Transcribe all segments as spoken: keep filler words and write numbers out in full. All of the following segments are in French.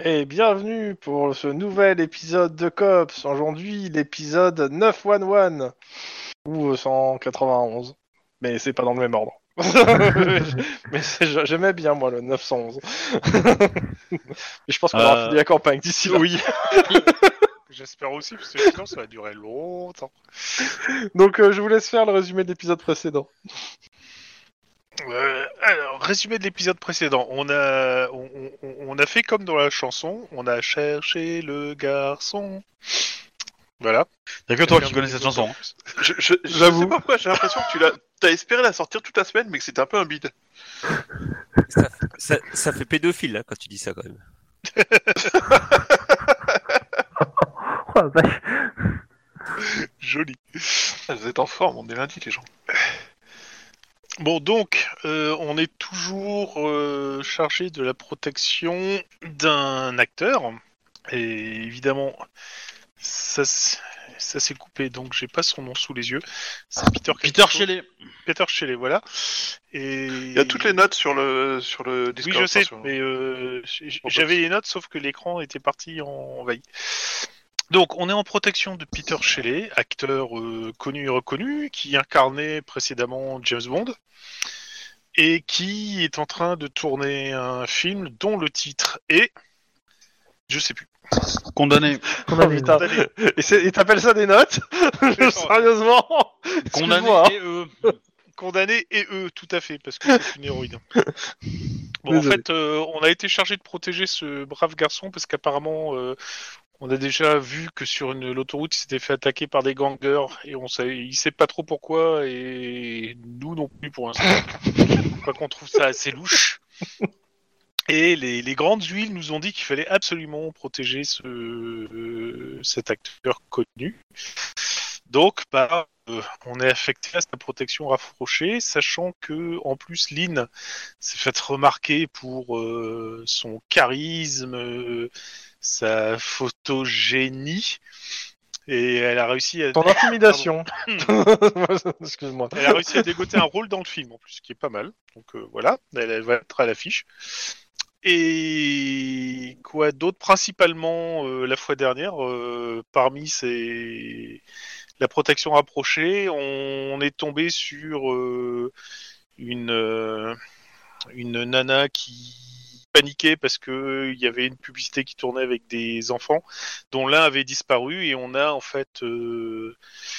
Et bienvenue pour ce nouvel épisode de Cops. Aujourd'hui, l'épisode neuf cent onze ou euh, cent quatre-vingt-onze, mais c'est pas dans le même ordre. mais c'est- j'aimais bien moi le neuf cent onze. Mais je pense qu'on aura fini Euh, la campagne d'ici là. oui. J'espère aussi, parce que sinon ça va durer longtemps. Donc euh, je vous laisse faire le résumé de l'épisode précédent. Euh, alors, résumé de l'épisode précédent. On a, on, on- on a fait comme dans la chanson, on a cherché le garçon. Voilà. Y'a que toi qui connais cette chanson. Je, je, je J'avoue. sais pas pourquoi, j'ai l'impression que tu l'as, t'as espéré la sortir toute la semaine, mais que c'était un peu un bide. Ça, ça, ça fait pédophile là, quand tu dis ça quand même. Oh la vache. Joli. Ah, vous êtes en forme, on est lundi les gens. Bon, donc, euh, on est toujours euh, chargé de la protection d'un acteur. Et évidemment, ça, s- ça s'est coupé, donc j'ai pas son nom sous les yeux. C'est Peter Peter quelque chose. Shelley. Peter Shelley, voilà. Et... Il y a toutes les notes sur le, sur le Discord. Oui, je sais, enfin, sur- mais euh, j- Bon, j'avais les notes, sauf que l'écran était parti en veille. Donc, on est en protection de Peter Shelley, acteur euh, connu et reconnu, qui incarnait précédemment James Bond, et qui est en train de tourner un film dont le titre est... Je sais plus. Condamné. On Oh, avait- putain. Et c'est- et t'appelles ça des notes? Sérieusement? Condamné Excuse-moi, hein. et eux. Condamné et eux, tout à fait, parce que c'est une héroïne. Bon, en Désolé. fait, euh, on a été chargé de protéger ce brave garçon, parce qu'apparemment... euh, On a déjà vu que sur une l'autoroute, il s'était fait attaquer par des gangers et on sait, il sait pas trop pourquoi et nous non plus pour l'instant. Quoi qu'on trouve ça assez louche. Et les, les grandes huiles nous ont dit qu'il fallait absolument protéger ce, euh, cet acteur connu. Donc, bah, euh, on est affecté à cette protection rapprochée, sachant que en plus Lynn s'est fait remarquer pour euh, son charisme. Euh, sa photogénie et elle a réussi à Ton intimidation. Excuse-moi. elle a réussi à dégoter un rôle dans le film en plus, ce qui est pas mal. Donc euh, voilà, elle, elle va être à l'affiche. Et quoi d'autre? Principalement euh, la fois dernière, euh, parmi ces la protection rapprochée, on, on est tombé sur euh, une euh, une nana qui paniquait parce que il y avait une publicité qui tournait avec des enfants dont l'un avait disparu et on a en fait euh,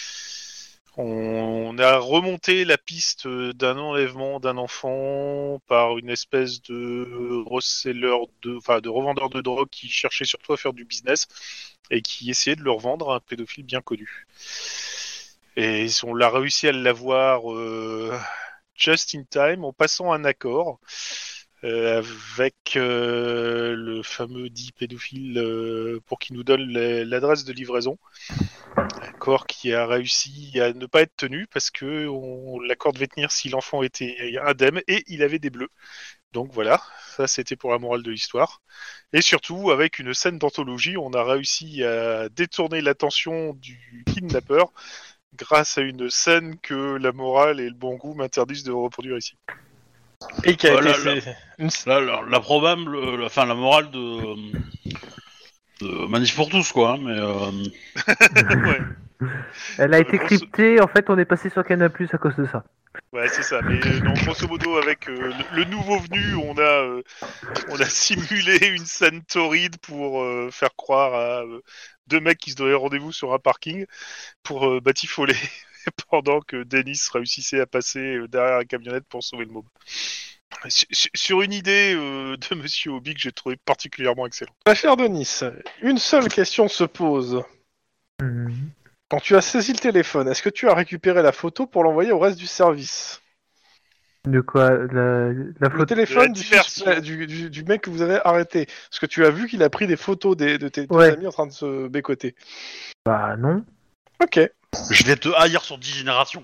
on a remonté la piste d'un enlèvement d'un enfant par une espèce de reseller de enfin de revendeur de drogue qui cherchait surtout à faire du business et qui essayait de le revendre à un pédophile bien connu. Et on l'a réussi à l'avoir euh, just in time en passant un accord euh, avec euh, le fameux dit pédophile euh, pour qu'il nous donne l'adresse de livraison. Accord qui a réussi à ne pas être tenu parce que on, l'accord devait tenir si l'enfant était indemne et il avait des bleus. Donc voilà, ça c'était pour la morale de l'histoire. Et surtout, avec une scène d'anthologie, on a réussi à détourner l'attention du kidnappeur grâce à une scène que la morale et le bon goût m'interdisent de reproduire ici. Et qui a Oh été là c'est- là. une- La, la, la probable, euh, la, enfin la morale de, de Manif pour tous quoi. Hein, mais euh, Ouais, Elle a été grosso- cryptée, en fait on est passé sur Canal Plus à cause de ça. ouais c'est ça. Mais euh, non, grosso modo, avec euh, le, le nouveau venu, on a, euh, on a simulé une scène torride pour euh, faire croire à euh, deux mecs qui se donnaient rendez-vous sur un parking pour euh, batifoler pendant que Dennis réussissait à passer euh, derrière la camionnette pour sauver le môme. Sur- sur- Sur une idée euh, de Monsieur Hobby que j'ai trouvé particulièrement excellente. Ma chère Denis, une seule question se pose. Mhm. Quand tu as saisi le téléphone, est-ce que tu as récupéré la photo pour l'envoyer au reste du service? De quoi la, la Le photo téléphone la du, diversion. fils- du, du- du mec que vous avez arrêté. Parce que tu as vu qu'il a pris des photos des- de tes, tes Ouais. amis en train de se bécoter. Bah non. Ok. je vais te haïr sur dix générations.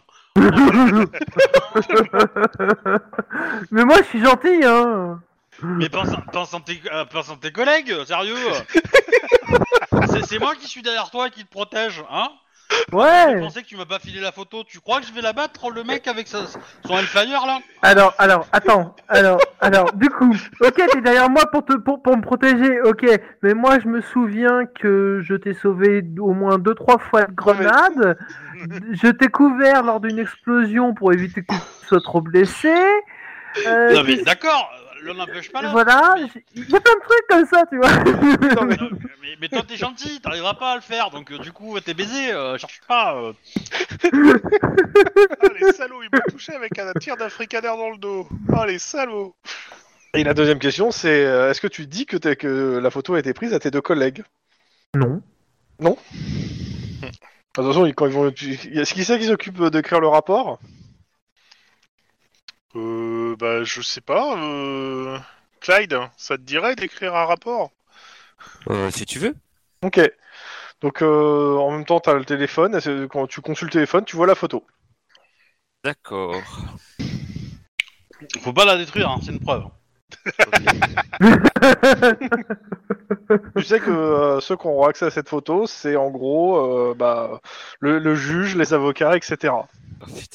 Mais moi je suis gentil hein. Mais pense, pense, à tes, euh, pense à tes collègues, sérieux. c'est, c'est moi qui suis derrière toi et qui te protège, hein. J'ai Ouais. pensé que tu m'as pas filé la photo. Tu crois que je vais la battre, le mec, avec sa- son Hellfire, là? Alors, alors, attends, alors, alors, du coup, ok, t'es derrière moi pour te, pour, pour me protéger, ok, mais moi je me souviens que je t'ai sauvé au moins deux, trois fois de grenades, je t'ai couvert lors d'une explosion pour éviter que tu sois trop blessé, euh, Non, mais qu'est-ce- d'accord, l'un n'empêche pas l'autre. voilà, Mais- j'ai- il y a plein de trucs comme ça, tu vois. Non, mais- Non, mais, mais toi t'es gentil, t'arriveras pas à le faire, donc euh, du coup t'es baisé, euh, cherche pas. euh. Ah, les salauds, ils m'ont touché avec un tir d'Africaner dans le dos. Ah, les salauds. Et la deuxième question, c'est euh, est-ce que tu dis que, t'es- que la photo a été prise à tes deux collègues? Non. De toute façon, ils- quand ils vont, est-ce qui c'est qui s'occupe d'écrire le rapport? Euh, bah, je sais pas. Euh... Clyde, ça te dirait d'écrire un rapport? Euh, si tu veux. Ok. Donc euh, en même temps, t'as le téléphone. Et c'est- quand tu consultes le téléphone, tu vois la photo. D'accord. Faut pas la détruire, hein, c'est une preuve. Tu sais que euh, ceux qui auront accès à cette photo, c'est en gros euh, bah, le, le juge, les avocats, et cetera. Oh putain.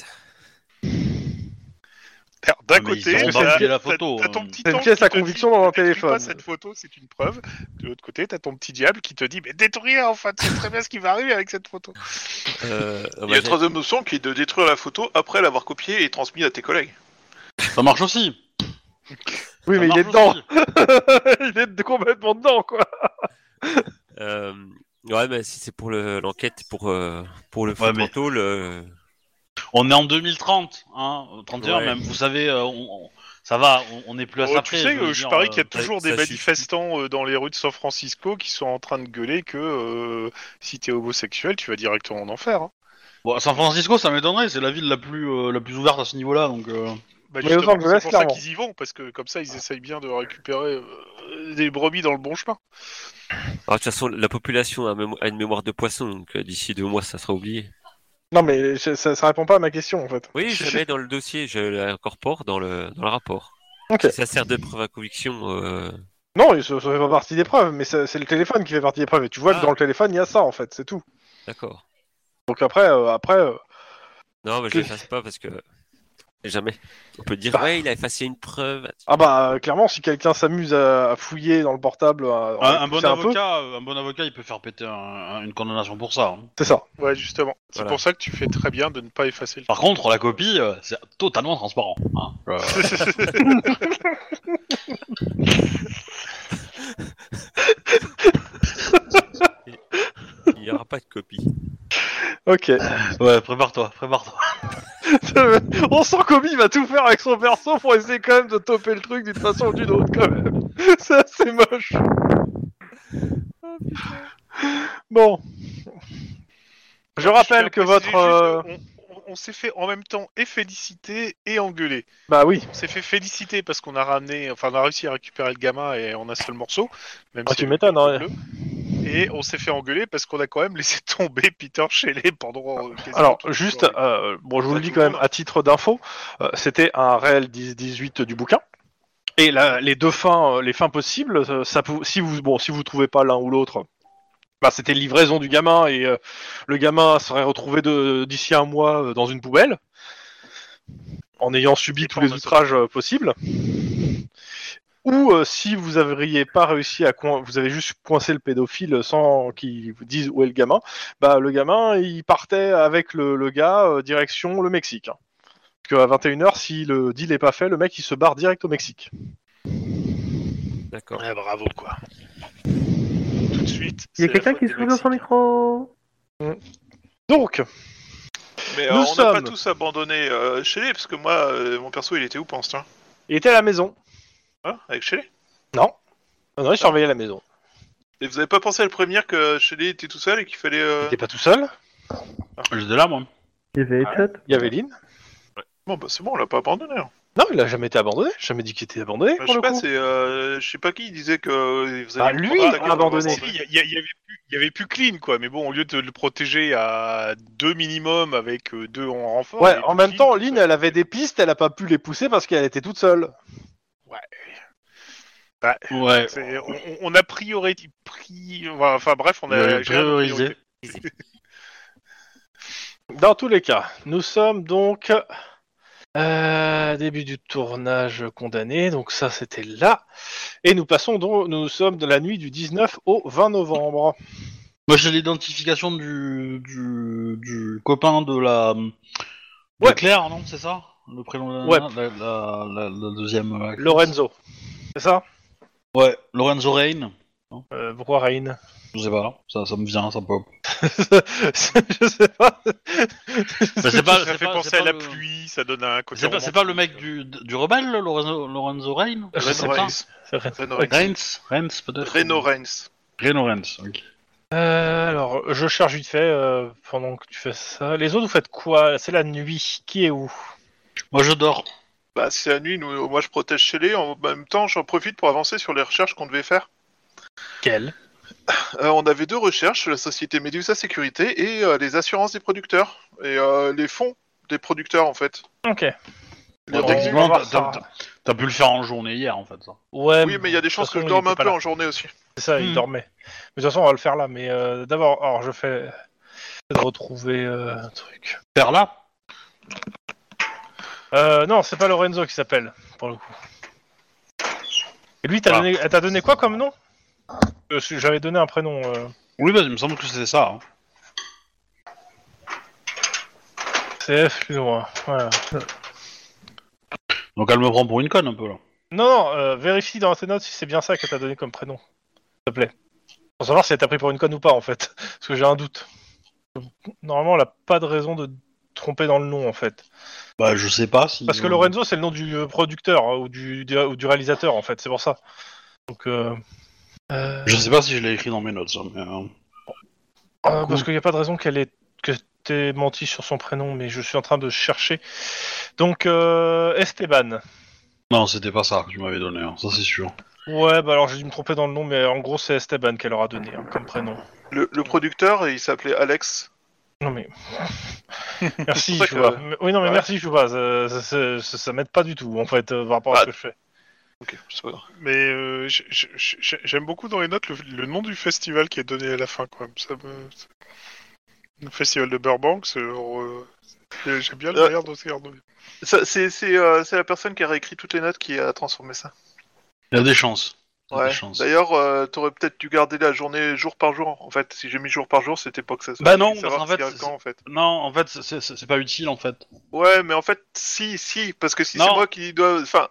Alors, d'un Ouais, mais côté, ils auront pas t'as publié la photo, t'as- t'as ton hein. petit C'est une ange pièce qui à te dit, conviction dans un ne détruis téléphone. pas cette photo, c'est une preuve. De l'autre côté, t'as ton petit diable qui te dit, mais détruis, enfin, tu sais très bien ce qui va arriver avec cette photo. Euh, Il y a bah, une troisième option qui est de détruire la photo après l'avoir copiée et transmise à tes collègues. Ça marche aussi. Oui, Ça mais il marche est dedans. aussi. Il est complètement dedans, quoi. Euh, ouais, mais si c'est pour le- l'enquête, pour, euh, pour le Ouais, mais- photo, le... On est en deux mille trente, hein, trente et un Ouais. même. Vous savez, euh, on, on- ça va, on, on n'est plus à Oh, ça tu près. sais, veux euh, je dire, parie euh, qu'il y a toujours ça des suffit. manifestants euh, dans les rues de San Francisco qui sont en train de gueuler que euh, si t'es homosexuel, tu vas directement en enfer. Hein. Bon, San Francisco, ça m'étonnerait, c'est la ville la plus, euh, la plus ouverte à ce niveau-là, donc. euh, Bah, Mais justement, Los Angeles, c'est pour ça clairement. qu'ils y vont, parce que comme ça, ils essayent bien de récupérer euh, des brebis dans le bon chemin. Alors, de toute façon, la population a, mémo- a une mémoire de poisson, donc euh, d'ici deux mois, ça sera oublié. Non, mais je- ça, ça répond pas à ma question, en fait. Oui, je la mets dans le dossier, je l'incorpore dans le, dans le rapport. Ok. Si ça sert de preuve à conviction, euh... Non, ça, ça fait pas partie des preuves, mais ça- c'est le téléphone qui fait partie des preuves. Et tu vois Ah. que dans le téléphone, il y a ça, en fait, c'est tout. d'accord. Donc après, euh, après, euh, Non, mais je Que- l'efface pas parce que... Jamais. On peut dire, Bah. ouais, il a effacé une preuve. ah bah euh, clairement, si quelqu'un s'amuse à, à fouiller dans le portable, à, un, à un bon pousser un peu, avocat, euh, un bon avocat, il peut faire péter un- un- une condamnation pour ça. hein. c'est ça. Ouais, justement. C'est Voilà. pour ça que tu fais très bien de ne pas effacer le Par contre, la copie, euh, c'est totalement transparent. Hein. Euh, Il n'y aura pas de copie. Ok. ouais, prépare-toi, prépare-toi. On sent qu'Obi va tout faire avec son perso pour essayer quand même de topper le truc d'une façon ou d'une autre, quand même. C'est assez moche. Bon. Je rappelle que tiens à préciser votre... juste euh, que On, on- on s'est fait en même temps et féliciter et engueuler. Bah oui. On s'est fait féliciter parce qu'on a ramené, enfin on a réussi à récupérer le gamin et en un seul morceau. Même Ah, si tu elle m'étonnes, était ouais. bleue. Et on s'est fait engueuler parce qu'on a quand même laissé tomber Peter Shelley pendant. euh, quasiment Alors, toute la juste, soirée. euh, bon, je vous Pas le dis tout quand le même monde. à titre d'info, euh, c'était un réel dix dix-huit du bouquin. Et là, les deux fins, euh, les fins possibles, euh, ça, pou- si vous, bon, si vous trouvez pas l'un ou l'autre, bah, c'était livraison du gamin et euh, le gamin serait retrouvé de- d'ici un mois euh, dans une poubelle, en ayant subi Et tous pas les en outrages euh, possibles. Ou euh, si vous n'avriez pas réussi à coin... vous avez juste coincé le pédophile sans qu'il vous dise où est le gamin, bah le gamin il partait avec le, le gars euh, direction le Mexique. Hein. Parce qu'à vingt et une heures, si le deal est pas fait, le mec il se barre direct au Mexique. D'accord. Ouais, bravo quoi. Tout de suite. Il y a c'est la quelqu'un faute qui des se fout dans son Mexicains. micro. Donc, Mais euh, Nous on n'a sommes- pas tous abandonné euh, Shelley, parce que moi, euh, mon perso, il était où pendant ce temps? il était à la maison. Hein, avec Shelley? Non. Non, non, il surveillait la maison. Et vous avez pas pensé à le prévenir que Shelley était tout seul et qu'il fallait... Il Euh... était pas tout seul. J'étais là, moi. Il y avait Headshot. Il y avait Lynn. Bon, bah c'est bon, on l'a pas abandonné. Hein. Non, il a jamais été abandonné. J'ai jamais dit qu'il était abandonné. Bah, pour je sais le pas, coup. c'est... Euh, je sais pas qui disait que... euh, Vous Bah, avez lui, le il a contact abandonné. Si, Il y, a- il y a- il y avait plus, il y avait plus clean quoi, mais bon, au lieu de le protéger à deux minimum avec euh, deux en renfort. il y Ouais, avait en plus même Clean temps, tout Lynn, seul. elle avait des pistes, elle a pas pu les pousser parce qu'elle était toute seule. Ouais. C'est- on, on- on a priori, pri... enfin bref, on a Ouais, géré nos priorisé. priorités. Dans tous les cas, nous sommes donc euh, début du tournage condamné, donc ça c'était là. Et nous passons donc, nous sommes de la nuit du dix-neuf au vingt novembre. Moi j'ai l'identification du, du, du copain de la... de Ouais. Claire, non, c'est ça? Le prénom de la, Ouais. la, la, la, la deuxième... euh, actrice. Lorenzo, c'est ça? Ouais, Lorenzo Rain. euh, Pourquoi Rain? Je sais pas, ça, ça me vient, ça pop. Je sais pas. Bah, c'est pas, ça c'est fait pas, penser c'est à pas la le- pluie, ça donne un côté C'est pas, c'est pas le mec romantique. du, du rebelle, là, Lorenzo, Lorenzo Rain? Je sais Reno pas. Reigns. C'est Rain. Reno Reigns. Reigns, Reigns peut-être. Reno Reigns. Reno Reigns, ok. Euh, alors, je cherche vite fait euh, pendant que tu fais ça. Les autres, vous faites quoi? C'est la nuit. Qui est où? Moi je dors. Bah, c'est la nuit, nous, moi je protège Shelley. En même temps, j'en profite pour avancer sur les recherches qu'on devait faire. Quelle? Euh, on avait deux recherches, la société Medusa Sécurité et euh, les assurances des producteurs. Et euh, les fonds des producteurs, en fait. Ok. Les Bon, revenus. on va voir Techniquement, t'as, ça. t'as- t'as pu le faire en journée hier en fait. Ça. Ouais. Oui, mais il y a des chances de que toute je façon, dorme il un était peu pas en là. journée aussi. C'est ça, il Hmm. dormait. Mais de toute façon, on va le faire là. Mais euh, d'abord, alors je fais de retrouver euh, un truc. Faire là. Euh, non, c'est pas Lorenzo qui s'appelle pour le coup. Et lui, t'as Ah. donné, elle t'a donné quoi comme nom? Euh, J'avais donné un prénom. Euh... Oui, bah il me semble que c'était ça. Hein. C F plus ou moins. Voilà. Donc elle me prend pour une conne un peu là. Non, non, euh, vérifie dans tes notes si c'est bien ça qu'elle t'a donné comme prénom. S'il te plaît. Pour savoir si elle t'a pris pour une conne ou pas en fait. Parce que j'ai un doute. Normalement, elle a pas de raison de tromper dans le nom en fait. Bah je sais pas si. Parce que euh, Lorenzo, c'est le nom du euh, producteur hein, ou, du, du, ou du réalisateur en fait, c'est pour ça. Donc, euh, euh, Je sais pas si je l'ai écrit dans mes notes ça, mais. Euh... euh, parce qu'il n'y a pas de raison qu'elle ait que t'aies menti sur son prénom, mais je suis en train de chercher. Donc, euh, Esteban. Non, c'était pas ça que tu m'avais donné, hein. Ça c'est sûr. Ouais, bah alors j'ai dû me tromper dans le nom, mais en gros, c'est Esteban qu'elle leur a donné hein, comme prénom. Le, le producteur, il s'appelait Alex. Non mais. Merci, C'est pour ça Chouba. que- Mais- Oui, non, mais Ouais. merci, Chouba. Ça, ça, ça, ça- ça m'aide pas du tout, en fait, euh, par rapport à Ah. ce que je fais. Ok, c'est pas grave. Mais euh, j- j- j- j'aime beaucoup dans les notes le, le nom du festival qui est donné à la fin, quoi. Ça me... Le festival de Burbank, c'est, euh, j'aime bien la Euh, manière dont c'est ordonné. Ça, C'est c'est, euh, c'est la personne qui a réécrit toutes les notes qui a transformé ça. Il y a des chances. Il y a Ouais. des chances. D'ailleurs, euh, t'aurais peut-être dû garder la journée jour par jour. En fait, si j'ai mis jour par jour, c'était pas que ça soit. Bah non, savoir parce qu'en ce fait, qu'il y a c'est- quand, en fait. Non, en fait, c'est- c'est c'est pas utile en fait. Ouais, mais en fait, si, si, parce que si Non. c'est moi qui dois, enfin,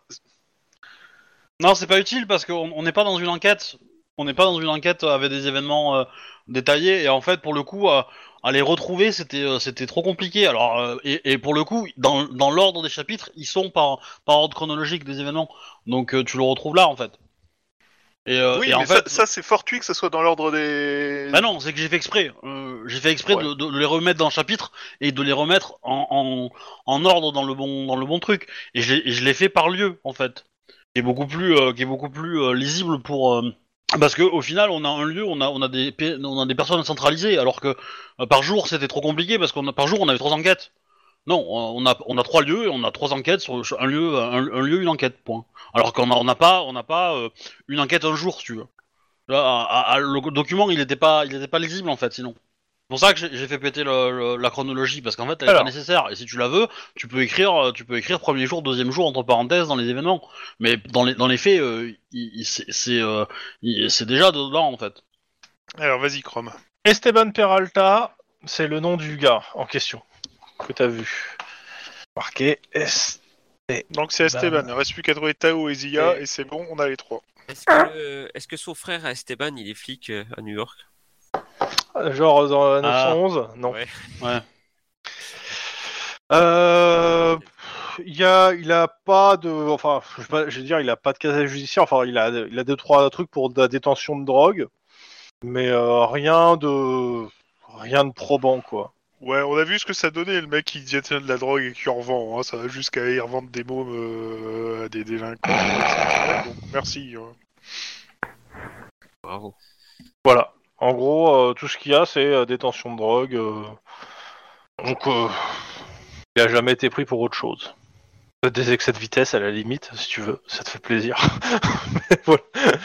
Non, c'est pas utile parce qu'on on n'est pas dans une enquête. On n'est pas dans une enquête avec des événements euh, détaillés et en fait, pour le coup, euh, à les retrouver, c'était euh, c'était trop compliqué. Alors euh, et, et pour le coup, dans, dans l'ordre des chapitres, ils sont par par ordre chronologique des événements. Donc euh, tu le retrouves là en fait. Et, euh, oui, et en mais fait, ça, ça, c'est fortuit que ça soit dans l'ordre des. bah non, c'est que j'ai fait exprès. Euh, j'ai fait exprès Ouais. de, de les remettre dans le chapitre et de les remettre en, en, en ordre dans le bon dans le bon truc. Et je, l'ai- et je l'ai fait par lieu en fait, qui est beaucoup plus euh, qui est beaucoup plus euh, lisible pour euh, parce que au final on a un lieu, on a on a des pe- on a des personnes centralisées alors que euh, par jour c'était trop compliqué parce qu'on a par jour on avait trois enquêtes. Non, on a on a trois lieux et on a trois enquêtes sur un lieu un, un lieu une enquête point. Alors qu'on a on n'a pas on n'a pas euh, une enquête un jour si tu veux. Là, à- à- le document, il était pas, il était pas lisible en fait, sinon. C'est pour ça que j'ai j'ai fait péter le- le- la chronologie, parce qu'en fait, elle est Alors. pas nécessaire. Et si tu la veux, tu peux écrire, euh, tu peux écrire premier jour, deuxième jour entre parenthèses dans les événements. Mais dans les, dans les faits, euh, il- il- c'est, c'est, euh, il- c'est déjà dedans en fait. Alors, vas-y, Chrome. Esteban Peralta, c'est le nom du gars en question que t'as vu. Marqué S. Donc, c'est Esteban. Il ne reste plus qu'à trouver Tao et Zia, et c'est bon, on a les trois. Est-ce que, euh, est-ce que son frère Esteban, il est flic euh, à New York? Genre dans la neuf cent onze? Non. Ouais. Ouais. Euh, il y a, il a pas de, enfin, je vais, pas, je vais dire, il a pas de casier judiciaire. Enfin, il a, il a deux trois trucs pour de la détention de drogue, mais euh, rien de, rien de probant quoi. Ouais, on a vu ce que ça donnait, le mec qui détient de la drogue et qui en revend. Hein. Ça va jusqu'à y revendre des mômes euh, à des délinquants. Donc, merci. Hein. Bravo. Voilà. En gros, euh, tout ce qu'il y a, c'est euh, détention de drogue. euh, Donc, euh, il a jamais été pris pour autre chose. Des excès de vitesse à la limite, si tu veux, ça te fait plaisir. Mais voilà.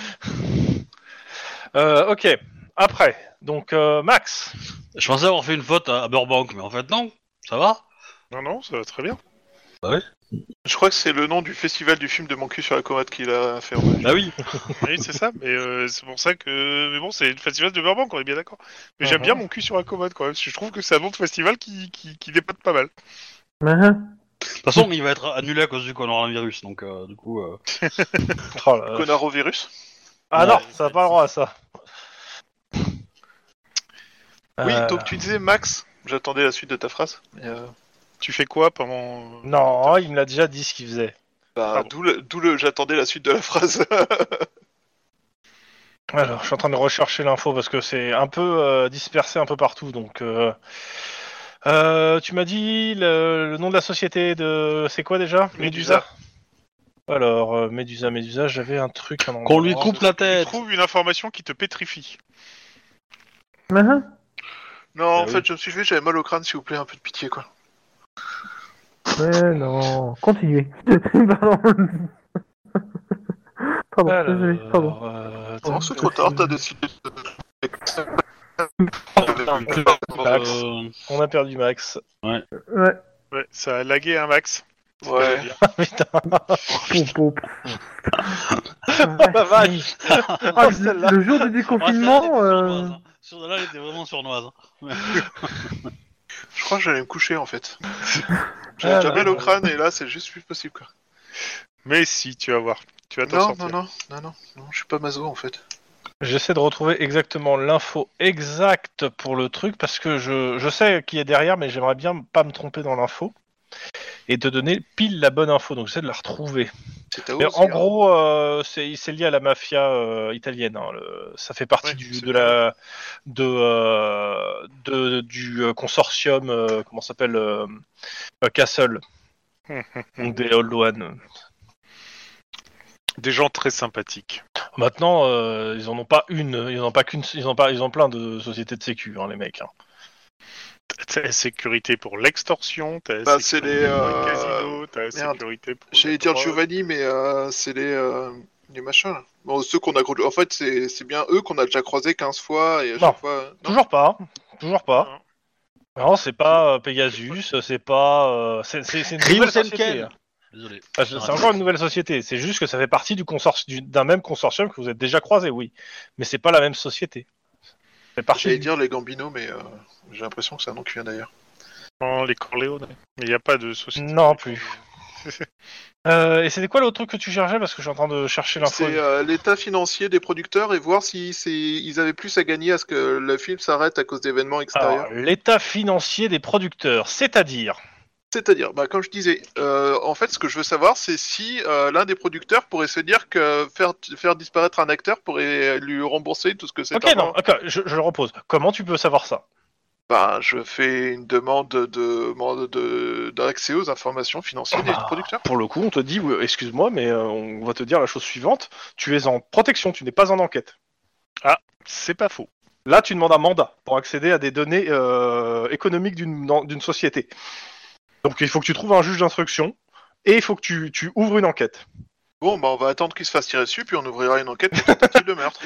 Euh, ok. Après, donc euh, Max. Je pensais avoir fait une faute à, à Burbank, mais en fait non. Ça va? Non, non, ça va très bien. Je crois que c'est le nom du festival du film de Mon cul sur la commode qu'il a fait. En Bah oui. Oui, c'est ça, mais euh, c'est pour ça que... Mais bon, c'est le festival de Burbank, on est bien d'accord. Mais j'aime Mhm. bien Mon cul sur la commode, quand même, parce que je trouve que c'est un nom de festival qui, qui, qui dépote pas mal. Mhm. De toute façon, il va être annulé à cause du coronavirus, donc euh, du coup... Euh... Oh là là. Conarovirus. Ah Ouais, non, ça n'a pas le droit à ça. Oui, Euh, donc tu disais Max. J'attendais la suite de ta phrase. mais, euh, Tu fais quoi pendant... Non, il me l'a déjà dit ce qu'il faisait. bah, Pardon. d'où le, d'où le j'attendais la suite de la phrase. Alors, je suis en train de rechercher l'info parce que c'est un peu euh, dispersé un peu partout. Donc, euh, euh, tu m'as dit le, le nom de la société de. C'est quoi déjà? Médusa. Alors, euh, Médusa, Médusa, j'avais un truc. Un Qu'on lui endroit. coupe la Tu tête. trouves une information qui te pétrifie. Mhm. non, en Ah oui. fait, je me suis fait, j'avais mal au crâne, s'il vous plaît, un peu de pitié, quoi. Ouais, non. Continuez. Pardon. Pardon, Alors, désolé, pardon. euh, Non, c'est trop tard, t'as décidé de... Euh, on a perdu Max. Ouais. Ouais, ça a lagué un max. Ouais. Putain, Pou, pou. la vache. Ah, le, le jour du déconfinement, ouais, euh... Sur là, elle était vraiment sournoise. Je crois que j'allais me coucher, en fait. Ah, J'avais déjà là, mal au là. crâne, et là, c'est juste plus possible, quoi. Mais si, tu vas voir. Tu vas t'en Non, sortir. non, non, non, non, non, je suis pas maso, en fait. J'essaie de retrouver exactement l'info exacte pour le truc parce que je, je sais qui est derrière, mais j'aimerais bien pas me tromper dans l'info et te donner pile la bonne info. Donc j'essaie de la retrouver. C'est ta Mais hausse, en hier. gros, euh, c'est c'est lié à la mafia euh, italienne. Hein, le- ça fait partie Ouais, du, c'est de la de, euh, de du euh, consortium euh, comment ça s'appelle euh, euh, Castle, donc des Old One. Des gens très sympathiques. Maintenant, euh, ils en ont pas une, ils en ont pas qu'une, ils ont pas, ils ont plein de sociétés de sécu, hein, les mecs. Hein. T'as la sécurité pour l'extorsion, t'as la Bah, c'est sécurité les, pour euh, le casino, t'as la merde. sécurité pour... J'allais la dire drogue. Giovanni, mais euh, c'est les, euh, les machins, là. Bon, ceux qu'on a... cro- En fait, c'est c'est bien eux qu'on a déjà croisés quinze fois, et à Non. chaque fois... Non. Toujours pas, hein. toujours pas. Non. Non, c'est pas euh, Pegasus, c'est pas, euh, c'est c'est c'est une Ryu nouvelle Senken. société. hein. Désolé. Enfin, c'est c'est encore une nouvelle société. C'est juste que ça fait partie du consortium, du- d'un même consortium que vous êtes déjà croisé, oui. Mais c'est pas la même société. Ça fait partie. J'allais du- dire les Gambino, mais euh, j'ai l'impression que c'est un nom qui vient d'ailleurs. Non, les Corleone. Mais il n'y a pas de société. Non plus. Euh, et c'était quoi l'autre truc que tu cherchais parce que je suis en train de chercher l'info. C'est euh, l'état financier des producteurs et voir si c'est ils avaient plus à gagner à ce que le film s'arrête à cause d'événements extérieurs. Alors, l'état financier des producteurs, c'est-à-dire. C'est-à-dire, bah, comme je disais, euh, en fait, ce que je veux savoir, c'est si euh, l'un des producteurs pourrait se dire que faire, faire disparaître un acteur pourrait lui rembourser tout ce que c'est. Ok, non, ok, je, je le repose. Comment tu peux savoir ça? Bah, je fais une demande de, de, de, d'accès aux informations financières des Ah, producteurs. Pour le coup, on te dit, oui, excuse-moi, mais euh, on va te dire la chose suivante. Tu es en protection, tu n'es pas en enquête. C'est pas faux. Là, tu demandes un mandat pour accéder à des données euh, économiques d'une, dans- d'une société. Donc, il faut que tu trouves un juge d'instruction et il faut que tu, tu ouvres une enquête. Bon, bah, on va attendre qu'il se fasse tirer dessus, puis on ouvrira une enquête pour tentative de meurtre.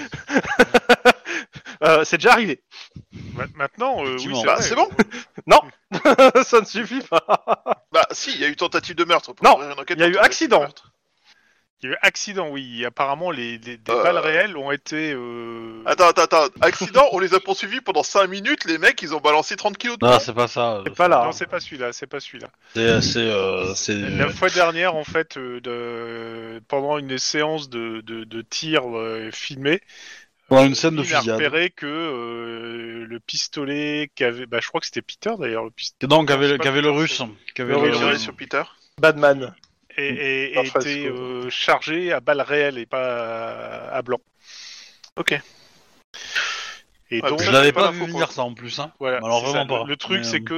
Euh, c'est déjà arrivé. Ma- Maintenant, euh, oui, Effectivement. c'est Bah, vrai. c'est bon. Non, ça ne suffit pas. Bah, si, il y a eu tentative de meurtre. Pour Non, ouvrir une enquête il y a pour eu tentative accident. de meurtre. Il y a eu accident, oui. Apparemment, les, les- des Euh. balles réelles ont été... euh, Attends, attends, attends. Accident, on les a poursuivis pendant cinq minutes, les mecs, ils ont balancé trente kilos de Non, plomb. c'est pas ça. C'est pas là. Non, c'est pas celui-là, c'est pas celui-là. C'est, c'est, euh, c'est. La fois dernière, en fait, euh, de... pendant une séance de, de, de tir euh, filmé, Pendant une scène de il a fusillade. repéré que euh, le pistolet qu'avait... Bah, je crois que c'était Peter, d'ailleurs, le pistolet. Donc, qu'avait, C'est le- pas qu'avait le Peter, russe. Qu'avait Le le, russe, Tiré oui. sur Peter. Batman. Et, et, et Parfait, était c'est euh, chargé à balles réelles et pas à, à blanc. Ok. Et Ouais, donc, Je Ça, l'avais c'est pas pas l'info, vu quoi. venir ça en plus, hein. voilà, Alors c'est vraiment ça. pas. Le, le truc, Mais, c'est euh, que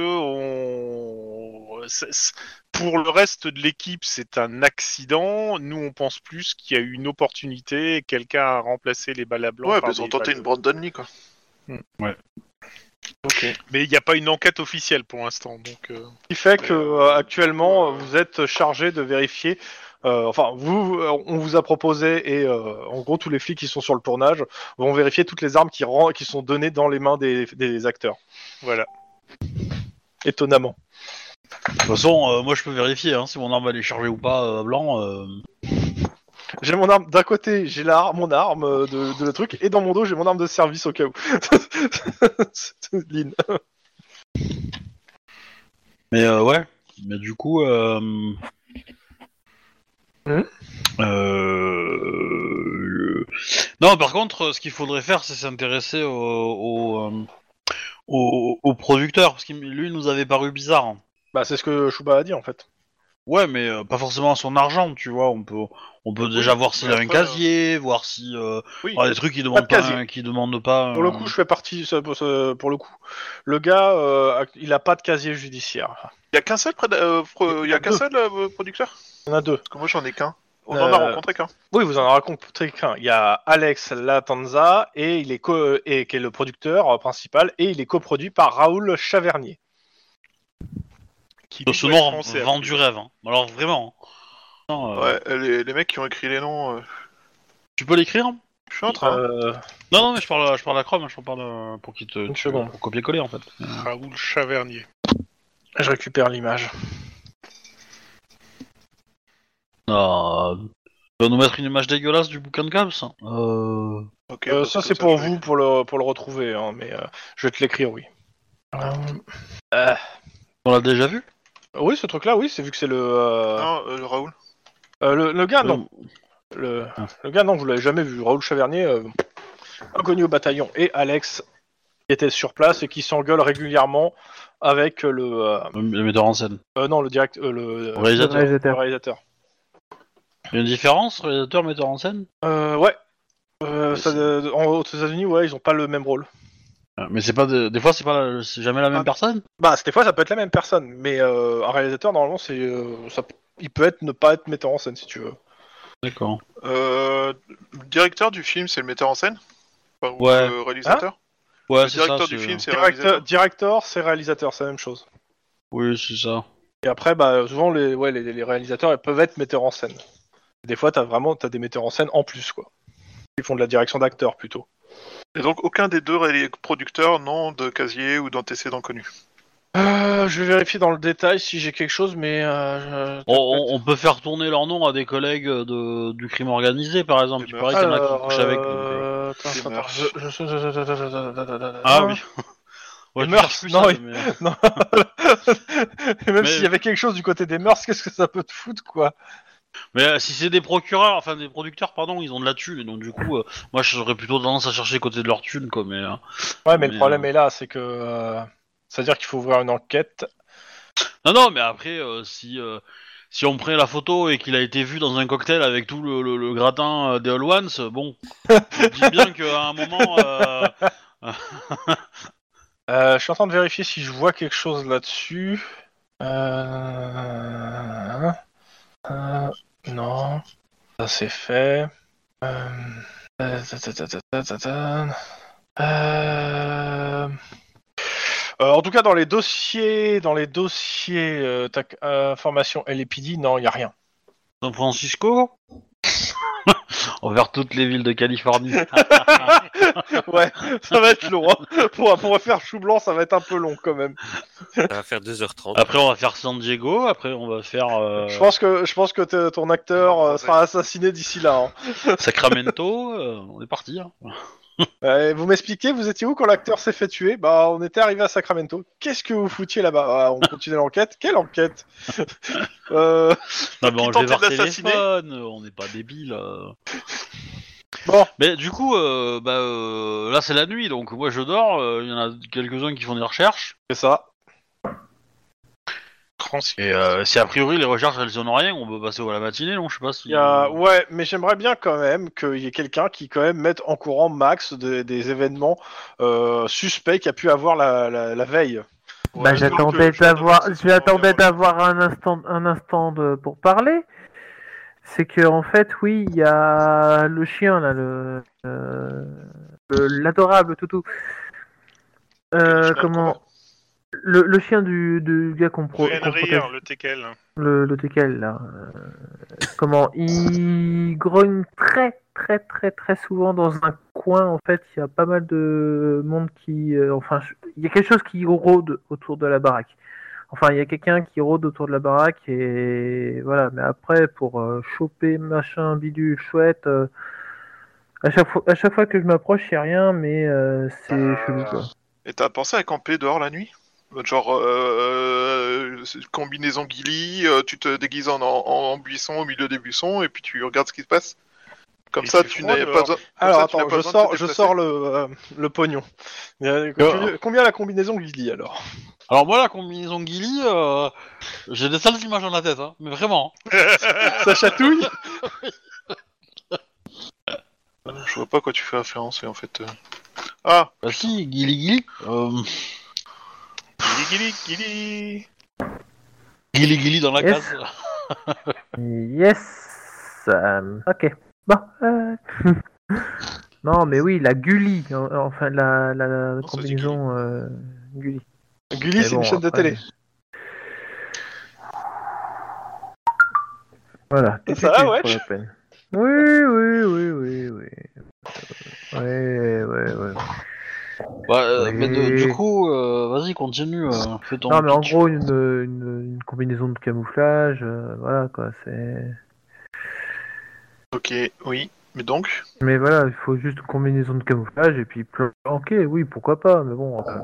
on... c'est- c'est- pour le reste de l'équipe, c'est un accident. Nous, on pense plus qu'il y a eu une opportunité. Quelqu'un a remplacé les balles à blanc. Ouais, par bah, ils ont des tenté balles- une Brandon Lee, quoi. Ouais. Ok. Mais il n'y a pas une enquête officielle pour l'instant. Donc, euh, Ce qui fait que euh, actuellement, vous êtes chargé de vérifier. euh, enfin, vous, euh, on vous a proposé et euh, en gros, tous les flics qui sont sur le tournage vont vérifier toutes les armes qui, ren- qui sont données dans les mains des, des acteurs. voilà. étonnamment. De toute façon, euh, moi je peux vérifier hein, si mon arme elle est chargée ou pas euh, blanc. Euh... J'ai mon arme d'un côté, j'ai la, mon arme euh, de, de le truc, et dans mon dos j'ai mon arme de service au cas où. C'est Lynn. Mais euh, ouais, mais du coup, euh... Mmh. euh... non, par contre, ce qu'il faudrait faire, c'est s'intéresser au, au, euh, au, au producteur, parce que lui nous avait paru bizarre. Bah c'est ce que Chouba a dit en fait. Ouais, mais euh, pas forcément son argent, tu vois. On peut, on peut Oui, déjà voir s'il mais a un après, casier, voir si euh, Oui. ouais, des trucs qui Pas demandent de pas, casier. un- qui demandent pas. Pour le euh, coup, je fais partie, ça- pour ce- pour le coup. Le gars, euh, il a pas de casier judiciaire. Il y a qu'un seul, préda- euh, pro- il y a qu'un deux. seul euh, producteur. Il y en a deux. Parce que moi j'en ai qu'un. On en a Euh, rencontré qu'un. Oui, vous en avez rencontré qu'un. Il y a Alex Latanza et il est co et qui est le producteur euh, principal et il est coproduit par Raoul Chavernier. Qui de lui ce doit être nom français, vend du rêve. Hein. Alors vraiment. hein. Non, euh, Ouais, les, les mecs qui ont écrit les noms. euh, Tu peux l'écrire? Je suis en train. Euh, Non, non, mais je parle, je parle à Chrome, je parle euh, pour qu'il te, Une tu- seconde. pour copier-coller en fait. Raoul Chavernier. je récupère l'image. Euh, tu vas nous mettre une image dégueulasse du bouquin de Caps hein. euh... Ok, Euh, bah, ça comme c'est pour je vais- vous pour le pour le retrouver, hein, mais euh, je vais te l'écrire, oui. Euh, euh, On l'a déjà vu? oui, ce truc-là, oui, c'est vu que c'est le, euh, Non, euh, Raoul. euh, le le gars, non. Euh, Le, Ah. le gars, non, vous l'avez jamais vu. Raoul Chavernier, euh, inconnu au bataillon, et Alex qui était sur place et qui s'engueule régulièrement avec le, euh, Le metteur en scène. euh, non, le direct, euh, le, Le réalisateur. Le réalisateur. le réalisateur. Il y a une différence, réalisateur, metteur en scène? Euh, ouais. Euh, Mais ça, c'est- euh, en- aux États-Unis, ouais, ils ont pas le même rôle. Ah, Mais c'est pas de... des fois c'est pas la- c'est jamais la même Ah. personne? Bah, des fois, ça peut être la même personne, mais euh, un réalisateur, normalement, c'est, euh, ça, il peut être ne pas être metteur en scène, si tu veux. D'accord. Euh, le directeur du film, c'est le metteur en scène. Enfin, ou Ouais. le réalisateur. Ouais, Le c'est ça. directeur du c'est- film, c'est le Directeur, réalisateur. directeur, c'est réalisateur, c'est la même chose. Oui, c'est ça. Et après, bah, souvent, les, ouais, les, les réalisateurs, ils peuvent être metteurs en scène. Des fois, t'as vraiment, t'as des metteurs en scène en plus, quoi. Ils font de la direction d'acteur, plutôt. Et donc aucun des deux réali- producteurs n'ont de casier ou d'antécédents connus. Euh, je vais vérifier dans le détail si j'ai quelque chose, mais... Euh, je- On, on- on peut faire tourner leur nom à des collègues de, du crime organisé, par exemple. Des Il paraît qu'il y en a qui Alors, couchent avec. donc, euh. euh, attends, Des attends, mœurs. je- je- je- je- je- je- je- je- je- Ah oui. Ouais, Les tu mœurs, cherches plus non, ça, il- mais- euh, Non. Et même Mais- s'il y avait quelque chose du côté des mœurs, qu'est-ce que ça peut te foutre, quoi? Mais euh, si c'est des procureurs, enfin des producteurs, pardon, ils ont de la thune, et donc du coup, euh, moi j'aurais plutôt tendance à chercher côté de leur thune, quoi. Mais euh, Ouais, mais, Mais, le problème euh, est là, c'est que... euh, c'est-à-dire qu'il faut ouvrir une enquête. non, non, mais après, euh, si euh, si on prend la photo et qu'il a été vu dans un cocktail avec tout le, le- le gratin euh, des All Ones, euh, bon, je dis bien qu'à un moment, euh, Euh, je suis en train de vérifier si je vois quelque chose là-dessus. Euh... euh, Non. Ça c'est fait. Euh... euh, ta, ta, ta, ta, ta, ta, ta. Euh... Euh, en tout cas, dans les dossiers, dans les dossiers, euh, tac, euh, information L A P D, non, il y a rien. San Francisco, envers toutes les villes de Californie. Ouais, ça va être long. Hein. Pour, pour refaire chou blanc, ça va être un peu long quand même. Ça va faire deux heures trente. Après, on va faire San Diego. Après, on va faire euh, Je pense que, je pense que t- ton acteur euh, sera assassiné d'ici là. Hein. Sacramento. euh, on est parti. Hein. Euh, vous m'expliquez, vous étiez où quand l'acteur s'est fait tuer? Bah, on était arrivé à Sacramento. Qu'est-ce que vous foutiez là-bas? Ah, on continue l'enquête. Quelle enquête? euh... Non, mais on Qui le fait par tentait d'assassiner. téléphone. On n'est pas débiles. euh. Bon, Mais du coup, euh, bah, euh, là c'est la nuit, donc moi je dors. euh, Il y en a quelques-uns qui font des recherches. c'est ça. Grand Et euh, si a priori les recherches elles donnent rien, on peut passer à la matinée, non? Je sais pas si. Il y a... Ouais, mais j'aimerais bien quand même qu'il y ait quelqu'un qui quand même mette en courant max de- des événements euh, suspects qu'il y a pu avoir la, la, la veille. Bah, Ouais, j'attendais donc, euh, d'avoir, je- je- j'attendais d'avoir un instant, un instant de, pour parler. C'est que en fait, oui, il y a le chien là, le, euh, le- l'adorable toutou. Euh, Chemin de comment combat. le, le chien du, du gars qu'on pro, qu'on protège, Fenrir, le teckel. le, le teckel là. euh, comment il grogne très très très très souvent dans un coin, en fait, il y a pas mal de monde qui... euh, enfin, je- il y a quelque chose qui rôde autour de la baraque. Enfin, il y a quelqu'un qui rôde autour de la baraque et voilà. Mais après, pour euh, choper machin bidule chouette, euh, à chaque fois, à chaque fois que je m'approche, il y a rien, mais euh, c'est Euh, chelou quoi. Et t'as pensé à camper dehors la nuit? Genre, euh, combinaison Ghillie, euh, tu te déguises en, en, en buisson au milieu des buissons et puis tu regardes ce qui se passe. Comme Il ça, fait tu froid n'as dehors. pas besoin. comme Alors ça, tu n'as attends, pas je besoin de sors, te je déplacer. sors le, euh, le pognon. Euh, Combien, combien la combinaison Ghillie alors? Alors moi, la combinaison Ghillie, euh, j'ai des sales images dans la tête, hein, mais vraiment. Ça chatouille? Je vois pas à quoi tu fais référence en fait. euh. Ah, Bah si, Ghillie Ghillie. Euh, Gili, gili, gili. Ghillie Ghillie dans la Yes. case. Yes. euh, ok. Bon. euh, non, mais oui, la Gulli. en- Enfin, la, la, la c'est combinaison euh, Gulli. Gulli, Mais c'est bon, une chaîne de après- télé. Voilà. Et tout ça est va, pour wesh la peine. Oui, oui, oui, oui, oui. Ouais, ouais, ouais. Ouais, euh, Oui. mais de- du coup, euh, vas-y, continue, euh, fais ton Non, mais en pitch. gros, une, une, une combinaison de camouflage, euh, voilà quoi, c'est. ok, oui. Mais donc, Mais voilà, il faut juste une combinaison de camouflage et puis planquer, oui, pourquoi pas, mais bon. Après,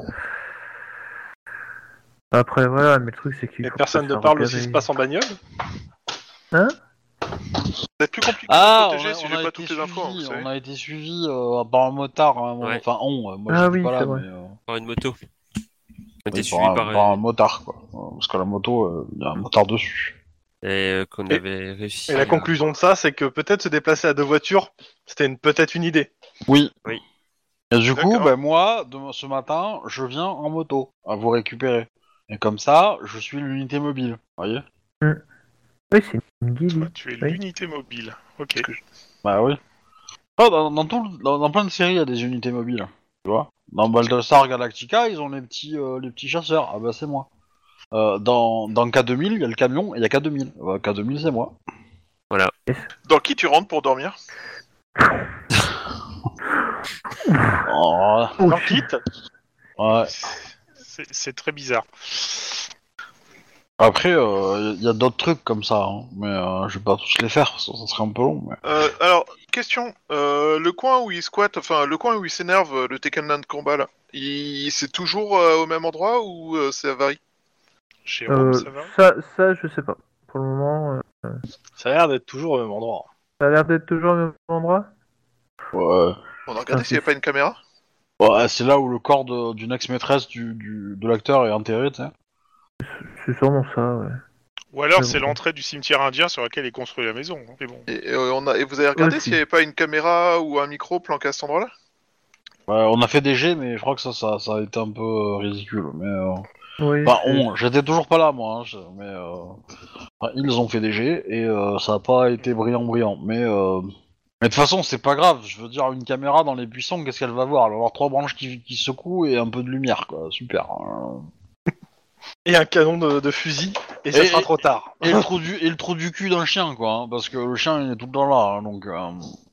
après voilà, mais le truc c'est qu'il Et faut personne pas ne se faire parle de ce qui repérer. se passe en bagnole? Hein? c'est plus compliqué Ah, de on protéger a, si on j'ai a pas été toutes les infos, hein, vous suivi, savez. on a été suivi euh, par un motard, hein, Ouais. enfin on, euh, moi Ah j'étais oui, pas là, c'est vrai. mais euh, Par une moto. On était oui, suivi par, un, par, par un euh, motard quoi, Euh, parce que la moto, il y a un motard dessus. et euh, qu'on Et- avait réussi. Et la à- conclusion de ça, c'est que peut-être se déplacer à deux voitures, c'était une- peut-être une idée. Oui. Oui. Et du coup, D'accord. ben moi, de, ce matin, je viens en moto à vous récupérer. Et comme ça, je suis l'unité mobile, vous voyez. Oui, c'est une guilly. Toi, tu es Oui. l'unité mobile. Ok. Bah oui. Oh, dans, dans, tout, dans, dans plein de séries, il y a des unités mobiles. Tu vois. Dans Battlestar Galactica, ils ont les petits, euh, les petits chasseurs. Ah bah c'est moi. Euh, dans, dans K deux mille, il y a le camion et il y a K deux mille. Euh, K deux mille, c'est moi. Dans qui tu rentres pour dormir? Oh, Oh, Dans shit. Kit, ouais. C'est c'est très bizarre. Après, il euh, y a d'autres trucs comme ça, hein. Mais euh, je vais pas tous les faire, ça, ça serait un peu long. Mais... Euh, alors, question. Euh, le coin où il squatte, enfin, le coin où il s'énerve, euh, le Tekken Land combat là, il... c'est toujours euh, au même endroit ou euh, ça varie? Jérôme, Euh, ça va? ça, ça, je sais pas. Pour le moment, euh, ça a l'air d'être toujours au même endroit. ça a l'air d'être toujours au même endroit. Ouais. On a regardé Ah, s'il n'y avait c'est- pas une caméra? Ouais, c'est là où le corps de- d'une ex-maîtresse du, du, de l'acteur est enterré, tu sais. C'est sûrement ça, ouais. Ou alors Mais c'est bon. l'entrée du cimetière indien sur laquelle est construite la maison. hein. Mais bon. Et, euh, on a... Et vous avez regardé Aussi. s'il n'y avait pas une caméra ou un micro planqué à cet endroit-là? Ouais, on a fait des jets, mais je crois que ça, ça, ça a été un peu euh, ridicule. Mais, euh... Oui, Bah, c'est- on, j'étais toujours pas là, moi. Hein, je- mais euh... enfin, ils ont fait des jets et euh, ça a pas été brillant, brillant. Mais euh... mais de toute façon, c'est pas grave. Je veux dire, une caméra dans les buissons, qu'est-ce qu'elle va voir? Elle va avoir trois branches qui, qui secouent et un peu de lumière, quoi. Super. Euh, Et un canon de, de fusil, et ça Et- sera trop tard. Et le trou du et le trou du cul d'un chien, quoi. Hein, parce que le chien, il est tout le temps là, hein, donc. Euh...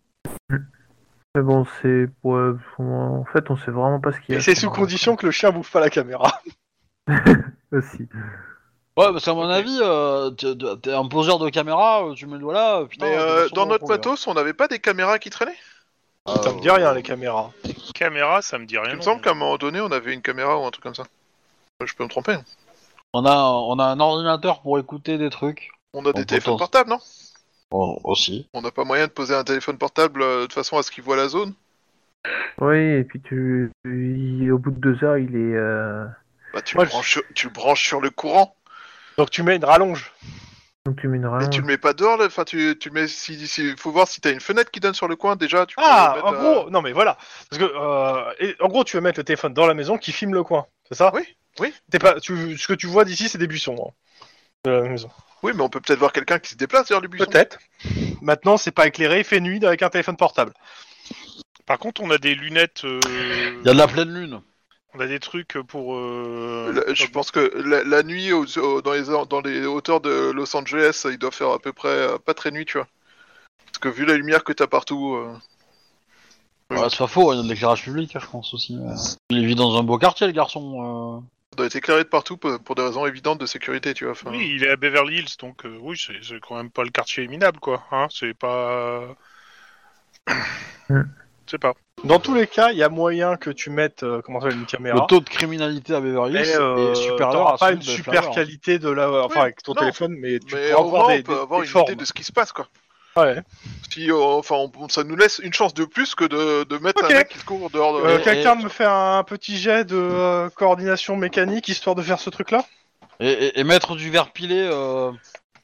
Mais bon, c'est. Ouais, en fait, on sait vraiment pas ce qu'il y a. Et c'est sur sous le- condition que le chien bouffe pas la caméra. Aussi. Ouais, parce qu'à mon Ok. avis, euh, t'es t'es un poseur de caméra, euh, tu mets le doigt là, euh, putain. Mais t'es euh, sur dans le notre coup, là. matos, on n'avait pas des caméras qui traînaient? Ça me dit rien, les caméras. Caméra, ça me dit rien. Il me non semble plus. qu'à un moment donné, on avait une caméra ou un truc comme ça. Je peux me tromper. On a, on a un ordinateur pour écouter des trucs. On a des peut téléphones pas- portables, non? Oh, aussi. On n'a pas moyen de poser un téléphone portable euh, de façon à ce qu'il voit la zone? Oui, et puis tu. il- Au bout de deux heures, il est. euh, Bah, tu, Moi, le je- branches sur... tu le branches sur le courant. Donc tu mets une rallonge. Donc tu mets une Mais rallonge. tu le mets pas dehors, là. Enfin, tu, tu le mets. Si, si... Faut voir si t'as une fenêtre qui donne sur le coin déjà. Tu peux Ah, mettre, en euh, gros, non mais voilà. Parce que, euh, et- en gros, tu vas mettre le téléphone dans la maison qui filme le coin, c'est ça? Oui, oui. T'es pas, tu, ce que tu vois d'ici, c'est des buissons. hein, de la maison. Oui, mais on peut peut-être voir quelqu'un qui se déplace vers le buisson. Peut-être. Maintenant, c'est pas éclairé, il fait nuit avec un téléphone portable. Par contre, on a des lunettes. euh, Il y a de la pleine lune. On a des trucs pour. euh, La- je pense que la, la nuit, au- au- dans, les, dans les hauteurs de Los Angeles, il doit faire à peu près euh, pas très nuit, tu vois. Parce que vu la lumière que t'as partout. euh, Ouais, c'est pas faux, il y a de l'éclairage public, je pense aussi. mais- Il vit dans un beau quartier, le garçon. euh. Ça doit être éclairé de partout pour pour des raisons évidentes de sécurité, tu vois. Enfin, Oui, il est à Beverly Hills, donc euh, oui, c'est c'est quand même pas le quartier minable, quoi. Hein, c'est pas. Hmm. Je sais pas. Dans tous les cas, il y a moyen que tu mettes euh, comment ça s'appelle, une Le caméra. taux de criminalité à Beverly Hills Et euh, est supérieur t'auras à pas celui une de super Flavor. qualité de la, enfin Oui, avec ton non. téléphone, mais tu mais pourras au avoir moins, des, on peut des- avoir des une formes. idée de ce qui se passe, quoi. Ouais. Si, euh, enfin, on- ça nous laisse une chance de plus que de, de mettre Ok. un mec qui se court dehors de. Euh, Et- Quelqu'un et- me fait un petit jet de euh, coordination mécanique histoire de faire ce truc-là. Et, et- et mettre du verre pilé. Euh...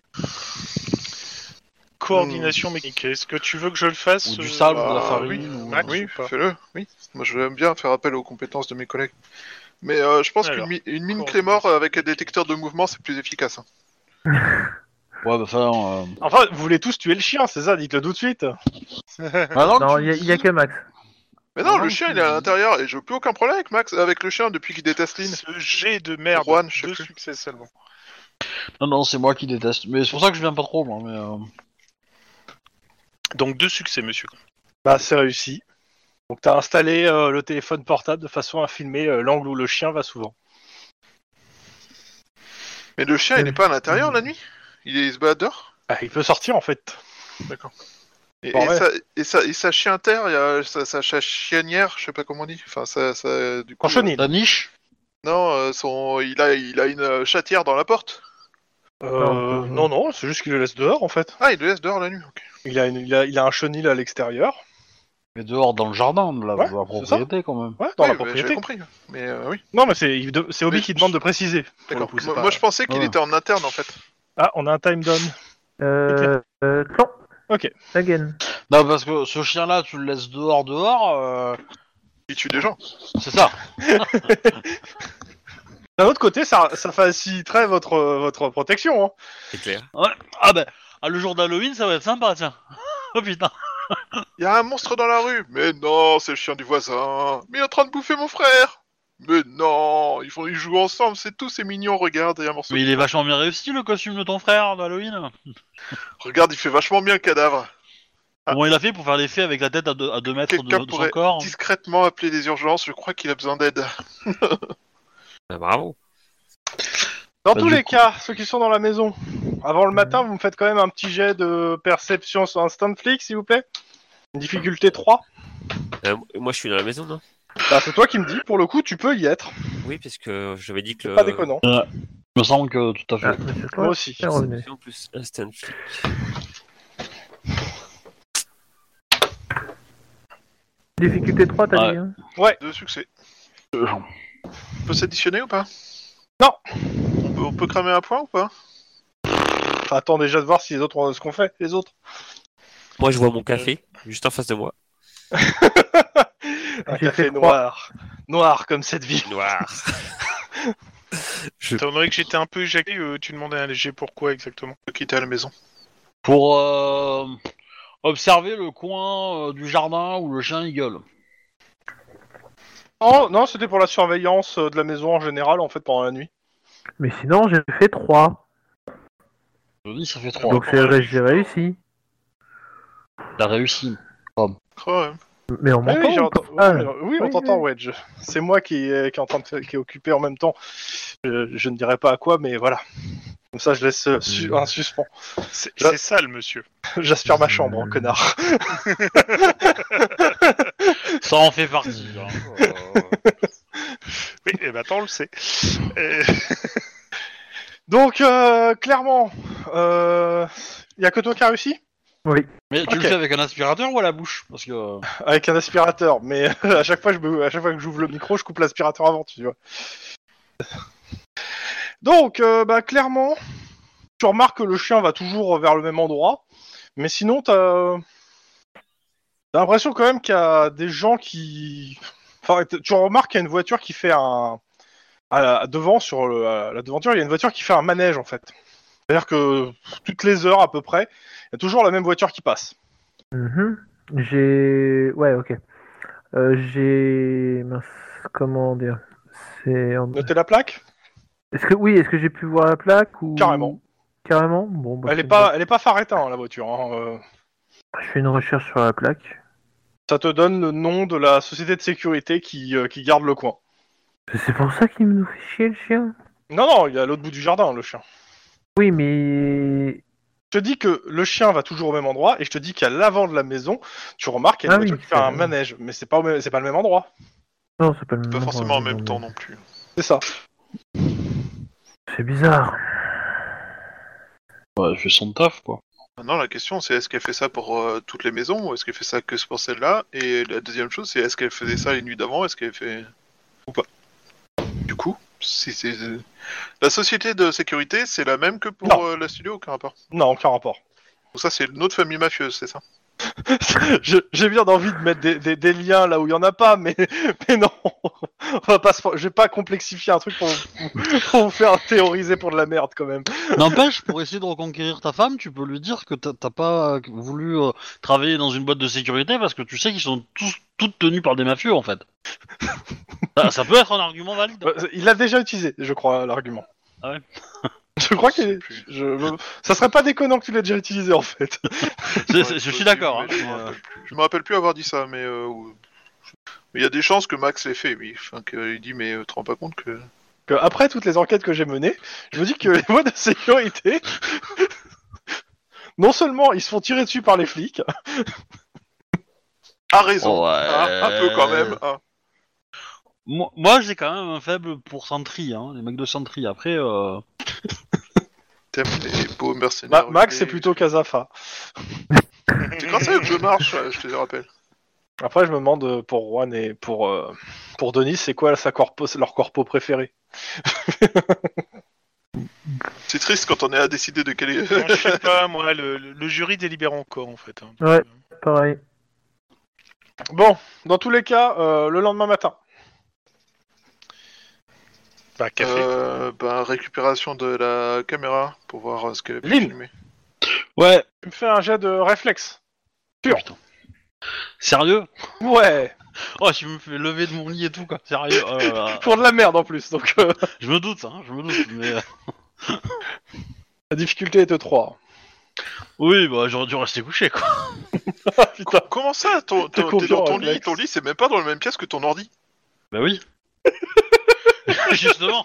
Coordination mécanique. Est-ce que tu veux que je le fasse Ou du euh, sable, ou de la bah, farine. oui, ou- Max Oui, ou pas fais-le, oui. Moi, j'aime bien faire appel aux compétences de mes collègues. Mais euh, je pense Alors, qu'une mi- une mine coordination. Clémor avec un détecteur de mouvement, c'est plus efficace. hein. Ouais, bah, enfin. Euh... Enfin, vous voulez tous tuer le chien, c'est ça? Dites-le tout de suite. Maintenant que Non, tu il y, a- le il y a dis- que Max. Mais non, Maintenant le que chien, tu il est à le dis. l'intérieur et j'ai plus aucun problème avec Max, avec le chien depuis qu'il déteste Lynn. Ce jet de merde, Juan, je sais deux plus. succès seulement. Non, non, c'est moi qui déteste. Mais c'est pour ça que je viens pas trop, moi. Mais, euh... Donc deux succès, monsieur. Bah, c'est réussi. Donc, t'as installé euh, le téléphone portable de façon à filmer euh, l'angle où le chien va souvent. Mais le chien, il n'est pas à l'intérieur la nuit? Il, est, il se balade dehors? Bah, il peut sortir en fait. Et, Bon, et, ouais. sa, et, sa, et sa chienne-terre, il y a sa, sa, sa chiennière, je sais pas comment on dit. Enfin, ça, ça, du coup, En chenille. La niche. Non, euh, son, il a, il a une euh, chatière dans la porte. Euh, non, non, c'est juste qu'il le laisse dehors en fait. Ah, il le laisse dehors la nuit. Ok. Il a, une, il a, il a un chenil à l'extérieur. Mais dehors, dans le jardin de la, Ouais, de la c'est propriété, quand même. Ouais, dans Oui, la bah, propriété. j'avais compris. Mais euh, oui, Non, mais c'est il de- c'est Obi Mais- qui demande de préciser. pour le d'accord. coup, c'est Moi, pas- moi, je pensais qu'il Ouais. était en interne en fait. Ah, on a un time down. Euh, euh, non. Ok. Again. Non, parce que ce chien-là, tu le laisses dehors, dehors, euh, Il tue des gens. c'est ça. D'un autre côté, ça, ça faciliterait votre, euh, votre protection. Hein. C'est clair. Ouais. Ah ben, ah, le jour d'Halloween, ça va être sympa, tiens. Oh putain. Il y a un monstre dans la rue. Mais non, c'est le chien du voisin. Mais il est en train de bouffer mon frère. Mais non, ils, font, ils jouent ensemble, c'est tout, c'est mignon, regarde, il y a un morceau. Mais il est vachement bien réussi, le costume de ton frère d'Halloween. Regarde, il fait vachement bien le cadavre. Ah. Comment il a fait pour faire l'effet avec la tête à deux, à deux mètres de, Quelqu'un de son pourrait corps? discrètement appeler les urgences, je crois qu'il a besoin d'aide. Ah, bravo. Dans Bah, tous du les coup- cas, ceux qui sont dans la maison, avant le matin, vous me faites quand même un petit jet de perception sur Instant Flick, s'il vous plaît. Difficulté trois. Euh, moi, je suis dans la maison, non? Bah, c'est toi qui me dis, pour le coup, tu peux y être. Oui, parce que j'avais dit que C'est le... pas déconnant. Il me semble que tout à fait. Ah, monsieur Moi Claude, aussi. c'est revenu. En plus, instant flic. Difficulté trois, t'as Ouais. dit, hein. Deux succès. Euh, On peut s'additionner ou pas? Non. On peut, on peut cramer un point ou pas? Attends déjà de voir si les autres ont ce qu'on fait, les autres. Moi, je vois mon café, juste en face de moi. Un J'ai café fait trois. noir. Noir comme cette vie. Noir. je... Étant donné que j'étais un peu éjacté, euh, tu demandais un léger pourquoi exactement? De quitter à la maison. Pour euh, observer le coin euh, du jardin où le chien il gueule. Non, non, c'était pour la surveillance euh, de la maison en général, en fait, pendant la nuit. Mais sinon, j'ai fait trois. Je dis, ça fait trois. Donc c'est- j'ai réussi. T'as réussi. Oh, ouais. Mais on Ah m'entend oui, j'ai ou ent- pas? oui, oui, on oui, t'entend, oui. Wedge. C'est moi qui, est- qui est en train de fa- qui est occupé en même temps. Je, je ne dirai pas à quoi, mais voilà. Comme ça, je laisse euh, su- un suspens. C'est Là- c'est sale, monsieur. J'aspire ma chambre, hein, connard. Ça en fait partie. hein. Oui, et maintenant on le sait. Euh, Donc, euh, clairement, il y a que toi qui as réussi Oui. Mais tu Ok. le fais avec un aspirateur ou à la bouche? Parce que euh, avec un aspirateur. Mais à chaque fois, je me- à chaque fois que j'ouvre le micro, je coupe l'aspirateur avant, tu vois. Donc, euh, bah, clairement, tu remarques que le chien va toujours vers le même endroit. Mais sinon, t'as t'as l'impression quand même qu'il y a des gens qui... Enfin, t- tu remarques qu'il y a une voiture qui fait un... À la, devant, sur le, à la devanture, il y a une voiture qui fait un manège, en fait. C'est-à-dire que toutes les heures, à peu près, il y a toujours la même voiture qui passe. Mhm. J'ai... Ouais, ok. Euh, j'ai... Mince, comment dire? C'est... en- Notez la plaque. Est-ce que... Oui, est-ce que j'ai pu voir la plaque ou... Carrément. Carrément? Bon, bah, Elle est c'est pas, elle est pas phare éteint, la voiture. Hein. euh. bon. Je fais une recherche sur la plaque. Ça te donne le nom de la société de sécurité qui, euh, qui garde le coin. C'est pour ça qu'il nous fait chier, le chien. Non, non, il est à l'autre bout du jardin, le chien. Oui, mais... Je te dis que le chien va toujours au même endroit, et je te dis qu'à l'avant de la maison, tu remarques qu'il y a une Ah oui, voiture qui fait c'est un vrai. manège, mais c'est pas, au même- c'est pas le même endroit. Non, c'est pas le même Pas endroit, forcément en mais même bon, temps mais- non plus. C'est ça. C'est bizarre. Ouais, elle fait son taf, quoi. Maintenant, la question, c'est est-ce qu'elle fait ça pour euh, toutes les maisons ou est-ce qu'elle fait ça que pour celle-là? Et la deuxième chose, c'est est-ce qu'elle faisait ça les nuits d'avant? Est-ce qu'elle fait... ou pas? Du coup, si c'est... La société de sécurité, c'est la même que pour Non. euh, la studio, aucun rapport. Non, aucun rapport. Donc ça, c'est une autre famille mafieuse, c'est ça? Je- J'ai bien envie de mettre des, des, des liens là où il y en a pas, mais, mais non. On va pas se... Je vais pas complexifier un truc pour, vous- pour vous faire théoriser pour de la merde, quand même. N'empêche, pour essayer de reconquérir ta femme, tu peux lui dire que t'as t'as pas voulu euh, travailler dans une boîte de sécurité parce que tu sais qu'ils sont tous toutes tenus par des mafieux, en fait. ça, ça peut être un argument valide. Euh, Il l'a déjà utilisé, je crois, l'argument. Ah ouais. Je crois qu'il est... plus. je... Ça serait pas déconnant que tu l'aies déjà utilisé, en fait. C'est- c'est- je suis d'accord. Hein, Mais Je mais, me euh, rappelle plus. Je me rappelle plus avoir dit ça, mais... euh, ou- mais il y a des chances que Max l'ait fait, oui. Enfin, qu'il dit, mais euh, tu te rends pas compte que... Que après toutes les enquêtes que j'ai menées, je me dis que les boîtes de sécurité, non seulement ils se font tirer dessus par les flics, A raison, Ouais. hein, un peu quand même. Hein. Moi, moi, j'ai quand même un faible pour Sentry, hein, les mecs de Sentry. Après, euh... T'aimes les beaux mercenaires. Ma- Max huilés. c'est plutôt Casafa. C'est grâce à eux que je marche, je te le rappelle. Après je me demande euh, pour Juan et pour euh, pour Denis, c'est quoi sa corpo, leur corpo préféré? C'est triste quand on est à décider de quel est... Non, je sais pas, moi, le, le- le jury délibère encore, en fait. hein. Ouais. Pareil. Bon, dans tous les cas, euh, le lendemain matin. Bah, café. Euh, bah, récupération de la caméra pour voir euh, ce qu'elle a pu Lynn. filmer. ouais. Tu me fais un jet de réflexe. Pur. Putain. Sérieux? Ouais. Oh, tu me fais lever de mon lit et tout, quoi. Sérieux? Oh là là. Pour de la merde en plus, donc euh, Je me doute, hein, je me doute. Mais euh, la difficulté est de trois. oui, bah j'aurais dû rester couché, quoi. Putain. Comment ça ton, T'es ton- T'es confiant, dans ton Alex. lit, ton lit c'est même pas dans la même pièce que ton ordi. Bah oui. Justement.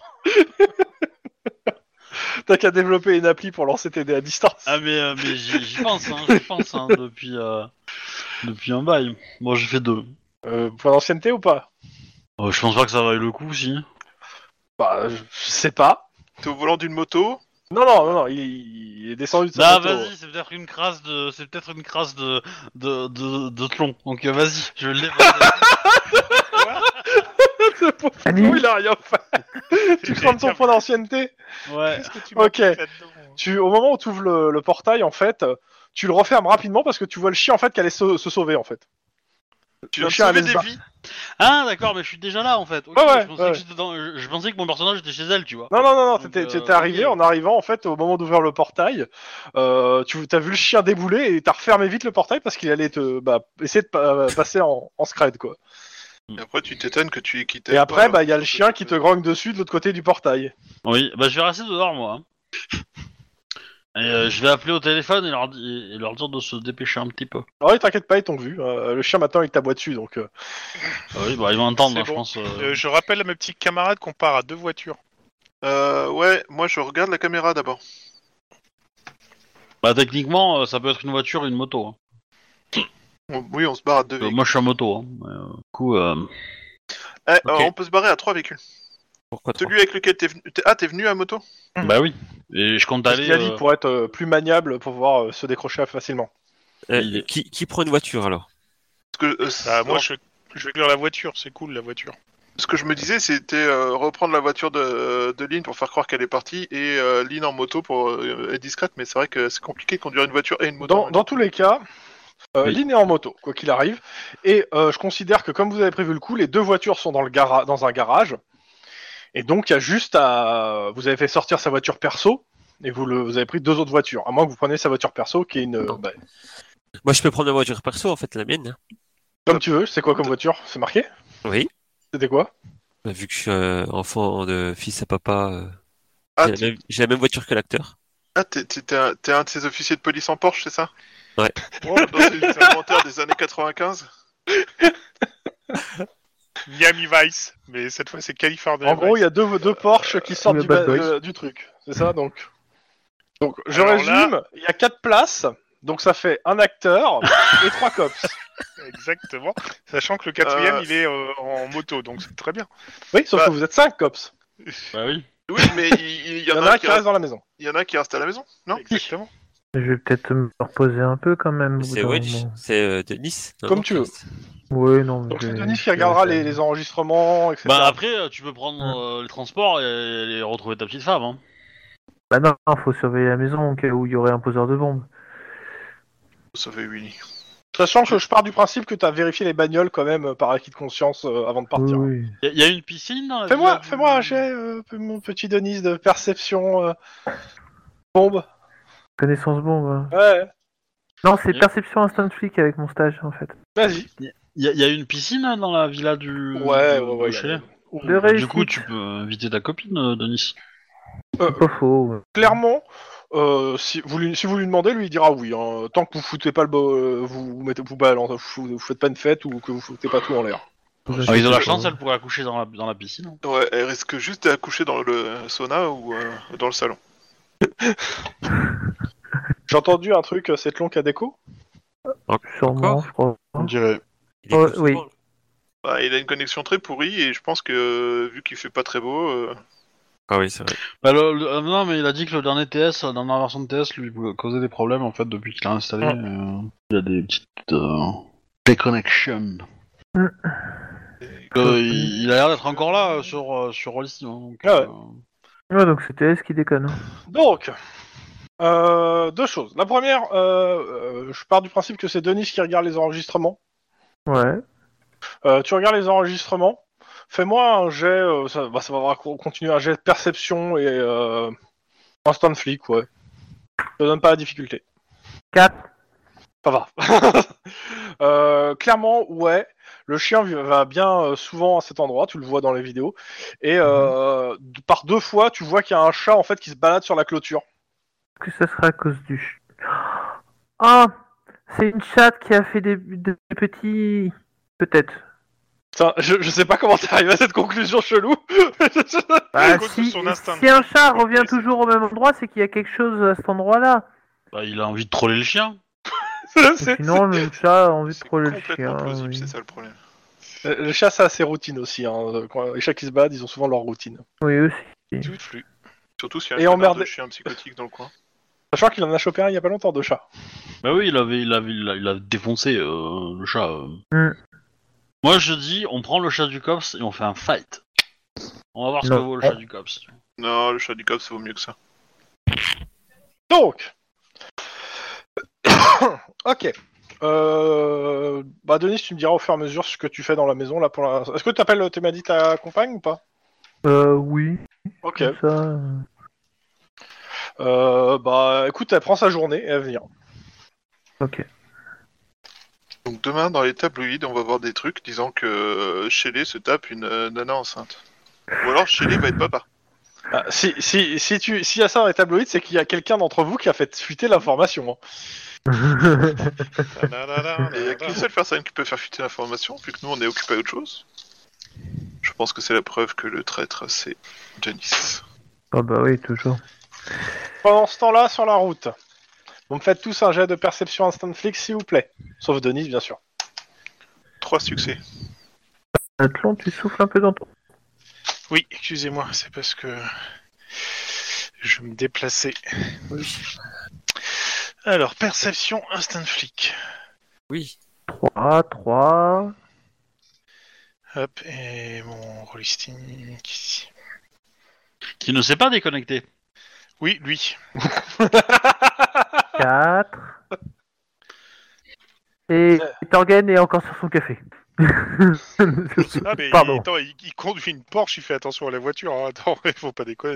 T'as qu'à développer une appli pour lancer tes dés à distance. Ah mais, euh, mais j'y j'y pense, hein, j'y pense, hein, depuis euh, depuis un bail. Bon, j'ai fait deux. Euh, point d'ancienneté ou pas? Euh, je pense pas que ça vaille le coup, si. Bah, je je sais pas. T'es au volant d'une moto. Non, non, non, non, il, il est descendu de sa Bah moto. vas-y, c'est peut-être une crasse de, c'est peut-être une crasse de de de, de tlon. Donc euh, vas-y, je vais l'évaluer. Ce pauvre Annie fou, il a rien fait. Tu prends son point d'ancienneté. Ouais. Qu'est-ce que tu m'as Ok. fait là-dedans Tu, au moment où tu ouvres le, le portail, en fait, tu le refermes rapidement parce que tu vois le chien en fait qui allait se, se sauver en fait. Tu Le viens de chien sauver allait se des bar- vies. Ah d'accord, mais je suis déjà là en fait. Ok, Ouais, ouais, je, pensais ouais. que j'étais dans- je- je pensais que mon personnage était chez elle, tu vois. Non, non, non, non, Donc, t'étais, euh, t'étais arrivé. ok. En arrivant, en fait, au moment d'ouvrir le portail, euh, tu as vu le chien débouler et t'as refermé vite le portail parce qu'il allait te, bah, essayer de pa- passer en, en scred quoi. Et après tu t'étonnes que tu quittais. Et après, bah, il y a le chien qui te grogne dessus de l'autre côté du portail. Oui, bah je vais rester dehors moi. hein. Et euh, je vais appeler au téléphone et leur, di- et leur dire de se dépêcher un petit peu. Alors, t'inquiète pas, ils t'ont vu. Euh, le chien maintenant il t'aboie dessus donc. euh, Ah oui, bah ils vont entendre, C'est hein, je bon. pense. euh. Euh, je rappelle à mes petits camarades qu'on part à deux voitures. Euh, ouais, moi je regarde la caméra d'abord. Bah techniquement, euh, ça peut être une voiture, une moto. hein. On- Oui, on se barre à deux Euh, véhicules. moi je suis en moto. Hein. mais, euh, du coup, euh... Eh, Ok. euh, on peut se barrer à trois véhicules. Pourquoi trois? Celui avec lequel t'es venu... t'es- Ah, t'es venu à moto? bah oui. Et je compte Parce aller. qu'il a dit euh, pour être euh, plus maniable, pour pouvoir euh, se décrocher facilement. Euh, il est- qui, qui prend une voiture alors? Parce que, euh, Ah, moi, non, je, je vais lire la voiture, c'est cool la voiture. Ce que je me disais, c'était euh, reprendre la voiture de, de Lynn pour faire croire qu'elle est partie et euh, Lynn en moto pour euh, être discrète, mais c'est vrai que c'est compliqué de conduire une voiture et une moto. Dans, dans tous les cas, euh, Oui. Lynn est en moto, quoi qu'il arrive. Et euh, je considère que comme vous avez prévu le coup, les deux voitures sont dans, le gara- dans un garage. Et donc, il y a juste à... Vous avez fait sortir sa voiture perso, et vous, le... vous avez pris deux autres voitures. À moins que vous preniez sa voiture perso, qui est une... Non. bah, Moi, je peux prendre ma voiture perso, en fait, la mienne. comme tu veux, c'est quoi comme voiture? C'est marqué? Oui. C'était quoi? Bah, vu que je suis euh, enfant de fils à papa, euh, Ah, j'ai, la t'es même, j'ai la même voiture que l'acteur. ah, t'es- t'es- t'es un, t'es un de ces officiers de police en Porsche, c'est ça? Ouais. Oh, dans ces inventaires des années quatre-vingt-quinze. Miami Vice, mais cette fois c'est California. En gros, il Vice. y a deux, deux Porsche qui sortent Ou du, le Bad ba- Boys. de- du truc. C'est ça, donc. Donc, je Alors résume. Il y a quatre places. Donc, ça fait un acteur et trois cops. Exactement. Sachant que le quatrième, Euh. il est euh, en moto, donc c'est très bien. Oui, sauf Bah. que vous êtes cinq cops. Bah oui. Oui, mais il, il Il y, y en a un qui reste- reste dans la maison. il y en a un qui reste à la maison, non? Exactement. Je vais peut-être me reposer un peu quand même. au bout C'est d'un Wedge, moment. c'est euh, Denis. Non, Comme non, tu veux. c'est- Oui, non. mais Donc, je c'est vais- Denis qui je vais regardera rester les, à la les enregistrements, et cetera. Bah après, euh, tu peux prendre euh, les transports et, et retrouver ta petite femme. Hein. Bah non, non, faut surveiller la maison au cas où il y aurait un poseur de bombes. Ça fait Willy. Sachant que je pars du principe que tu as vérifié les bagnoles quand même euh, par acquis de conscience euh, avant de partir. Oui, oui. Il y, a- y a une piscine dans la Fais-moi, villa du- fais-moi un jet, euh, mon petit Denis, de perception euh, bombe. Connaissance bombe. hein. Ouais, Non, c'est Yep. perception instant flic avec mon stage en fait. vas-y. Il y, a- y a une piscine hein, dans la villa du. Ouais, de- ouais, ouais. de y a- Shelley. De Bah, du coup, réussite. tu peux inviter ta copine, euh, Denis. C'est pas faux. ouais. Clairement, euh, si, vous lui, si vous lui demandez, lui il dira oui. Hein, tant que vous foutez pas le bo- euh, vous, vous mettez vous, balance, vous, vous faites pas une fête ou que vous foutez pas tout en l'air. Vous Ah, ils ont la inquiétez chance, pas. elle pourrait accoucher dans la, dans la piscine. hein. Ouais, elle risque juste d'accoucher dans le sauna ou euh, dans le salon. J'ai entendu un truc, euh, cette longue à déco. Sûrement, Encore je crois. On dirait. Il Oh, écoute oui. souvent. Bah, il a une connexion très pourrie et je pense que euh, vu qu'il fait pas très beau, euh, Ah oui, c'est vrai. Bah, le- le- euh, non, mais il a dit que le dernier T S, la dernière version de T S, lui causait des problèmes en fait depuis qu'il l'a installé. Ouais. euh, il y a des petites euh, déconnexions. Mm. Euh, il, il a l'air d'être encore là euh, sur euh, sur Rollistim. Hein, donc, Ah ouais. euh, Ouais, donc c'est T S qui déconne. hein. Donc, euh, deux choses. La première, euh, euh, je pars du principe que c'est Denis qui regarde les enregistrements. Ouais. Euh, tu regardes les enregistrements. Fais-moi un jet, euh, ça, bah, ça va continuer un jet de perception et euh, instant flic, ouais. Je te donne pas la difficulté. quatre. Ça va. Euh, clairement, ouais. Le chien va bien euh, souvent à cet endroit, tu le vois dans les vidéos. Et euh, d- par deux fois, tu vois qu'il y a un chat en fait qui se balade sur la clôture. Que ça sera à cause du. ch- Ah, c'est une chatte qui a fait des, des petits. Peut-être. Putain, je, je sais pas comment t'es arrivé à cette conclusion chelou. Bah, cause de si, son instinct. si un chat Ok, revient c'est- toujours au même endroit, c'est qu'il y a quelque chose à cet endroit-là. bah, il a envie de troller le chien. C'est- Sinon, le chat a envie de c'est troller le complètement chien. plausible, oui. c'est ça le problème. Euh, Le chat, ça a ses routines aussi. Hein. Quand les chats qui se baladent, ils ont souvent leur routine. Oui, aussi. Tout flux. Surtout s'il y a Et un connard emmerdé. de chien psychotique dans le coin. Sachant qu'il en a chopé un il y a pas longtemps de chat. Bah oui, il avait, il avait, il a, il a défoncé euh, le chat. euh. Mm. Moi, je dis, on prend le chat du cops et on fait un fight. On va voir ce que Non. vaut le chat du cops. Non, le chat du cops, ça vaut mieux que ça. Donc, ok. Euh... Bah Denis, tu me diras au fur et à mesure ce que tu fais dans la maison là pour la... Est-ce que tu appelles, tu m'as dit ta compagne ou pas? Euh, oui. Ok. Comme ça. euh. Euh, bah écoute, elle prend sa journée et elle vient. Ok. Donc demain, dans les tabloïds, on va voir des trucs disant que euh, Shelley se tape une euh, nana enceinte. Ou alors Shelley va être papa. Ah, si si si tu si y a ça dans les tabloïds, c'est qu'il y a quelqu'un d'entre vous qui a fait fuiter l'information. hein. Et il n'y a qu'une seule personne qui peut faire fuiter l'information, vu que nous on est occupé à autre chose. Je pense que c'est la preuve que le traître c'est Janice. Ah bah oui, toujours. Pendant ce temps-là, sur la route, vous me faites tous un jet de perception instant flic, s'il vous plaît. Sauf Denis, bien sûr. Trois succès. Athlon, tu souffles un peu dans ton. Oui, excusez-moi, c'est parce que je me déplaçais. Alors, perception instant flic. Oui. trois, trois. Hop, et mon rollisting ici. Qui ne s'est pas déconnecté. Oui, lui. quatre. Et Torgen est encore sur son café. Ah, mais Pardon. il, attends, il, il conduit une Porsche, il fait attention à la voiture. Hein. Attends, il faut pas déconner.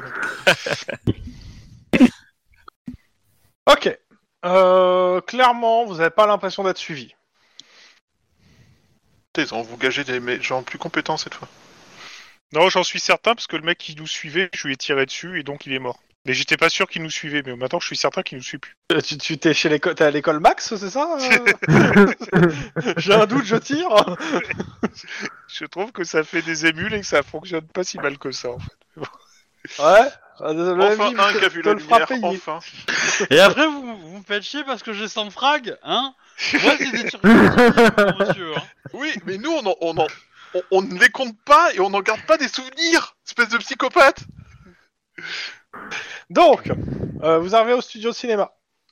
Ok. Euh, clairement, vous n'avez pas l'impression d'être suivi. Ils ont vous gagé des mé- gens plus compétents cette fois. Non, j'en suis certain, parce que le mec qui nous suivait, je lui ai tiré dessus, et donc il est mort. Mais j'étais pas sûr qu'il nous suivait, mais maintenant je suis certain qu'il nous suit plus. Euh, Tu, tu t'es chez l'école, t'es à l'école Max, c'est ça euh J'ai un doute, je tire. Je trouve que ça fait des émules et que ça fonctionne pas si mal que ça, en fait. Ouais. Ah, désolé, Enfin, vie, un te- qui a vu te la le fera lumière, payer. enfin. Et après, vous, vous me faites chier parce que j'ai cent frag, hein? Moi, c'est des tirs de monsieur, hein. Oui, mais nous, on, en- on, en- on, on ne les compte pas et on n'en garde pas des souvenirs, espèce de psychopathe. Donc, euh, vous arrivez au studio de cinéma.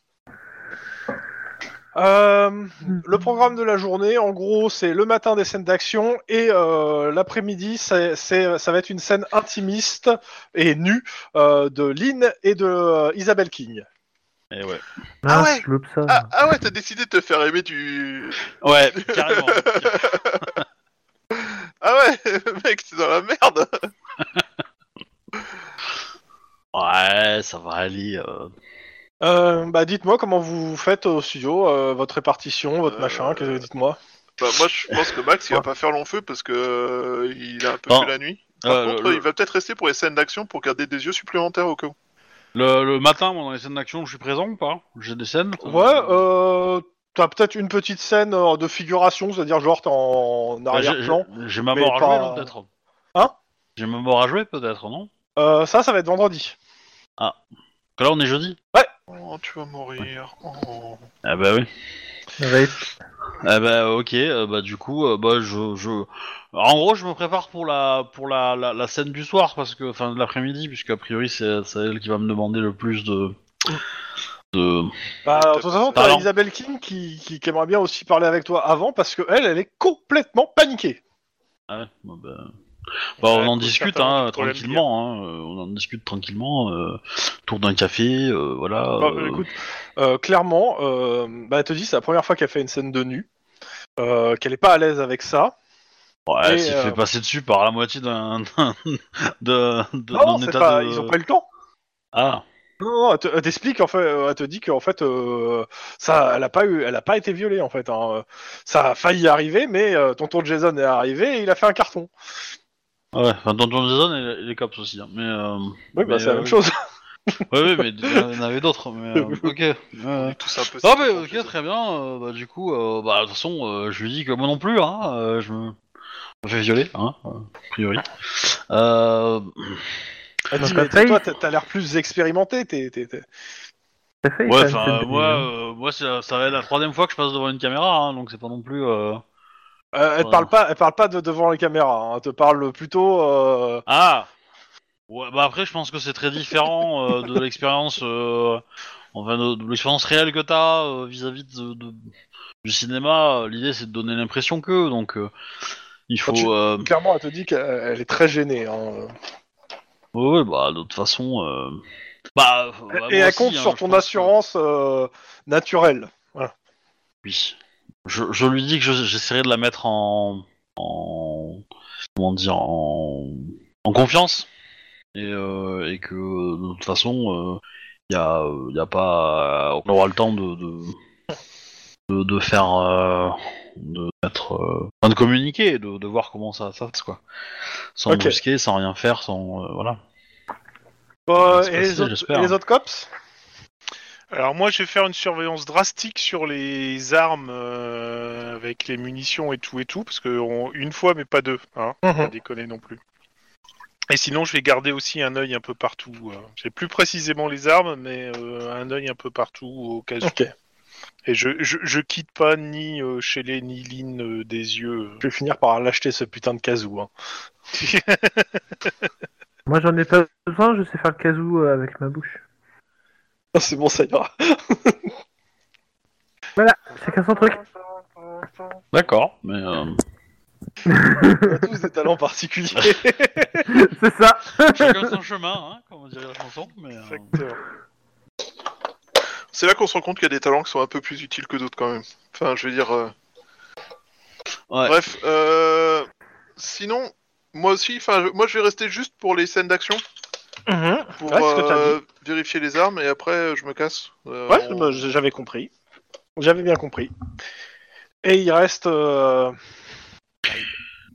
Euh, le programme de la journée, en gros, c'est le matin des scènes d'action et euh, l'après-midi, c'est, c'est, ça va être une scène intimiste et nue euh, de Lynn et de euh, Isabelle King. Et ouais. Ah Ah, ouais. je loupe ça. Ah, ah ouais, t'as décidé de te faire aimer du... Ouais, carrément. Ah ouais, mec, t'es dans la merde. Ouais, ça va aller. Euh... Euh, bah, dites-moi comment vous faites au studio, euh, votre répartition, votre Euh, machin, qu'est-ce que dites-moi. Bah moi, je pense que Max, il va pas faire long feu parce que euh, il a un peu Non. fait la nuit. Par Euh, contre, le- il va peut-être rester pour les scènes d'action pour garder des yeux supplémentaires au cas où. Le, le matin, moi, dans les scènes d'action, je suis présent ou pas? J'ai des scènes? Ouais, euh, t'as peut-être une petite scène euh, de figuration, c'est-à-dire genre t'es en Bah, j'ai- arrière-plan. j'ai- J'ai ma mais mort à pas- jouer, non, peut-être? Hein? J'ai ma mort à jouer, peut-être, non? Euh, ça, ça va être vendredi. Que là, on est jeudi. Oh, tu vas mourir. Oh. Ah bah oui. Ça va être- Ah bah ok, euh, bah du coup, euh, bah je, je... En gros, je me prépare pour la pour la, la, la scène du soir, parce que... Enfin, de l'après-midi, puisque a priori, c'est c'est elle qui va me demander le plus de... de... Bah, de toute façon, t'as Pardon. Isabelle King qui, qui, qui aimerait bien aussi parler avec toi avant parce que elle, elle est complètement paniquée. Ah ouais, bah, bah... Bah, on Ouais, en pose discute, certainement hein, du problème tranquillement, hein, euh, on en discute tranquillement, euh, tour d'un café, euh, voilà. Bah, euh, écoute, euh, clairement, euh, bah, elle te dit c'est la première fois qu'elle fait une scène de nu, euh, qu'elle est pas à l'aise avec ça. Ouais, et, elle s'est euh, fait passer dessus par la moitié d'un... d'un- de, de, Non, d'un c'est état pas, de... ils ont pas eu le temps. Ah, Non, non, elle, te- elle t'explique en fait, euh, elle te dit qu'en fait, euh, ça, elle a pas eu, elle a pas été violée en fait. Hein. Ça a failli arriver, mais euh, tonton Jason est arrivé et il a fait un carton. ouais, enfin, Tonton Jason et les cops aussi, hein, mais... Euh... Oui, mais, bah c'est la euh, même chose. Ouais, ouais, mais il y en avait d'autres, mais... euh, ok. Ouais, On ouais. est tous un peu... Ah, mais ok, très bien, euh, bah du coup, euh, bah de toute façon, euh, je lui dis que moi non plus, hein, euh, je me... je me fais violer, hein, euh, a priori. Euh... Elle dit, Donc, mais t'as failli- toi, t'as t'as l'air plus expérimenté. T'es, t'es, t'es- Ça fait Ouais, ça, une enfin, scène euh, de moi, nuit, hein. euh, moi c'est- ça va être la troisième fois que je passe devant une caméra, hein, donc c'est pas non plus... Euh... Euh, elle te Ouais. parle pas, elle parle pas de devant les caméras. Hein. Elle te parle plutôt. Euh... Ah ouais, bah après, je pense que c'est très différent euh, de l'expérience... Euh... Enfin, de, de l'expérience réelle que t'as euh, vis-à-vis de, de- du cinéma. L'idée, c'est de donner l'impression que, donc... euh, il faut... tu- euh, Clairement, elle te dit qu'elle elle est très gênée. Hein. Ouais, ouais, bah de toute façon... Euh... Bah, bah, et moi elle aussi, compte hein, sur je ton pense que- assurance euh, naturelle. Voilà. Oui. Je, je lui dis que je- j'essaierai de la mettre en, en comment dire, en, en confiance et, euh, et que de toute façon, il y a, y a pas, on aura le temps de de, de, de faire, euh, de mettre, euh, enfin, de communiquer, de, de voir comment ça ça se passe quoi, sans Ok. brusquer, sans rien faire, sans euh, voilà. Euh, Ça va se et, les passer, autres, j'espère. et les autres cops Alors moi, je vais faire une surveillance drastique sur les armes euh, avec les munitions et tout et tout, parce que on- une fois, mais pas deux, hein, pas déconner non plus. Et sinon, je vais garder aussi un œil un peu partout. euh. J'ai plus précisément les armes, mais euh, un œil un peu partout au cas où. Ok. Et je, je, je quitte pas ni euh, Shelley ni Lynn euh, des yeux. Je vais finir par l'acheter ce putain de casou. Hein. Moi j'en ai pas besoin, je sais faire le casou euh, avec ma bouche. Ah, c'est bon, ça ira. Voilà, chacun son truc. D'accord, mais euh, On a tous des talents particuliers. C'est ça. chacun son chemin, hein, comme dirait la chanson. Mais, euh, Exactement. C'est là qu'on se rend compte qu'il y a des talents qui sont un peu plus utiles que d'autres quand même. Enfin, je veux dire... euh, ouais. Bref, euh... sinon, moi aussi, enfin, je- moi je vais rester juste pour les scènes d'action, pour Ouais, ce que t'as euh, vérifier les armes, et après euh, je me casse. Euh, Ouais, on- bah, j'avais compris. J'avais bien compris. Et il reste... Euh...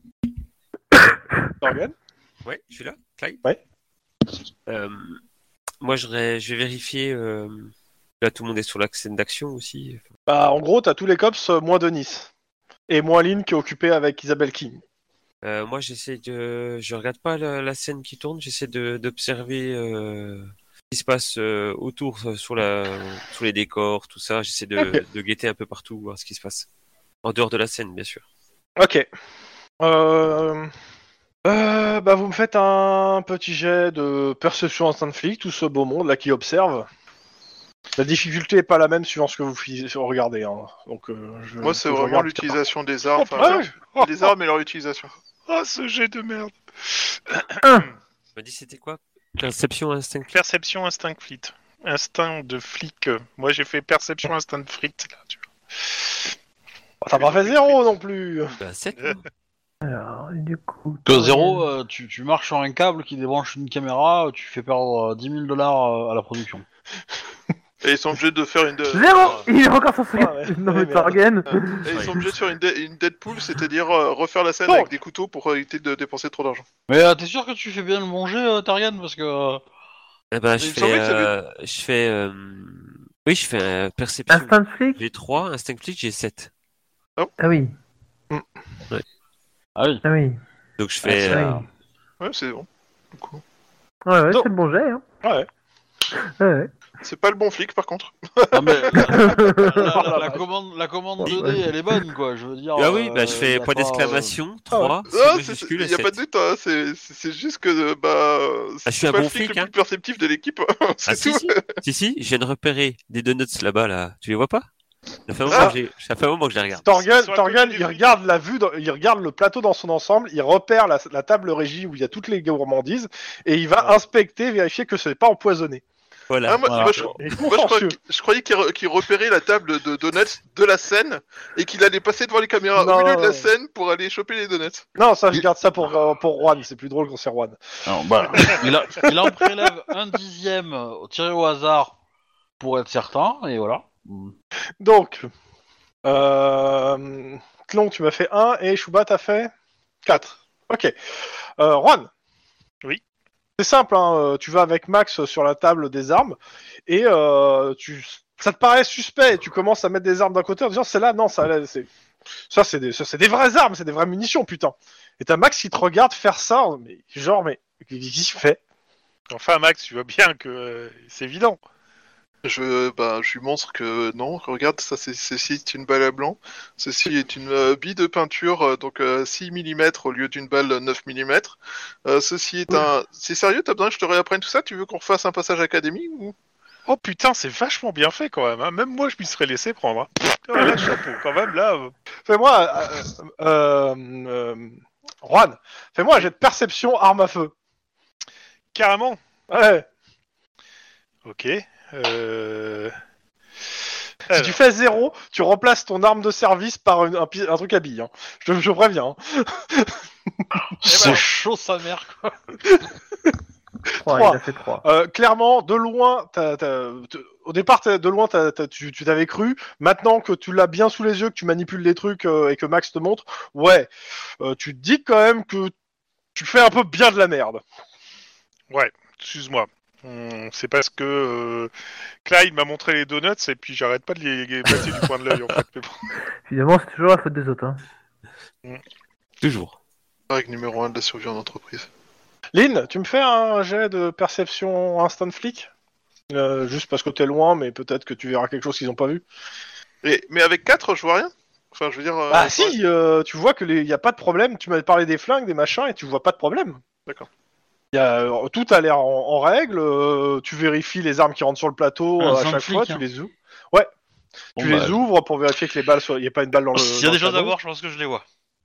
Morgan. Ouais, je suis là, Clyde. Ouais. Euh, moi, je, ré- je vais vérifier. Euh... Là, tout le monde est sur la scène d'action aussi. Bah, en gros, t'as tous les cops euh, moins Denis. Et moins Lynn qui est occupée avec Isabelle King. Euh, moi, j'essaie de. Je regarde pas la, la scène qui tourne. J'essaie de d'observer euh, ce qui se passe euh, autour, euh, sur la, sur les décors, tout ça. J'essaie de, Ok. de guetter un peu partout, voir ce qui se passe. En dehors de la scène, bien sûr. Ok. Euh... Euh, bah, vous me faites un petit jet de perception instant flic, tout ce beau monde là qui observe. La difficulté est pas la même suivant ce que vous fi- regardez. Hein. Donc, euh, je, Moi, c'est je vraiment regarde- l'utilisation des armes. Oh, Enfin, putain. les armes et leur utilisation. Oh, ce jet de merde. Tu m'as dit c'était quoi? Perception instinctive. Perception instinct fleet. Instinct de flic. Moi, j'ai fait perception instinct de flic, là, tu vois. T'as pas fait zéro non plus. Bah, sept. Alors, du coup. Que zéro, euh, tu, tu marches sur un câble qui débranche une caméra, tu fais perdre euh, dix mille dollars euh, à la production. Et ils sont obligés de faire une. de- Zéro. Il est encore sur ce. Ah ouais. Non, Ouais, mais Torgen. Et ils sont obligés de faire une, de- une Deadpool, c'est-à-dire euh, refaire la scène Donc. avec des couteaux pour éviter de dépenser trop d'argent. Mais euh, t'es sûr que tu fais bien le manger, euh, Tarian? Parce que... euh, Eh ben, je Il me fais. semblait que ça Euh, je fais. Euh... Oui, je fais euh, perception. Instant flic. J'ai trois, instinct flic, j'ai sept. Ah oui. Ah oui. Ah oui. Donc je Ah, fais. c'est- euh, Ouais, c'est bon. Du coup. Ouais, ouais, Donc. c'est le bon jet. Hein. Ouais. Ouais, ouais. C'est pas le bon flic, par contre. Non, mais la, la- la la vache. commande, la commande Ouais. deux D, elle est bonne, quoi. Je veux dire. Ah oui, bah euh, je y fais a point pas, d'exclamation, Ah ouais. trois, Ah, c'est c'est- majuscule, y a sept. pas de doute, hein, c'est c'est- c'est juste que bah. Ah, je suis un pas bon le flic flic, le hein. plus perceptif de l'équipe. c'est Ah si, tout. si, si, si, je viens de repérer des donuts là-bas, là. Tu les vois pas? Ça fait un moment, Ah. que, je les- ça fait un moment que je les regarde. Torgan, Sur la Torgan, côté du il flic. regarde la vue, dans- il regarde le plateau dans son ensemble, il repère la, la table régie où il y a toutes les gourmandises et il va inspecter, vérifier que ce n'est pas empoisonné. Voilà. Ah, moi, Voilà. moi, je, Il est moi, je crois- consciencieux. je croyais qu'il re- qu'il repérait la table de donuts de la scène et qu'il allait passer devant les caméras Non. au milieu de la scène pour aller choper les donuts. Non, ça, je garde ça pour, euh, pour Juan, c'est plus drôle quand c'est Juan. Alors, voilà. il, a, il en prélève un dixième euh, tiré au hasard pour être certain, et voilà. Donc, euh, Clon, tu m'as fait un et Chouba t'as fait quatre. Ok. Euh, Juan. Oui. C'est simple, hein, euh, tu vas avec Max sur la table des armes et euh, tu, ça te paraît suspect et tu commences à mettre des armes d'un côté en disant c'est là, non, ça, là, c'est, ça c'est des, ça, c'est des vraies armes, c'est des vraies munitions, putain. Et t'as Max qui te regarde faire ça, mais genre, mais qu'est-ce qu'il fait? Enfin, Max, tu vois bien que euh, c'est évident. Je, bah, je lui montre que non, regarde, ça, c'est, ceci est une balle à blanc. Ceci est une euh, bille de peinture, euh, donc euh, six millimètres au lieu d'une balle euh, neuf millimètres. Euh, ceci est un. C'est sérieux, t'as besoin que je te réapprenne tout ça? Tu veux qu'on refasse un passage académique ou? Oh putain, c'est vachement bien fait quand même. Hein. Même moi, je m'y serais laissé prendre. Hein. Oh, là, chapeau, quand même, là. euh. Fais-moi, euh, euh, euh, Juan, fais-moi un jet de perception arme à feu. Carrément. Ouais. Ok. Euh... Si Alors, tu fais zéro, tu remplaces ton arme de service par une- un, pi- un truc à billes. Hein. Je, je préviens. Hein. C'est ben. chaud sa mère, quoi. trois, Trois. il a fait trois. Euh, clairement, de loin, t'as, t'as- t- au départ, t'as- de loin, t'as- t'as- tu, tu t'avais cru. Maintenant que tu l'as bien sous les yeux, que tu manipules les trucs euh, et que Max te montre, ouais, euh, tu te dis quand même que tu fais un peu bien de la merde. Ouais, excuse-moi. Hum, c'est parce que euh, Clyde m'a montré les donuts et puis j'arrête pas de les, les passer du coin de l'œil en fait. Mais bon. Évidemment, c'est toujours la faute des autres. Hein. Toujours. Règle numéro un de la survie en entreprise. Lynn, tu me fais un jet de perception instant flic Euh, Juste parce que t'es loin, mais peut-être que tu verras quelque chose qu'ils n'ont pas vu. Et, mais avec quatre, je vois rien. Enfin, je veux dire. euh, Ah ouais. si, euh, tu vois que il y a pas de problème. Tu m'avais parlé des flingues, des machins, et tu vois pas de problème. D'accord. Y a, euh, tout a l'air en, en règle. euh, tu vérifies les armes qui rentrent sur le plateau Un euh, à sans chaque flic, fois. hein. Tu les ouvres. Ouais. Bon, tu bah, les ouvres pour vérifier que les balles soient. Il y a pas une balle dans le. S'il y a dans des le choses à cadeau. voir, je pense que je les vois.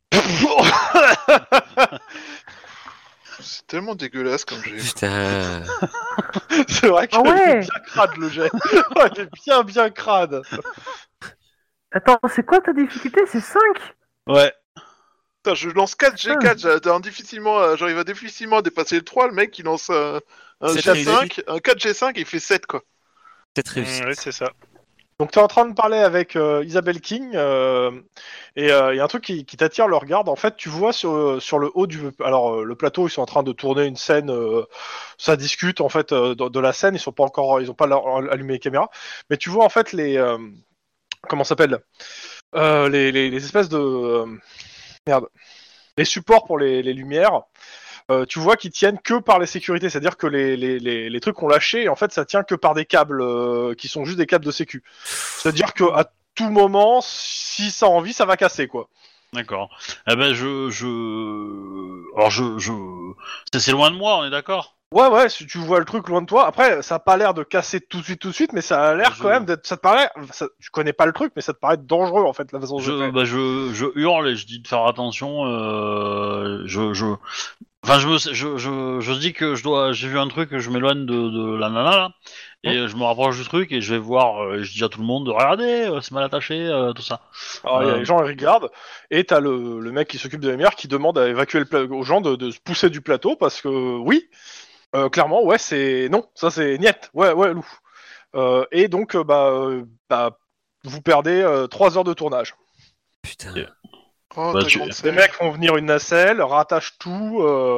C'est tellement dégueulasse comme j'ai. Putain. C'est vrai qu'il Ah ouais. est bien crade le jet. Il est bien bien crade. Attends, c'est quoi ta difficulté? C'est cinq? Ouais. Putain, je lance quatre G quatre, j'ai un difficilement, euh, j'arrive à difficilement à dépasser le trois, le mec il lance euh, un C'est G cinq, un quatre G cinq et il fait sept quoi. Cette réussite. Hum, ouais, c'est ça. Donc tu es en train de parler avec euh, Isabelle King euh, et il euh, y a un truc qui, qui t'attire le regard. En fait, tu vois sur, sur le haut du alors euh, le plateau, ils sont en train de tourner une scène. Euh, ça discute en fait euh, de, de la scène. Ils sont pas encore, ils ont pas la- allumé les caméras, mais tu vois en fait les euh, comment ça s'appelle euh, les, les, les espèces de euh, merde les supports pour les, les lumières. Euh, tu vois qu'ils tiennent que par les sécurités, c'est-à-dire que les, les, les, les trucs qu'on lâché, en fait, ça tient que par des câbles euh, qui sont juste des câbles de sécu. C'est-à-dire que à tout moment, si ça a envie, ça va casser, quoi. D'accord. Eh ben, je, je, alors je, je, c'est, c'est loin de moi, on est d'accord. Ouais, ouais, si tu vois le truc loin de toi, après, ça a pas l'air de casser tout de suite, tout de suite, mais ça a l'air Je- quand même d'être, ça te paraît, ça, tu connais pas le truc, mais ça te paraît dangereux, en fait, la façon dont Je, je fais. bah, je, je hurle et je dis de faire attention. Euh, je, je, enfin, je me, je, je, je dis que je dois, j'ai vu un truc, je m'éloigne de, de la nana là, et euh, je me rapproche du truc et je vais voir. Euh, je dis à tout le monde, regardez, euh, c'est mal attaché, euh, tout ça. Alors, il y a Euh, les gens, ils regardent, et t'as le, le mec qui s'occupe de la lumière qui demande à évacuer le pla- aux gens de, de se pousser du plateau, parce que, oui, euh, clairement, ouais, c'est, non, ça c'est niet, ouais, ouais, loup. Euh, et donc, euh, bah, euh, bah, vous perdez euh, trois heures de tournage. Putain. Yeah. Oh, Bah, ta tu- grande Les sœur. mecs font venir une nacelle, rattachent tout. Euh...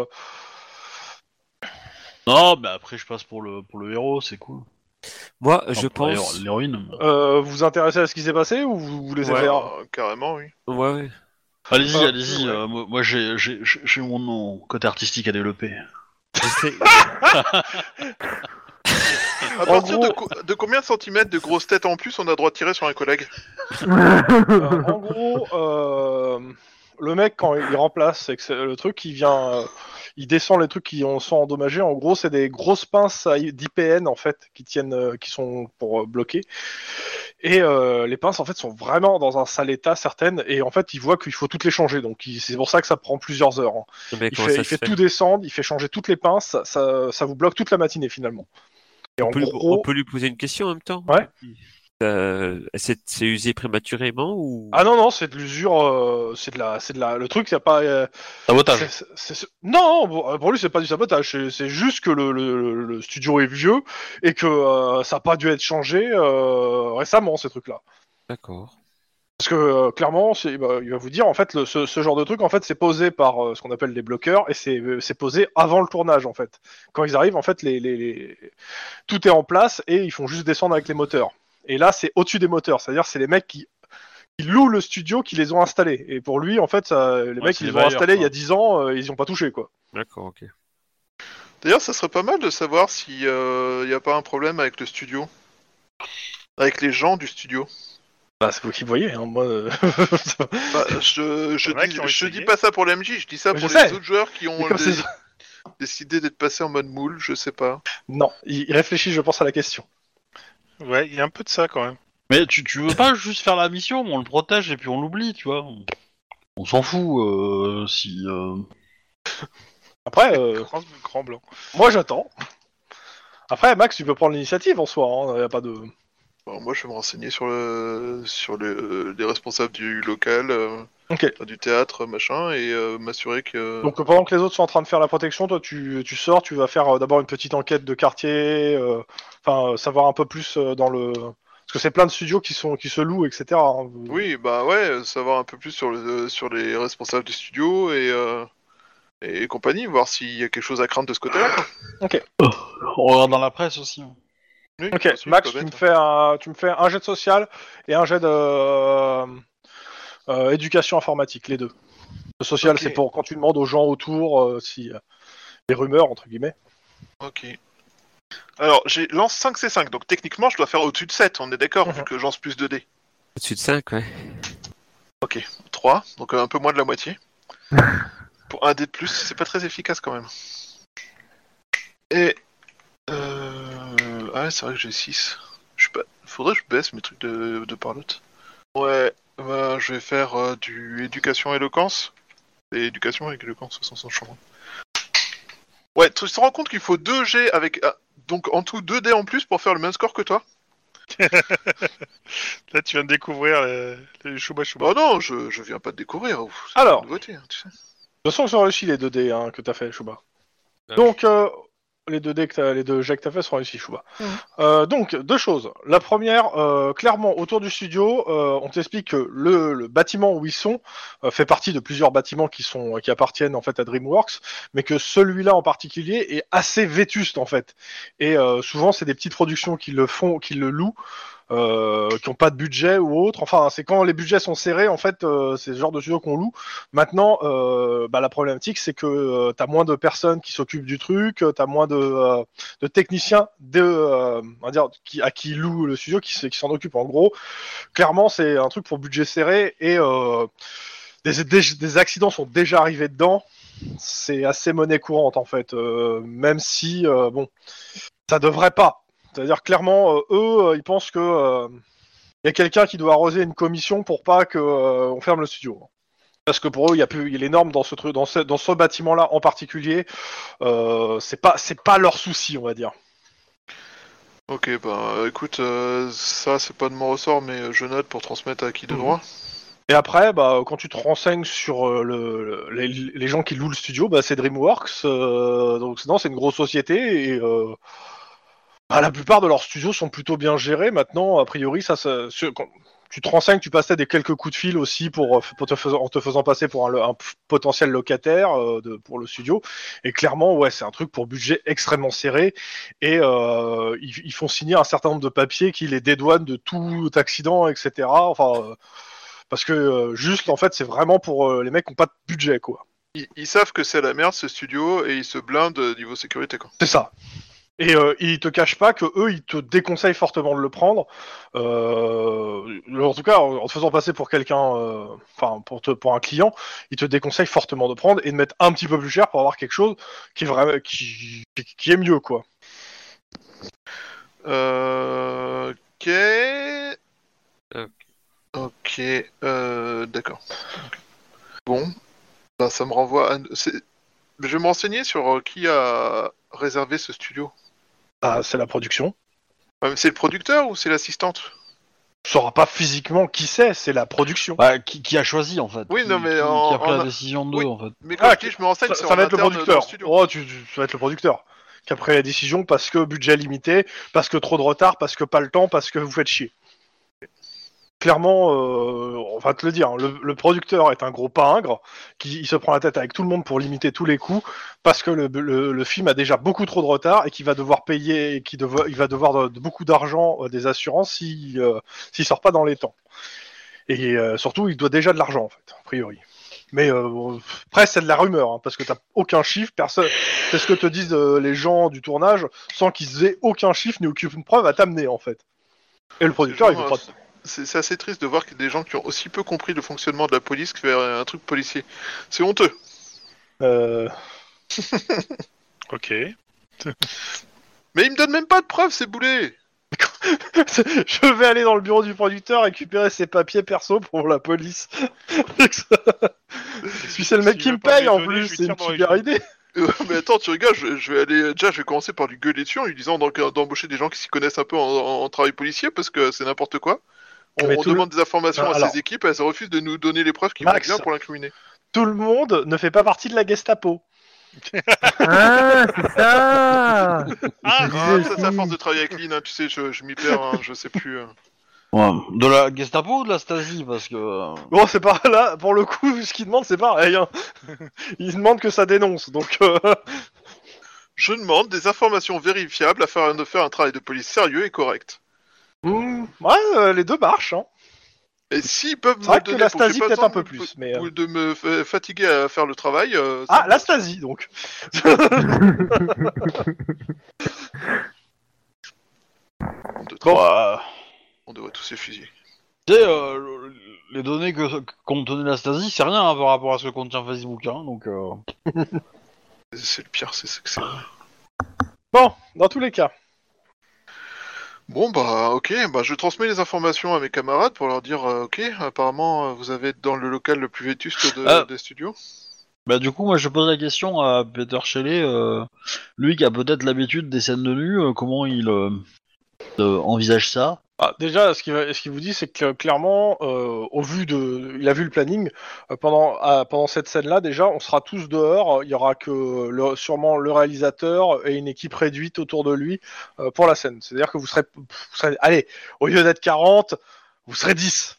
Non, bah après je passe pour le, pour le héros, c'est cool. Moi, Enfin, je pour la pense. héro- l'héroïne. Euh, vous vous intéressez à ce qui s'est passé ou vous, vous laissez Ouais. faire Ah, carrément, oui. Ouais, ouais. Allez-y, Euh, allez-y. ouais. euh, moi, moi, j'ai, j'ai, j'ai j'ai mon, mon côté artistique à développer. J'essaie- À En partir de, gros- co- de combien de centimètres de grosse tête en plus on a droit de tirer sur un collègue? Euh, en gros, euh, le mec, quand il remplace c'est que c'est- le truc, il vient, euh, il descend les trucs qui ont, sont endommagés. En gros, c'est des grosses pinces à I- d'I P N en fait qui tiennent, euh, qui sont pour euh, bloquer. Et euh, les pinces en fait sont vraiment dans un sale état certaines. Et en fait, il voit qu'il faut toutes les changer. Donc il- c'est pour ça que ça prend plusieurs heures. Hein. Mais Il comment fait, ça il se fait fait tout descendre, il fait changer toutes les pinces. Ça, ça, ça vous bloque toute la matinée finalement. Et on en peut, lui, gros, on peut lui poser une question en même temps? Ouais. Euh, c'est, c'est usé prématurément ou? ah non non, c'est de l'usure, euh, c'est de la, c'est de la, le truc, c'est pas. Euh, Sabotage. c'est- c'est- c'est- non, pour pour lui c'est pas du sabotage, c'est, c'est juste que le, le, le studio est vieux et que euh, ça a pas dû être changé euh, récemment ces trucs-là. D'accord. Parce que euh, clairement, c'est, bah, il va vous dire en fait, le, ce, ce genre de truc en fait, c'est posé par euh, ce qu'on appelle des bloqueurs et c'est, c'est posé avant le tournage en fait. Quand ils arrivent en fait, les, les, les... tout est en place et ils font juste descendre avec les moteurs. Et là, c'est au-dessus des moteurs, c'est-à-dire c'est les mecs qui ils louent le studio qui les ont installés. Et pour lui, en fait, ça, les Ouais, mecs c'est ils les les ont bailleurs, installés il y quoi. a dix ans, euh, ils y ont pas touché quoi. D'accord, ok. D'ailleurs, ça serait pas mal de savoir s'il n'y a pas un problème avec le studio. Avec les gens du studio. Bah, c'est vous qui voyez, hein, moi. euh, Bah, je je, Il y en a dis, qui ont je essayé. dis pas ça pour l'M J, je dis ça Mais pour je les sais. autres joueurs qui ont Mais comme dé- c'est- décidé d'être passés en mode moule, je sais pas. non, il il réfléchit, je pense, à la question. Ouais, il y a un peu de ça quand même. Mais tu, tu veux pas juste faire la mission, on le protège et puis on l'oublie, tu vois. On, on s'en fout euh, si. Euh... Après, euh, Grand, grand blanc. moi j'attends. Après, Max, tu peux prendre l'initiative en soi, hein, y a pas de. Bon, moi, je vais me renseigner sur le sur le, les responsables du local, euh, Ok. enfin, du théâtre, machin, et euh, m'assurer que. Donc euh, pendant que les autres sont en train de faire la protection, toi tu, tu sors, tu vas faire euh, d'abord une petite enquête de quartier, euh, enfin euh, savoir un peu plus euh, dans le. Parce que c'est plein de studios qui sont qui se louent, et cetera. hein. Oui, bah ouais, euh, savoir un peu plus sur le sur les responsables du studio et euh, et compagnie, voir s'il y a quelque chose à craindre de ce côté-là. quoi. On regarde dans la presse aussi. Oui, Ok, bien sûr, Max, pas tu me bête. fais un, tu me fais un jet de social et un jet de euh, euh, éducation informatique, les deux. Le social, Ok. c'est pour quand tu demandes aux gens autour euh, si euh, les rumeurs entre guillemets. Ok. Alors, j'ai lance cinq C cinq, donc techniquement, je dois faire au-dessus de sept, on est d'accord, Mhm. vu que je lance plus de dés. Au-dessus de cinq, ouais. trois, donc euh, un peu moins de la moitié. Pour un dé de plus, c'est pas très efficace quand même. Et... Euh... Ah ouais, c'est vrai que j'ai six. Je sais pas... Faudrait que je baisse mes trucs de, de parlotte. Ouais, bah, je vais faire euh, du éducation éloquence. Et éducation avec éloquence, ça s'en change. Ouais, tu te rends compte qu'il faut deux G avec... ah, donc en tout deux dés en plus pour faire le même score que toi. Là, tu viens de découvrir les, les Chouba Chouba. Bah non, je, je viens pas de découvrir. Ouf, c'est Alors. une nouveauté, hein, tu sais. De toute façon, ils ont réussi les deux dés hein, que t'as fait, Chouba. Ah. Donc, euh, les deux dés que t'as- les deux jets que t'as fait sont réussis, Chouba. Mmh. Euh, donc, deux choses. La première, euh, clairement, autour du studio, euh, on t'explique que le, le bâtiment où ils sont euh, fait partie de plusieurs bâtiments qui sont qui appartiennent en fait à DreamWorks, mais que celui-là en particulier est assez vétuste en fait. Et euh, souvent, c'est des petites productions qui le font, qui le louent. Euh, qui n'ont pas de budget ou autre. Enfin, c'est quand les budgets sont serrés, en fait, euh, c'est ce genre de studio qu'on loue. Maintenant, euh, bah, la problématique, c'est que euh, t'as moins de personnes qui s'occupent du truc, t'as moins de, euh, de techniciens de, euh, on va dire, qui, à qui loue le studio, qui, qui s'en occupent. En gros, clairement, c'est un truc pour budget serré et euh, des, des, des accidents sont déjà arrivés dedans. C'est assez monnaie courante, en fait. Euh, même si, euh, bon, ça devrait pas. C'est-à-dire clairement, euh, eux, euh, ils pensent que euh, y a quelqu'un qui doit arroser une commission pour pas que euh, on ferme le studio. Parce que pour eux, il y a plus, il y a les normes dans ce truc, dans ce, dans ce bâtiment-là en particulier. Euh, c'est pas, c'est pas leur souci, on va dire. Ok, bah écoute, euh, ça c'est pas de mon ressort, mais je note pour transmettre à qui de droit. Et après, bah, quand tu te renseignes sur euh, le, le les, les gens qui louent le studio, bah, c'est DreamWorks. Euh, donc non, c'est une grosse société et euh, bah, la plupart de leurs studios sont plutôt bien gérés. Maintenant, a priori, ça, ça sur, quand tu te renseignes, tu passais des quelques coups de fil aussi pour, pour te faisant, en te faisant passer pour un, un potentiel locataire euh, de, pour le studio. Et clairement, ouais, c'est un truc pour budget extrêmement serré. Et euh, ils, ils font signer un certain nombre de papiers qui les dédouanent de tout accident, et cetera. Enfin, euh, parce que euh, juste, en fait, c'est vraiment pour euh, les mecs qui n'ont pas de budget, quoi. Ils, ils savent que c'est la merde ce studio et ils se blindent euh, niveau sécurité, quoi. C'est ça. Et euh, ils te cachent pas que eux, ils te déconseillent fortement de le prendre. Euh, en tout cas, en te faisant passer pour quelqu'un, enfin euh, pour te, pour un client, ils te déconseillent fortement de prendre et de mettre un petit peu plus cher pour avoir quelque chose qui est vraiment, qui, qui est mieux, quoi. Euh, ok. Ok. Ok. Euh, d'accord. Bon. Bah, ça me renvoie à... c'est... Je vais me renseigner sur qui a réservé ce studio. Ah, c'est la production. Ouais, mais c'est le producteur ou c'est l'assistante? Tu sauras pas physiquement qui c'est, c'est la production. Bah, qui, qui a choisi en fait. Oui, qui, non, mais qui, en- qui a pris en- la décision d'eux oui. en fait. Mais quand Ah, je dis je me renseigne, Ça, c'est ça en va être le interne dans producteur. studio. Oh, tu, tu- ça va être le producteur qui a pris la décision parce que budget limité, parce que trop de retard, parce que pas le temps, parce que vous faites chier. Clairement, euh, on va te le dire, hein, le, le producteur est un gros pingre, qui il se prend la tête avec tout le monde pour limiter tous les coûts, parce que le, le, le film a déjà beaucoup trop de retard et qu'il va devoir payer, et qu'il devo- il va devoir de, de beaucoup d'argent euh, des assurances s'il euh, s'il sort pas dans les temps. Et euh, surtout, il doit déjà de l'argent en fait, a priori. Mais euh, après, c'est de la rumeur, hein, parce que t'as aucun chiffre, personne. C'est ce que te disent euh, les gens du tournage, sans qu'ils aient aucun chiffre ni aucune preuve à t'amener en fait. Et le producteur, il veut pas. C'est c'est assez triste de voir que des gens qui ont aussi peu compris le fonctionnement de la police qui fait un truc policier. C'est honteux. Euh... Ok. Mais ils me donnent même pas de preuves, ces boulets. Je vais aller dans le bureau du producteur récupérer ses papiers perso pour la police. Puis c'est le mec S'il qui veut me pas paye me en les donner, plus, je lui c'est une tire dans les super genoux. idée. Euh, mais attends, tu rigoles, je, je vais aller... Déjà, je vais commencer par lui gueuler dessus en lui disant donc, euh, d'embaucher des gens qui s'y connaissent un peu en, en- en travail policier, parce que c'est n'importe quoi. On, Mais on tout le- demande des informations Ah, à alors. ses équipes, elles refusent de nous donner les preuves qui vont Max. bien pour l'incriminer. Tout le monde ne fait pas partie de la Gestapo. Ah, c'est ça. Ah, Ah, disais ça c'est à aussi. force de travailler avec Lynn, hein, tu sais, je, je m'y perds, hein, je sais plus. euh. Ouais. De la Gestapo ou de la Stasi parce que. euh, Bon, c'est pas là, pour le coup, ce qu'ils demandent, c'est pareil. Hein. Ils demandent que ça dénonce, donc... Euh... Je demande des informations vérifiables afin de faire un travail de police sérieux et correct. hmm, ouais, euh, les deux marchent. Hein. Et s'ils peuvent C'est me vrai que donner la pour que j'ai Stasi, pas peut-être besoin un peu de- plus, mais... euh, ou de me fa- fatiguer à faire le travail. euh, ça Ah, me- la Stasi, donc. on, de- Bon. bah, on devrait tous se fusiller. tu sais, euh, le- les données que contenait la Stasi, c'est rien hein, par rapport à ce que contient Facebook, hein, donc. Euh... C'est le pire, c'est ça que c'est. Bon, dans tous les cas. Bon bah ok, bah je transmets les informations à mes camarades pour leur dire euh, ok, apparemment euh, vous avez dans le local le plus vétuste de, Ah. des studios. Bah du coup, moi je pose la question à Peter Shelley, euh, lui qui a peut-être l'habitude des scènes de nu, euh, comment il euh, euh, envisage ça Ah, déjà, ce qu'il, va- ce qu'il vous dit, c'est que clairement, euh, au vu de, il a vu le planning. euh, pendant ah, pendant cette scène-là, déjà, on sera tous dehors. Il y aura que le- sûrement le réalisateur et une équipe réduite autour de lui euh, pour la scène. C'est-à-dire que vous serez, vous serez- allez, au lieu d'être quarante, vous serez dix.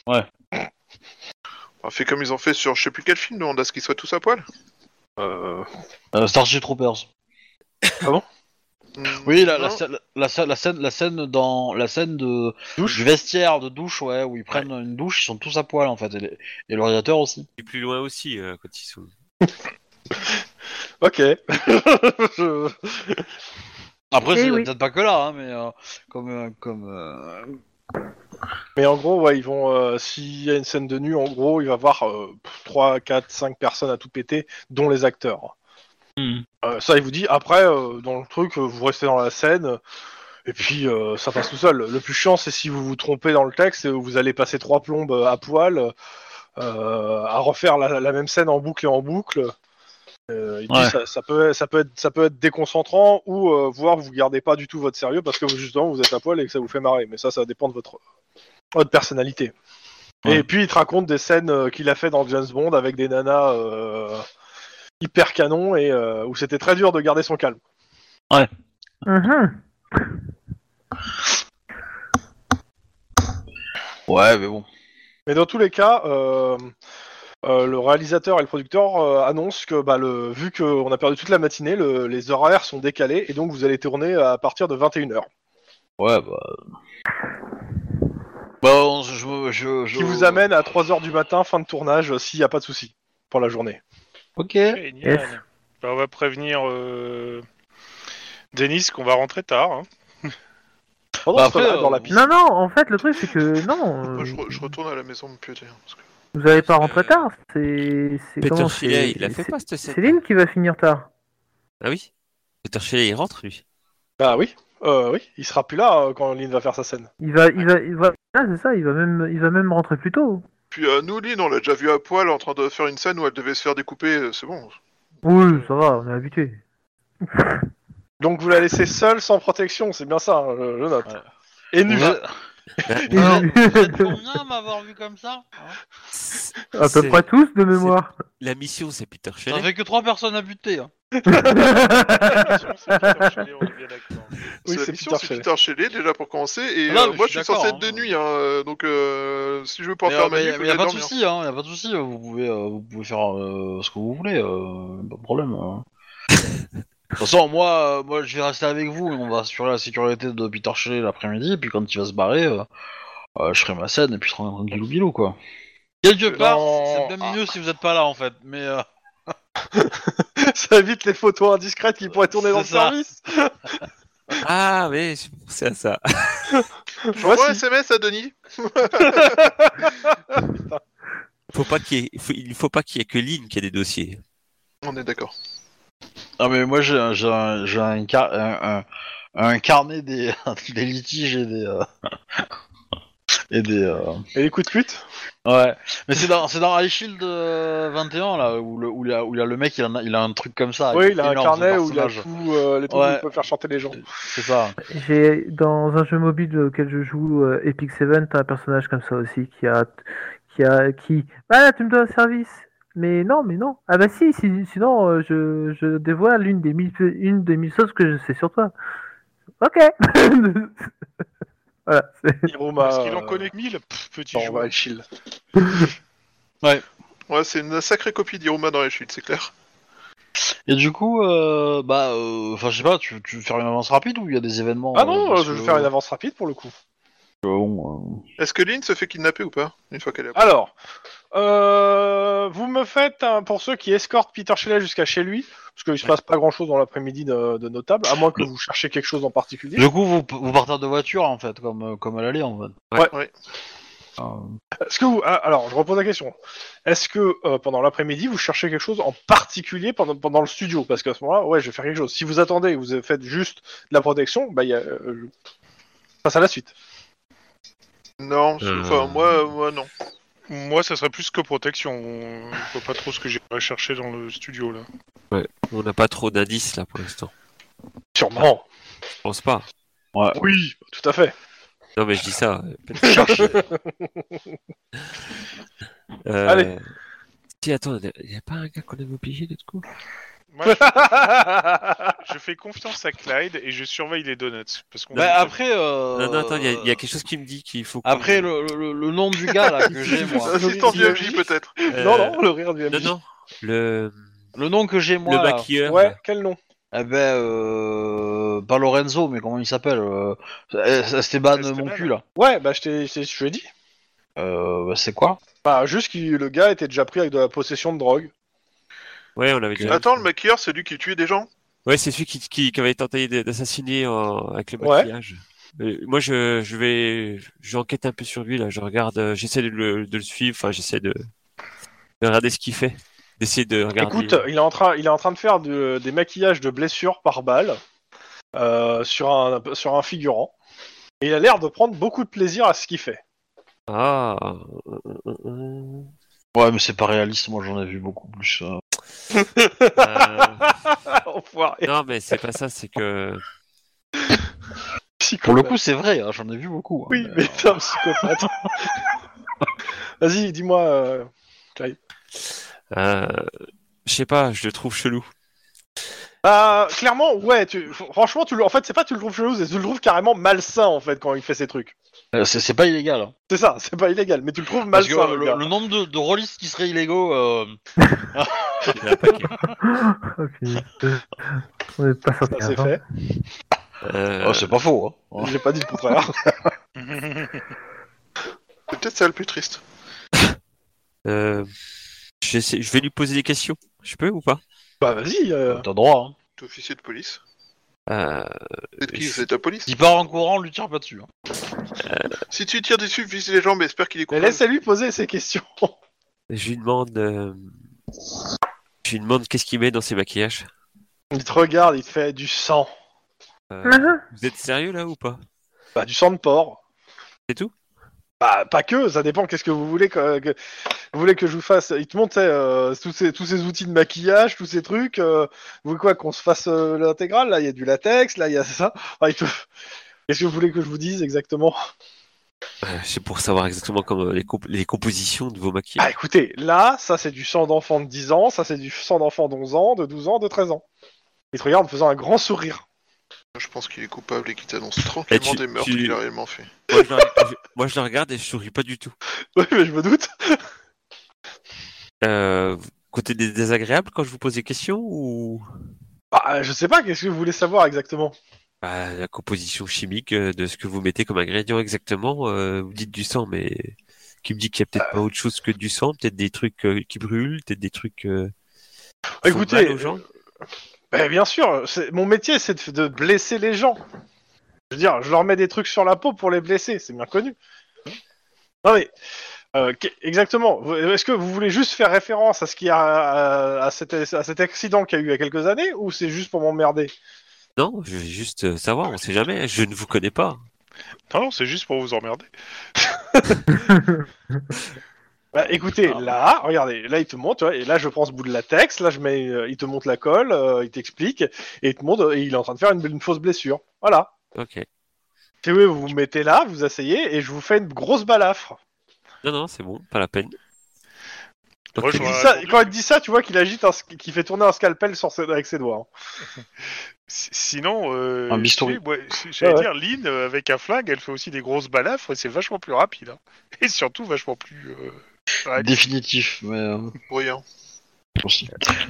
On fait comme ils ont fait sur je sais plus quel film, demande à ce qu'ils soient tous à poil. Euh... Euh, Starship Troopers. Hmm, Oui, la, la, non. scène- la, scène- la scène, la scène dans la scène de Douche. du vestiaire de douche, ouais, où ils prennent une douche, ils sont tous à poil en fait, et, les- et le réalisateur aussi. Et plus loin aussi, euh, quand ils sont. Ok. Je- Après, Eh c'est oui. peut-être pas que là, hein, mais euh, comme euh, comme. euh, Mais en gros, ouais, ils vont. euh, S'il y a une scène de nu, en gros, il va y avoir euh, trois, quatre, cinq personnes à tout péter, dont les acteurs. hmm. Euh, ça, il vous dit. Après, euh, dans le truc, euh, vous restez dans la scène, et puis euh, ça passe tout seul. Le plus chiant, c'est si vous vous trompez dans le texte, et vous allez passer trois plombes à poil, euh, à refaire la, la même scène en boucle et en boucle. Euh, il dit Ouais. ça, ça peut, ça peut être, ça peut être déconcentrant ou euh, voire vous gardez pas du tout votre sérieux parce que justement vous êtes à poil et que ça vous fait marrer. Mais ça, ça dépend de votre, votre personnalité. Ouais. Et puis il te raconte des scènes euh, qu'il a fait dans James Bond avec des nanas euh, hyper canon et euh, où c'était très dur de garder son calme. Mhm. Ouais, mais bon. Mais dans tous les cas, euh, euh, le réalisateur et le producteur euh, annoncent que bah, le, vu qu'on a perdu toute la matinée, le, les horaires sont décalés et donc vous allez tourner à partir de vingt et une heures. Ouais, bah. Bah, on- je, je, je, je- Qui vous amène à trois heures du matin, fin de tournage, euh, s'il n'y a pas de souci pour la journée. Ok. Génial. Yes. Bah, on va prévenir euh... Denis qu'on va rentrer tard. Hein. Pendant Bah ce après, temps-là, dans euh, la piste. Non, non, en fait, le truc, c'est que non. Moi, euh, je, re- je retourne à la maison me pioter. hein, parce que- Vous allez pas Euh, rentrer tard. C'est. c'est Peter comment, Shelley, c'est- il a fait c'est- pas cette scène. Céline qui va finir tard. Ah oui. Peter Shelley, il rentre lui. Bah oui, euh, oui, il sera plus là euh, quand Lynn va faire sa scène. Il va, il va, il va. Ah, c'est ça. Il va même, il va même rentrer plus tôt. Puis euh, nous, Lynn, on l'a déjà vu à poil en train de faire une scène où elle devait se faire découper, euh, c'est bon. Oui, ça va, on est habitué. Donc vous la laissez seule, sans protection, c'est bien ça, hein, je, je note. Ouais. Et nu. Vous êtes- Et- Alors, vous êtes combien à m'avoir vu comme ça hein à peu C'est- près tous de mémoire. La mission, c'est Peter Ça Shelley. fait que trois personnes à buter. Hein. La mission, c'est Peter Shelley, on est bien d'accord. Oui, c'est la c'est mission, Peter c'est Shelley. Peter Shelley, déjà pour commencer, et Non, euh, mais moi je je suis suis censé d'accord, être de hein. nuit, hein, euh, donc euh, si je veux pas Mais faire euh, ma nuit, mais- faut mais que y a j'aille pas de dormir. souci, hein. Y a pas de souci. Vous pouvez, euh, vous pouvez faire euh, ce que vous voulez. Euh, pas de problème. hein. De toute façon, moi, euh, moi, je vais rester avec vous et on va assurer la sécurité de Peter Shelley l'après-midi. Et puis quand il va se barrer, euh, euh, je ferai ma scène et puis je serai tranquille ou bilou, quoi. Quelque part, Dans- c'est c'est même mieux si vous êtes pas là, en fait. Mais euh, Ça évite les photos indiscrètes qui pourraient tourner dans le C'est ça. service. Ah oui, j'ai pensé à ça. J'envoie un Voici. S M S à Denis. Faut pas qu'il y ait, il faut, il faut pas qu'il y ait que Lynn qui a des dossiers. On est d'accord. non, mais moi, j'ai un, j'ai un, j'ai un, car- un, un, un carnet des, des litiges et des euh, et des. euh, Et les coups de pute. Ouais, mais c'est dans, c'est dans High Shield euh, vingt et un là où le, où il y a, où il y a le mec, il a, un- il a un truc comme ça. Oui, est il a un énorme, carnet ce où il a personnage. tout, euh, les trucs où Ouais. il peut faire chanter les gens. C'est ça. J'ai dans un jeu mobile auquel je joue, euh, Epic Seven, t'as un personnage comme ça aussi qui a, qui a, qui. Ah là, tu me dois un service. Mais non, mais non. Ah bah si, si sinon euh, je, je dévoile une des mille, une des mille choses que je sais sur toi. Ok. Voilà. c'est- Hiruma, Parce qu'il en euh, connaît mille, pff, petit dans joueur. Wild Shield. Ouais, c'est une sacrée copie d'Iruma dans les chutes, c'est clair. Et du coup, euh, bah, euh, enfin, je sais pas, tu, tu veux faire une avance rapide ou il y a des événements Ah non, euh, parce je vais que- faire une avance rapide pour le coup. que, bon, Est-ce que Lynn se fait kidnapper ou pas une fois qu'elle est à poil? Alors, euh, vous me faites, un- pour ceux qui escortent Peter Shelley jusqu'à chez lui, parce qu'il se passe pas grand chose dans l'après-midi de, de notable, à moins que vous cherchiez quelque chose en particulier. Du coup, vous, vous partez de voiture en fait, comme, euh, comme à l'aller en fait. Ouais. Ouais. Euh, Est-ce que vous, ah, alors, je repose la question. Est-ce que euh, pendant l'après-midi, vous cherchez quelque chose en particulier pendant, pendant le studio? Parce qu'à ce moment-là, ouais, je vais faire quelque chose. Si vous attendez et vous faites juste de la protection, bah, il y a, euh, je passe à la suite. Non, Euh. enfin moi, moi non. Moi, ça serait plus que protection. On voit pas trop ce que j'ai cherché dans le studio là. On n'a pas trop d'indices là pour l'instant. Sûrement. Je pense pas. ouais. Oui, tout à fait. Non, mais je dis ça. euh, euh, Allez. Si, attends, il n'y a pas un gars qu'on avait obligé l'autre coup? Moi, je, je fais confiance à Clyde et je surveille les donuts. Parce qu'on Bah, après, euh... Non, non, attends, il y, a- il y a quelque chose qui me dit qu'il faut. qu'on- Après, le, le, le nom du gars là que j'ai moi. Assistant du M J peut-être. Euh, Non, non, le rire du M J. Non, non. Le, Le nom que j'ai moi. le là. maquilleur. Ouais, quel nom? Eh ben, euh... pas Lorenzo, mais comment il s'appelle euh... Esteban, Esteban. mon cul là. Ouais, bah je t'ai, je t'ai- je te l'ai dit. Euh, bah, c'est quoi? Bah juste que le gars était déjà pris avec de la possession de drogue. Ouais, on avait déjà. Attends, le maquilleur, c'est lui qui tuait des gens. Ouais, c'est celui qui, qui, qui avait tenté d- d'assassiner en- avec le Ouais. maquillage. Euh, moi, je, je vais, j'enquête un peu sur lui là. Je regarde, euh, j'essaie de le, de le suivre. Enfin, j'essaie de, de regarder ce qu'il fait, d'essayer de regarder. Écoute, il est en train, il est en train de faire de- des maquillages de blessures par balle euh, sur un sur un figurant. Et il a l'air de prendre beaucoup de plaisir à ce qu'il fait. Ah. euh, euh, euh, Ouais, mais c'est pas réaliste, moi j'en ai vu beaucoup plus. euh. euh, Enfoiré. non, mais c'est pas ça. C'est que. Pour le coup, c'est vrai, hein, j'en ai vu beaucoup. hein, Oui, mais, mais euh, t'es un psychopathe. Vas-y, dis-moi. euh, Euh, je sais pas, je le trouve chelou. Bah, clairement, ouais. Tu, franchement, tu le, en fait, c'est pas que tu le trouves chelou, c'est que tu le trouves carrément malsain en fait quand il fait ses trucs. euh, c'est c'est pas illégal. hein. C'est ça, c'est pas illégal, mais tu le trouves Parce que malsain. euh, le le, gars. le nombre de, de rôlistes qui seraient illégaux. Euh... Il a un paquet. Ok. On est pas sorti Ça, c'est avant. fait. Euh, oh, c'est pas faux. Hein. J'ai pas dit le contraire. C'est peut-être ça le plus triste. euh, j'essaie- je vais lui poser des questions. Je peux ou pas? Bah vas-y. euh, T'as droit. Hein. T'es officier de police. Euh, C'est qui? je- C'est ta police. S'il part en courant, lui tire pas dessus. Hein. Si tu tires dessus, vise les jambes et espère qu'il est Mais coupable. laissez-lui poser ses questions. je lui demande. euh, je lui demande qu'est-ce qu'il met dans ses maquillages. Il te regarde, il te fait du sang. Euh, Mhm. vous êtes sérieux là ou pas? Bah du sang de porc. C'est tout? Bah pas que, ça dépend. Qu'est-ce que vous voulez que, que- vous voulez que je vous fasse? Il te montre tu sais, euh, tous ces tous ces outils de maquillage, tous ces trucs. euh, vous voulez quoi qu'on se fasse euh, l'intégrale? Là, il y a du latex, là il y a ça. Enfin, il te- Qu'est-ce que vous voulez que je vous dise exactement? Euh, c'est pour savoir exactement comment les, comp- les compositions de vos Ah maquillages. écoutez, là, ça c'est du sang d'enfant de dix ans, ça c'est du sang d'enfant d'onze ans, de douze ans, de treize ans. Il te regarde en faisant un grand sourire. Je pense qu'il est coupable et qu'il t'annonce tranquillement tu- des meurtres tu- qu'il a réellement fait. Moi, je le, je- moi, je le regarde et je souris pas du tout. Oui, mais je me doute. Euh, côté des désagréables quand je vous pose des questions ou Bah, je sais pas, qu'est-ce que vous voulez savoir exactement? bah, la composition chimique euh, de ce que vous mettez comme ingrédient exactement? euh, vous dites du sang, mais qui me dit qu'il y a peut-être pas autre chose que du sang, peut-être des trucs euh, qui brûlent, peut-être des trucs. Euh, qui font Écoutez, mal aux gens. Bah, bien sûr, c'est- mon métier c'est de, de blesser les gens. Je veux dire, je leur mets des trucs sur la peau pour les blesser, c'est bien connu. Non mais, euh, qu'est- exactement, vous- est-ce que vous voulez juste faire référence à ce qui a à, à cet, à cet accident qu'il y a eu il y a quelques années, ou c'est juste pour m'emmerder? Non, je veux juste euh, savoir, on sait jamais. Je ne vous connais pas. Non, non, c'est juste pour vous emmerder. Bah écoutez, Ah. là, regardez, là il te montre, tu vois, et là je prends ce bout de latex, là je mets, euh, il te montre la colle, euh, il t'explique, et il te montre, et il est en train de faire une, une fausse blessure. Voilà. Ok. Si oui, vous vous mettez là, vous asseyez, et je vous fais une grosse balafre. Non, non, c'est bon, pas la peine. Moi, Ok. Il dit j'aurais ça- répondu- quand il dit ça, tu vois qu'il agite, un, sc- qu'il fait tourner un scalpel sur ses- avec ses doigts. hein. Si- Sinon, euh, Un bistouri. tu sais, moi, j'allais Ouais, dire, Lynn, euh, avec un flingue, elle fait aussi des grosses balafres et c'est vachement plus rapide. hein. Et surtout vachement plus... euh, réaliste. Définitif, mais euh, Bruyant. aussi.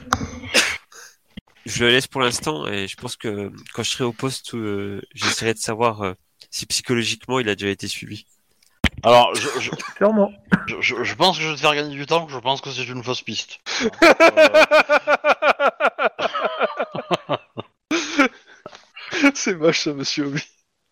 Je le laisse pour l'instant et je pense que quand je serai au poste, euh, j'essaierai de savoir euh, si psychologiquement il a déjà été suivi. Alors, je, je, Sûrement. je, je- je pense que je vais te faire gagner du temps, je pense que c'est une fausse piste. C'est moche, ça, monsieur Obi.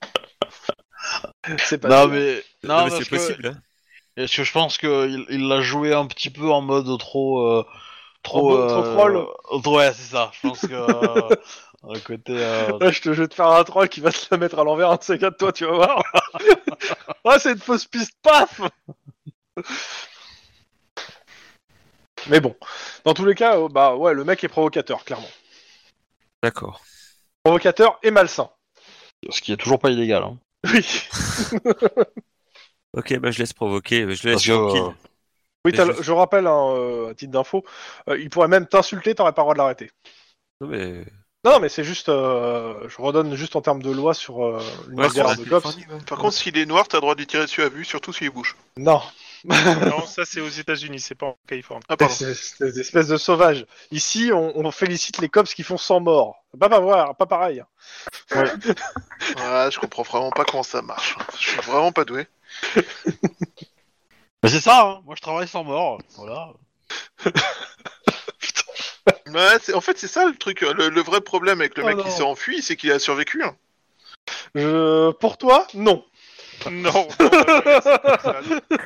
C'est pas non, sûr. mais... Non, Non, mais parce c'est que... possible. Hein. Est-ce que je pense qu'il il l'a joué un petit peu en mode trop... euh, trop... En mode trop euh, troll. euh, Ouais, c'est ça. Je pense que... euh, un côté... euh, Ouais, je te je vais te faire un troll qui va te la mettre à l'envers, un de ces quatre, toi, tu vas voir. Ah, c'est une fausse piste, paf. Mais bon, dans tous les cas, euh, bah ouais, le mec est provocateur, clairement. D'accord. Provocateur et malsain. Ce qui est toujours pas illégal. Hein. Oui. Ok, bah je laisse provoquer, je le laisse Parce que, tranquille. euh, Oui, Mais t'as je- le- je rappelle, hein, euh, à titre d'info, euh, il pourrait même t'insulter, t'aurais pas le droit de l'arrêter. Non, mais... Non, non, mais c'est juste, euh, je redonne juste en termes de loi sur euh, Ouais, l'univers c'est de plus Cops. funny, ouais. Par Ouais. contre, s'il est noir, t'as le droit de lui tirer dessus à vue, surtout s'il bouge. Non. Non, ça c'est aux États-Unis, c'est pas en Californie. Ah, pardon. C'est c'est des espèces de sauvages. Ici, on, on félicite les cops qui font cent morts. Pas pas voir, pas pareil. Ouais, je comprends vraiment pas comment ça marche. Je suis vraiment pas doué. Bah, c'est ça, hein. Moi je travaille sans mort. Voilà. Ouais, c'est- en fait, c'est ça le truc. Le, le vrai problème avec le Oh mec non. qui s'est enfui, c'est qu'il a survécu. hein. Je... Pour toi, non. Non, non, bah, c'est pas ça.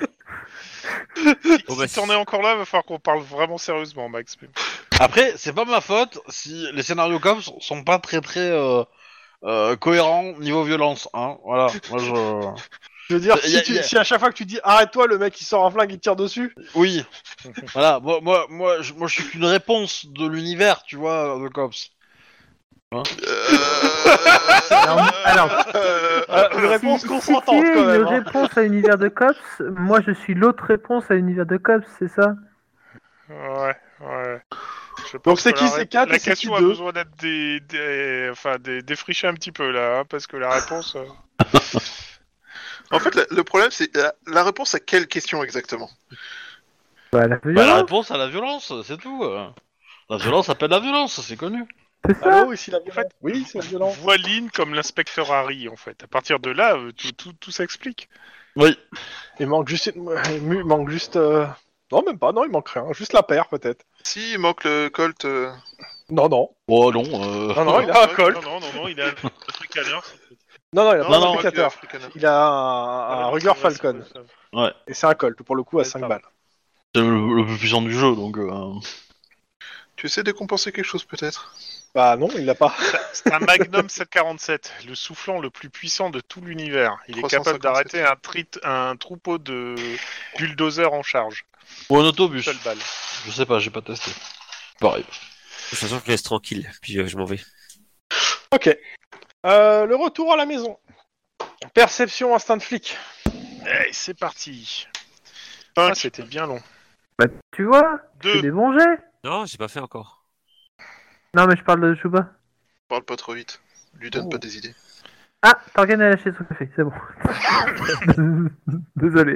Si, Bon, bah, si t'en es encore là, va falloir qu'on parle vraiment sérieusement, Max. Après, c'est pas ma faute si les scénarios cops sont pas très très euh, euh, cohérents niveau violence. Hein. Voilà. Moi je. Je veux dire, Y si, a- tu- y a- si à chaque fois que tu dis arrête-toi, le mec il sort un flingue, il te tire dessus. Oui. Voilà. Moi moi moi je, moi je suis qu'une réponse de l'univers, tu vois, de cops. Euh... Alors, alors, euh, Euh, une réponse si, si consentante tu es quand même. une hein. réponse à l'univers de Cops, moi je suis l'autre réponse à l'univers de Cops, c'est ça? Ouais, ouais. Je Donc pense c'est que qui, la c'est ré- quatre La et c'est question qui a deux besoin d'être des, des, enfin, des, défrichée un petit peu là, hein, parce que la réponse. euh, En fait, le, le problème, c'est la, la réponse à quelle question exactement? Bah, la Bah, la violence, réponse à la violence, c'est tout. euh. La violence appelle la violence, c'est connu. c'est ça? Allô, ici la violence. fait, Oui, c'est violent. Voix Lynn comme l'inspecteur Harry, en fait. À partir de là, euh, tout, tout, tout s'explique. Oui. Il manque juste, une- il manque juste. euh, Non, même pas. Non, il manque rien. Juste la paire peut-être. Si, il manque le Colt. euh, Non, non. Oh non. Euh... Non, non, il a un Ouais, Colt. Non, non, non, non, il a un Afrikaner. Non, non, il a Non, pas non, un applicateur. Africaner. Il a un, un Ruger Falcon. Et c'est un Colt, pour le coup, à Ouais, cinq pardon. balles. C'est le, le plus puissant du jeu, donc. Euh... Tu essaies de compenser quelque chose peut-être? Bah non, il l'a pas. C'est un Magnum sept quarante-sept, le soufflant le plus puissant de tout l'univers. Il est trois cent capable cinquante-sept. d'arrêter un, trit- un troupeau de bulldozers en charge. Ou un autobus. Seule balle. Je sais pas, j'ai pas testé. Pareil. De toute façon, je laisse tranquille, puis euh, je m'en vais. Ok. Euh, le retour à la maison. Perception, instinct de flic. Hey, c'est parti. Ah, c'était bien long. Bah, tu vois, tu fais Deux. des bons jets. Non, j'ai pas fait encore. Non, mais je parle de Chouba. Parle pas trop vite. Lui donne Oh. pas des idées. Ah, Torgan a lâché son café, c'est bon. Désolé.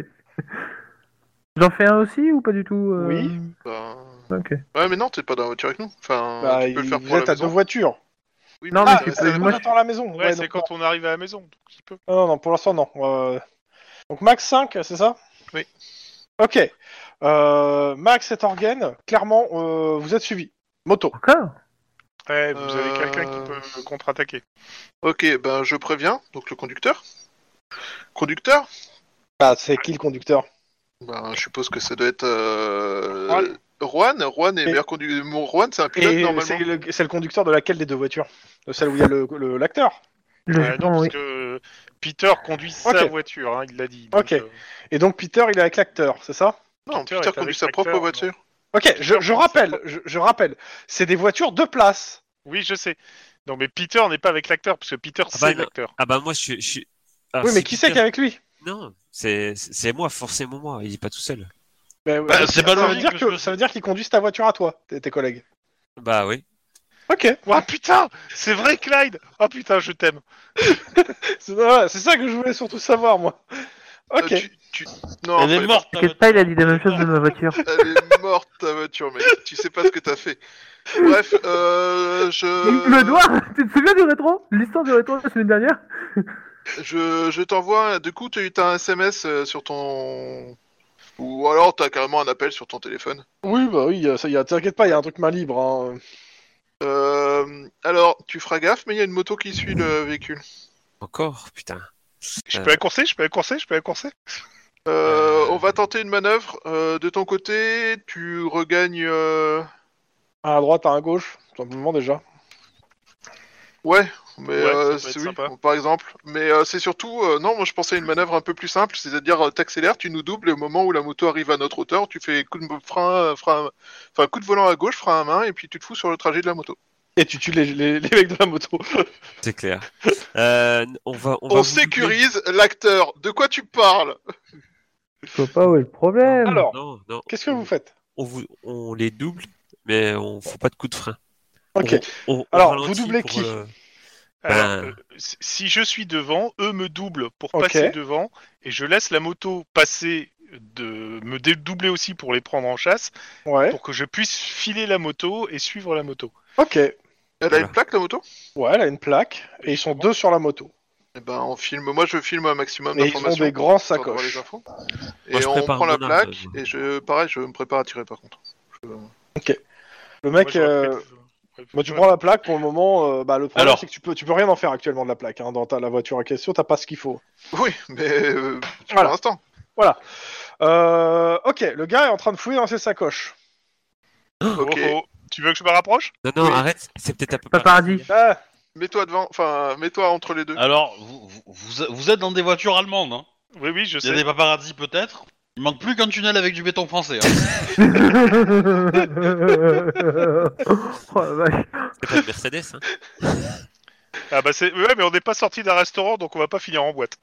J'en fais un aussi ou pas du tout euh Oui. Bah... Ok. Ouais, mais non, t'es pas dans la voiture avec nous. Enfin, Bah, tu peux le il- faire vous pour la êtes à deux maison. voitures. Oui, Non, mais mais Ah, tu ça peux- reste- moi, on attend à la maison. Ouais, Ouais, c'est donc, quand on arrive à la maison. Donc il peut. Non, non, non, pour l'instant, non. Euh, Donc Max cinq, c'est ça? Oui. Ok. Euh, Max et Torgen, clairement, euh, vous êtes suivis. Moto. Encore? Ouais, vous avez Euh, quelqu'un qui peut contre-attaquer. Ok, ben je préviens, donc le conducteur. Conducteur? Ah, c'est qui le conducteur? Ben, je suppose que ça doit être... Euh... Juan. Juan Juan est Et- meilleur conducteur. Mon Juan, c'est un pilote Et normalement. c'est le, c'est le conducteur de laquelle des deux voitures? De celle où il y a le- le- l'acteur? Ouais, non, Logiquement, parce oui. que Peter conduit sa Ok. voiture, hein, il l'a dit. donc, Ok. euh, Et donc Peter, il est avec l'acteur, c'est ça? Non, Peter Peter est conduit avec sa l'acteur, propre non. voiture. Ok, je, je rappelle, je, je rappelle, c'est des voitures de place. Oui, je sais. Non, mais Peter n'est pas avec l'acteur, parce que Peter, Ah c'est bah non. l'acteur. Ah bah moi, je suis... Je suis... Alors, oui, mais si qui c'est Peter- qui est avec lui? Non, c'est c'est moi, forcément moi, il est pas tout seul. Mais, Bah, euh, c'est pas ça veut logique, dire parce que que ça veut dire qu'ils conduisent ta voiture à toi, tes, tes collègues. Bah oui. Ok. Ah putain, c'est vrai, Clyde. Ah putain, je t'aime. C'est voilà, c'est ça que je voulais surtout savoir, moi. Ok. Euh, tu, tu... Non, Elle est fallait morte. ta T'inquiète pas, il a dit la même chose de ma voiture. pas- Elle est morte ta voiture, mec. Tu sais pas ce que t'as fait. Bref, euh, je... Le doigt. Tu te souviens du rétro? L'histoire du rétro la semaine dernière? Je, je t'envoie... Du coup, tu as un S M S euh, sur ton... Ou alors t'as carrément un appel sur ton téléphone. Oui, bah oui, ça y a, t'inquiète pas, il y a un truc main libre. Hein. Euh, alors, tu feras gaffe, mais il y a une moto qui suit le véhicule. Encore, putain. Je Euh. peux la courser, je peux la courser, je peux la courser. Euh, Euh. On va tenter une manœuvre. Euh, de ton côté, tu regagnes... euh, Un à droite, un à gauche, tout simplement déjà. Ouais, mais Ouais, ça euh, peut être c'est- oui, sympa. par exemple. Mais euh, c'est surtout, euh, non, moi je pensais à une manœuvre un peu plus simple, c'est-à-dire euh, t'accélères, tu nous doubles, et au moment où la moto arrive à notre hauteur, tu fais coup de frein, euh, frein, enfin coup de volant à gauche, frein à main, et puis tu te fous sur le trajet de la moto. Et tu tues les, les, les mecs de la moto. C'est clair. Euh, on va, on va On vous sécurise l'acteur. De quoi tu parles? Je vois pas où est le problème. doubler. Alors, Non, non. Qu'est-ce que vous faites? On, vous, on les double, mais on faut pas de coup de frein. Ok. On- on- on Alors, ralentit vous doublez pour, qui euh, Alors, Ben- euh, si si je suis devant, eux me doublent pour Ok. passer devant, et je laisse la moto passer, de me dédoubler aussi pour les prendre en chasse, Ouais. pour que je puisse filer la moto et suivre la moto. Ok. Elle a Voilà. une plaque, la moto? Ouais, elle a une plaque et ils sont deux sur la moto. Eh ben, on filme. Moi, je filme un maximum Et ils ont d'informations. des grands pour avoir les sacoches. infos. Et Moi, je on prépare prend la mon arme, plaque. euh, Et je, pareil, je me prépare à tirer par contre. Je- Le Moi, mec, j'aurais euh, peut-être- ouais, bah, tu ouais. prends la plaque pour le moment. euh, bah, le problème, Alors. c'est que tu peux, tu peux rien en faire actuellement de la plaque. Hein, dans ta, la voiture en question, t'as pas ce qu'il faut. Oui, mais euh, Voilà. pour l'instant. Voilà. Euh, ok, le gars est en train de fouiller dans ses sacoches. Ok. Oh, oh. Tu veux que je me rapproche? Non, non, Oui. arrête, c'est peut-être un peu Pas paradis. Ah, Mets-toi devant. Enfin, mets-toi entre les deux. Alors, vous, vous, vous- vous êtes dans des voitures allemandes, hein. Oui, oui, je Il y a sais. des paparazzi peut-être. Il manque plus qu'un tunnel avec du béton français. Hein. Oh la vache. C'est pas de Mercedes, hein. Ah bah c'est... Ouais, mais on n'est pas sorti d'un restaurant, donc on va pas finir en boîte.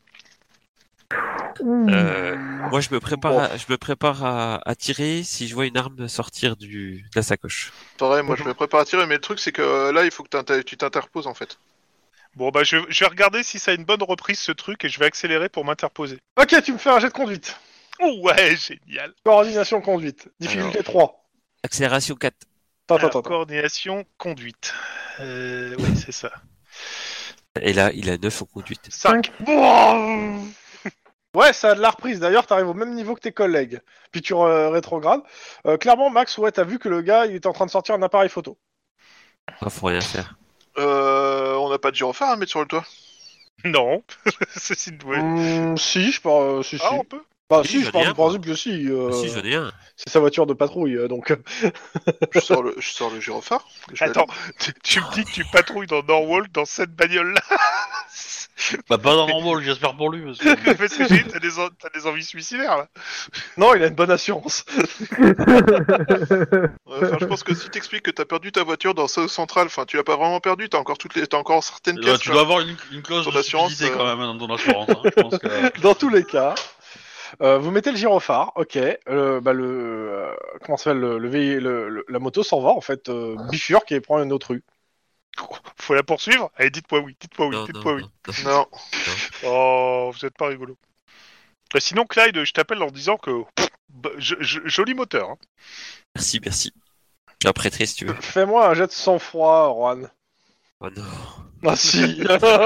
Ouh. Euh, moi, je me prépare, Bon. à, je me prépare à, à tirer si je vois une arme sortir du, de la sacoche. Pareil, moi, je me prépare à tirer. Mais le truc, c'est que euh, là, il faut que t'inter- tu t'interposes en fait. Bon bah je, je vais regarder si ça a une bonne reprise ce truc et je vais accélérer pour m'interposer. ok, tu me fais un jet de conduite. Oh ouais, génial. Coordination conduite. Difficulté trois. Accélération quatre. Attends, Alors, attends, attends. coordination, conduite. Euh, oui, c'est ça. Et là, il a neuf en conduite. cinq. Ouais, ça a de la reprise. D'ailleurs, t'arrives au même niveau que tes collègues. Puis tu re- rétrogrades. Euh, clairement, Max, ouais, t'as vu que le gars, il est en train de sortir un appareil photo. Ah, faut rien faire. Euh, on n'a pas de gyrophare à mettre sur le toit. Non. c'est une... ouais. Hmm, si, je pars. si, si. Ah, on peut. Bah, Si, si, je j'en pars ai du un, principe que si. euh, Si, j'en ai un. C'est sa voiture de patrouille, euh, donc. Je sors le, je sors le gyrophare. que je vais Attends, tu, tu me dis que tu patrouilles dans Norwalk dans cette bagnole-là? Bah pas dans Normal, j'espère pour lui. Parce que... Parce que j'ai dit, t'as des, en- t'as des envies suicidaires là. Non, il a une bonne assurance. Ouais, enfin, je pense que si t'expliques que t'as perdu ta voiture dans South Central, enfin, tu l'as pas vraiment perdu, t'as encore toutes les, t'as encore certaines Bah, pièces. tu quoi. dois avoir une, une clause Ton de assurance, stupidité euh, quand même hein, dans ton assurance. Hein. Je pense que... Dans tous les cas. Euh, vous mettez le gyrophare, ok. Euh, bah le euh, comment ça s'appelle le, le, vé- le- le- la moto s'en va en fait, euh, bifurque et prend une autre rue. Faut la poursuivre? Allez, dites-moi oui, dites-moi oui, Non, non, dites-moi oui. non, non. Non. Oh, vous êtes pas rigolo. Bah, sinon, Clyde, je t'appelle en disant que... pff, bah, je- je- joli moteur. Hein. Merci, merci. Je l'apprêterai si tu veux. Fais-moi un jet de sang-froid, Juan. Oh non. Ah si.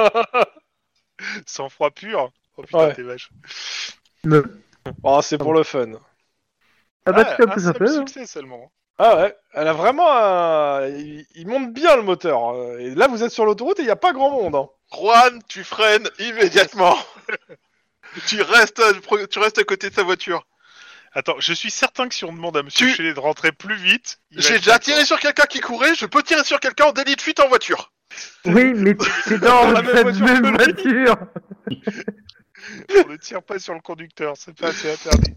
Sans froid pur. Oh putain, Ouais. t'es vache. Oh, c'est pour le fun. Ah bah Ah, tu un peux ça seul peut. hein. succès seulement. Ah ouais, elle a vraiment un... il, il monte bien le moteur. euh, Et là, vous êtes sur l'autoroute et il n'y a pas grand monde. Hein. Juan, tu freines immédiatement. tu restes, à, tu restes à côté de sa voiture. Attends, je suis certain que si on demande à Monsieur Tu- Shelley de rentrer plus vite... il va J'ai être déjà d'accord. tiré sur quelqu'un qui courait, je peux tirer sur quelqu'un en délit de fuite en voiture. Oui, mais t'es dans la même cette voiture même que lui. voiture. On ne tire pas sur le conducteur, c'est pas assez interdit.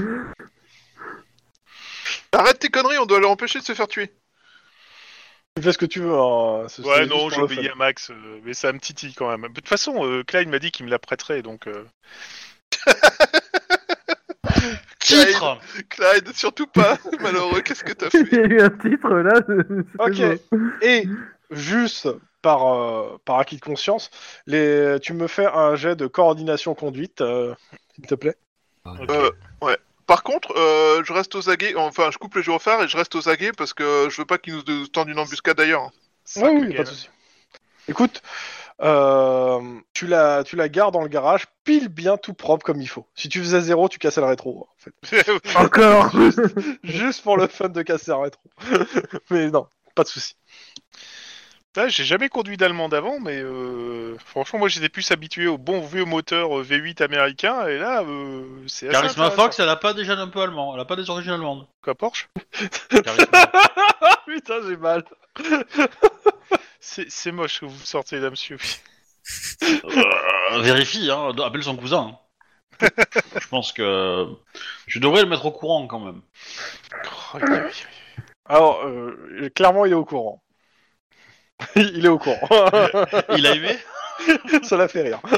Arrête tes conneries, on doit l'empêcher de se faire tuer. Tu fais ce que tu veux. Hein. c'est- c'est Ouais, juste non, pour j'ai le obéi fun. à Max, euh, mais ça me titille quand même. De toute façon, euh, Clyde m'a dit qu'il me la prêterait, donc... euh, Titre. Clyde, surtout pas. Malheureux, qu'est-ce que t'as Il y fait? a eu un titre là. c'était Ok. beau. Et juste par euh, par acquis de conscience, les... tu me fais un jet de coordination conduite, euh, s'il te plaît. Euh, ouais. Par contre, euh, je reste aux aguets, enfin, je coupe le gyrophare et je reste aux aguets parce que je veux pas qu'ils nous tendent une embuscade ailleurs. cinq Oui, oui, game. pas de souci. Écoute, euh, tu la tu la gardes dans le garage, pile bien tout propre comme il faut. Si tu faisais zéro, tu cassais le rétro. En fait. Encore. Juste pour le fun de casser un rétro. Mais non, pas de souci. Là, j'ai jamais conduit d'allemande avant, mais euh, franchement, moi j'étais plus habitué au bon vieux moteur euh, V huit américain, et là, euh, c'est assez Charisma intéressant. Fox, elle a pas des gènes un peu allemands, elle a pas des origines allemandes. Quoi, Porsche? Charisma. Putain, j'ai mal. C'est c'est moche que vous sortez là, monsieur. Euh, vérifie, hein, appelle son cousin. hein. Je pense que tu devrais le mettre au courant quand même. Alors, euh, clairement, il est au courant. Il est au courant. Il a aimé. Ça l'a fait rire.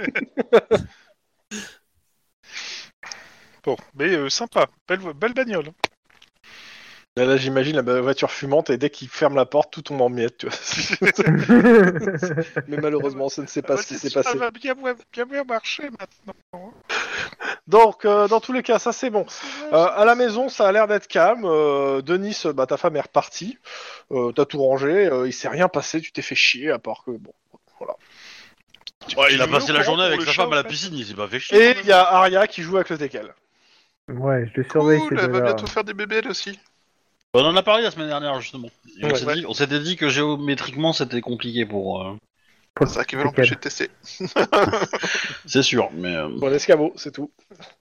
Bon, mais euh, sympa, belle, belle bagnole. Là, là, j'imagine la voiture fumante et dès qu'il ferme la porte, tout tombe en miettes. Tu vois. Mais malheureusement, ça ne sait pas Ah, ce qui c'est s'est sûr, passé. Ça va bien, bien, bien marcher maintenant. Donc, euh, dans tous les cas, ça c'est bon. Euh, à la maison, ça a l'air d'être calme. Euh, Denis, bah, ta femme est repartie. Euh, T'as tout rangé. Euh, il s'est rien passé. Tu t'es fait chier, à part que bon, voilà. Ouais, il a Tu passé veux la au journée courant avec pour sa le femme chat, à la en fait piscine, il s'est pas fait chier. Et quand il même. y a Aria qui joue avec le teckel. Ouais, je le surveille ces Cool, elle va deux-là. bientôt faire des bébés elle aussi. On en a parlé la semaine dernière justement. Et on Ouais. s'est dit- on s'était dit que géométriquement c'était compliqué pour. euh, Pour C'est ça qui va le l'empêcher de tester. C'est sûr, mais. euh, Bon, l'escabeau, c'est tout.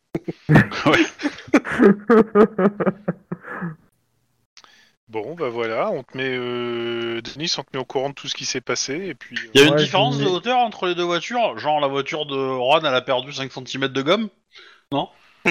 Bon, bah voilà, on te met, euh, Denis, on te met au courant de tout ce qui s'est passé, et puis... euh, Il y a une Ouais, différence je- de hauteur entre les deux voitures. Genre la voiture de Juan elle a perdu cinq centimètres de gomme. Non.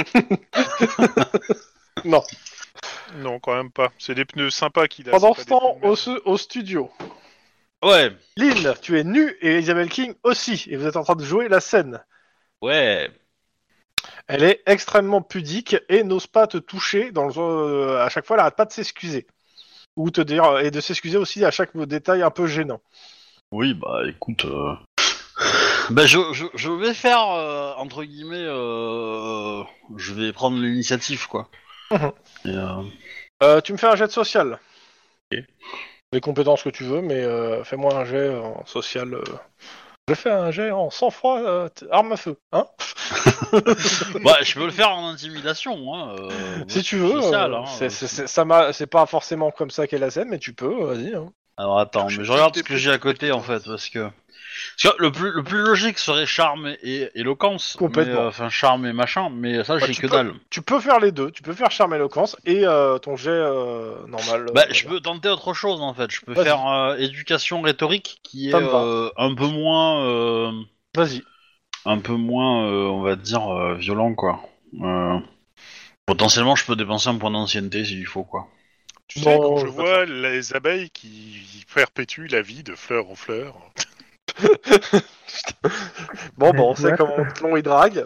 Non, quand même pas. C'est des pneus sympas qu'il a. Pendant c'est ce pas des temps, pneus de au, merde. su- au studio, Ouais. Lynn, tu es nue et Isabelle King aussi. Et vous êtes en train de jouer la scène. Ouais. Elle est extrêmement pudique et n'ose pas te toucher. Dans le, euh, à chaque fois, elle arrête pas de s'excuser. Ou te dire, et de s'excuser aussi à chaque détail un peu gênant. Oui, bah écoute. euh, bah je, je, je vais faire, euh, entre guillemets, euh, je vais prendre l'initiative quoi. Mhm. Et, euh, Euh, tu me fais un jet de social. Ok. Les compétences que tu veux, mais euh, fais-moi un jet en social. euh. Je fais un jet en sang-froid, euh, t- arme à feu, hein. Bah je peux le faire en intimidation, hein. euh, Si tu veux. social, euh, hein, c'est, euh, c'est, c'est- ça m'a, c'est pas forcément comme ça qu'est la scène, mais tu peux, vas-y. Hein. Alors attends, mais je regarde ce que j'ai à côté en fait, parce que, parce que le plus le plus logique serait charme et, et éloquence, Complètement. mais, euh, enfin charme et machin, mais ça Bah, j'ai tu que peux- dalle. Tu peux faire les deux. Tu peux faire charme éloquence et euh, ton jet euh, normal. Bah euh, je peux tenter autre chose en fait, je peux Vas-y. faire euh, éducation rhétorique qui est Ça me va. euh, un peu moins, euh, Vas-y. un peu moins, euh, on va dire euh, violent quoi. Euh, potentiellement je peux dépenser un point d'ancienneté s'il faut quoi. Tu sais, Non, quand je je vois vois les abeilles qui perpétuent la vie de fleur en fleur... Bon, bon, on sait Ouais. comment long il drague.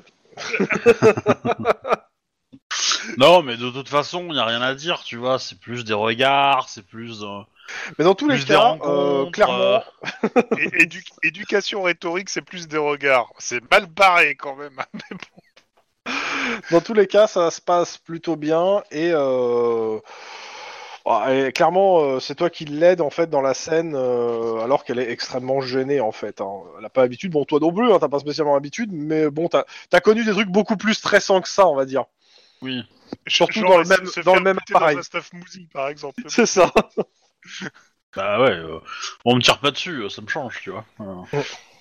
Non mais de toute façon il y a rien à dire, tu vois, c'est plus des regards, c'est plus. euh, Mais dans tous les Plus des cas, rencontres, euh, clairement, Et édu- éducation rhétorique, c'est plus des regards. C'est mal barré quand même. dans tous les cas, ça se passe plutôt bien et, euh, ah, et clairement, euh, c'est toi qui l'aide en fait dans la scène, euh, alors qu'elle est extrêmement gênée en fait. Hein. Elle a pas l'habitude. Bon, toi non plus, hein, t'as pas spécialement l'habitude, mais bon, t'as as connu des trucs beaucoup plus stressants que ça, on va dire. Oui. Surtout Genre, dans le se- même- se dans le faire même buter appareil. Dans un stuff mousi, par exemple. C'est ça. Bah ouais, euh, on me tire pas dessus, euh, ça me change, tu vois. Euh,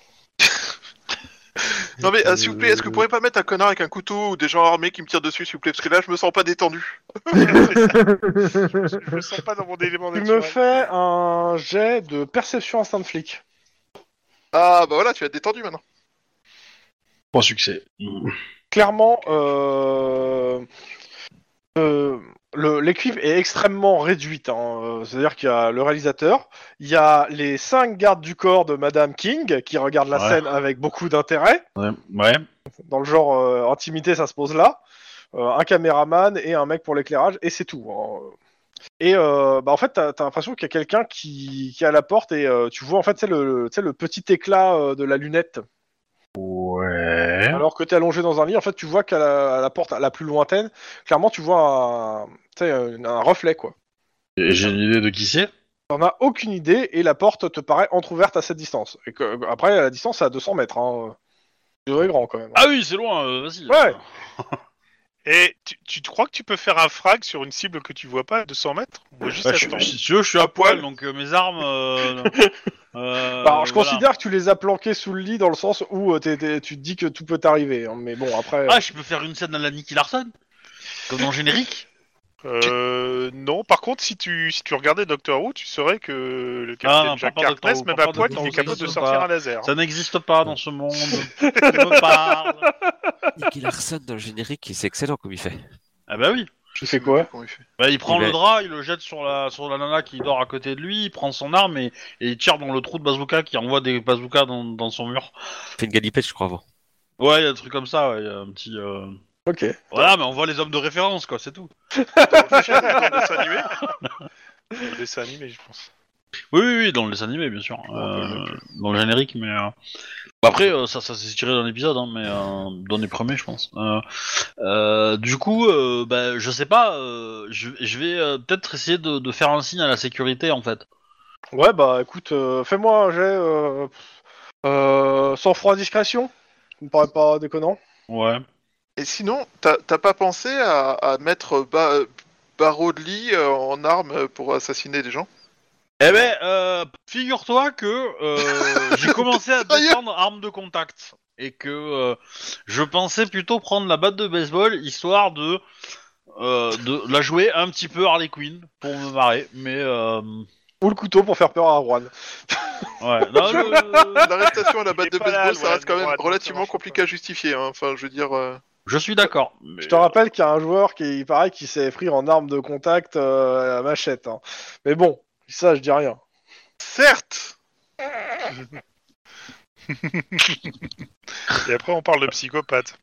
Non mais euh, s'il vous plaît, est-ce que vous pourriez pas mettre un connard avec un couteau ou des gens armés qui me tirent dessus s'il vous plaît, parce que là je me sens pas détendu. Je me sens pas dans mon élément Tu naturel. me fais un jet de perception instinct de flic. Ah bah voilà, tu vas être détendu maintenant. Trois succès. Mm. Clairement, euh, euh, le- l'équipe est extrêmement réduite. Hein. Euh, C'est-à-dire qu'il y a le réalisateur, il y a les cinq gardes du corps de Madame King qui regardent la Ouais. scène avec beaucoup d'intérêt. Ouais. ouais. Dans le genre euh, intimité, ça se pose là. Euh, un caméraman et un mec pour l'éclairage, et c'est tout. Hein. Et euh, bah en fait, t'as as, l'impression qu'il y a quelqu'un qui, qui est à la porte et euh, tu vois en fait c'est le, tu sais, le petit éclat euh, de la lunette. Ouais. Alors que t'es allongé dans un lit, en fait, tu vois qu'à la, à la porte la plus lointaine, clairement, tu vois un, tu sais, un, un reflet, quoi. Et j'ai une idée de qui c'est. T'en as aucune idée et la porte te paraît entrouverte à cette distance. Et que, après, la distance, c'est à deux cents mètres. Hein. C'est vrai grand, quand même. Ah oui, c'est loin, euh, vas-y. Ouais. Et tu, tu te crois que tu peux faire un frag sur une cible que tu vois pas à deux cents mètres? Moi, juste Bah, à je- ce temps. si tu veux, je suis à À poil, poil. donc euh, mes armes. Euh, euh, Alors, je voilà. considère que tu les as planqués sous le lit dans le sens où euh, t'es- t'es- tu te dis que tout peut t'arriver. Hein. Mais bon, après... Ah, je peux faire une scène à la Nicky Larson, comme dans le générique. Euh, non, par contre, si tu, si tu regardais Doctor Who, tu saurais que le Ah, capitaine non, Jack pas Doctor Harkness, Who, même pas à poil, Doctor il est Who, capable ça de se sortir pas. un laser. Ça n'existe pas dans ce monde. Tu me parles. Nicky Larson dans le générique, c'est excellent comme il fait. Ah bah oui. Tu fais quoi? Comment il fait. Bah, il prend Il le va- drap, il le jette sur la sur la nana qui dort à côté de lui, il prend son arme et, et il tire dans le trou de bazooka qui envoie des bazookas dans, dans son mur. Fait une galipette, je crois, avant. Ouais, il y a un truc comme ça, ouais, il y a un petit... euh, Ok. Voilà, mais on voit les hommes de référence, quoi, c'est tout. Dans le film, dans le dessin animé Dans le dessin animé, je pense. Oui, oui, oui, dans le dessin animé, bien sûr. Euh, dans le générique, mais... euh, bah, après, euh, ça, ça s'est tiré d'un épisode, hein, mais euh, dans les premiers, je pense. Euh, euh, du coup, euh, bah, je sais pas, euh, je, je vais euh, peut-être essayer de, de faire un signe à la sécurité, en fait. Ouais, bah écoute, euh, fais-moi un jet euh, euh, sans froid discrétion. Ça me paraît pas déconnant. Ouais. Et sinon, t'as t'as pas pensé à, à mettre ba Barreau de lit euh, en arme pour assassiner des gens? Eh ben, euh, figure-toi que euh, j'ai commencé à Sérieux descendre arme de contact. Et que euh, je pensais plutôt prendre la batte de baseball, histoire de, euh, de la jouer un petit peu Harley Quinn, pour me marrer. Mais... Euh, Ou le couteau pour faire peur à Juan. ouais. Non, le- L'arrestation à la Il batte est de pas là, baseball, ça le reste quand même Juan, donc relativement ça marche compliqué à justifier. Hein. Enfin, je veux dire... euh, Je suis d'accord. mais- Je te rappelle qu'il y a un joueur qui, il paraît, qui s'est pris en arme de contact euh, à machette. Hein. Mais bon, ça, je dis rien. Certes. Et après, on parle de psychopathe.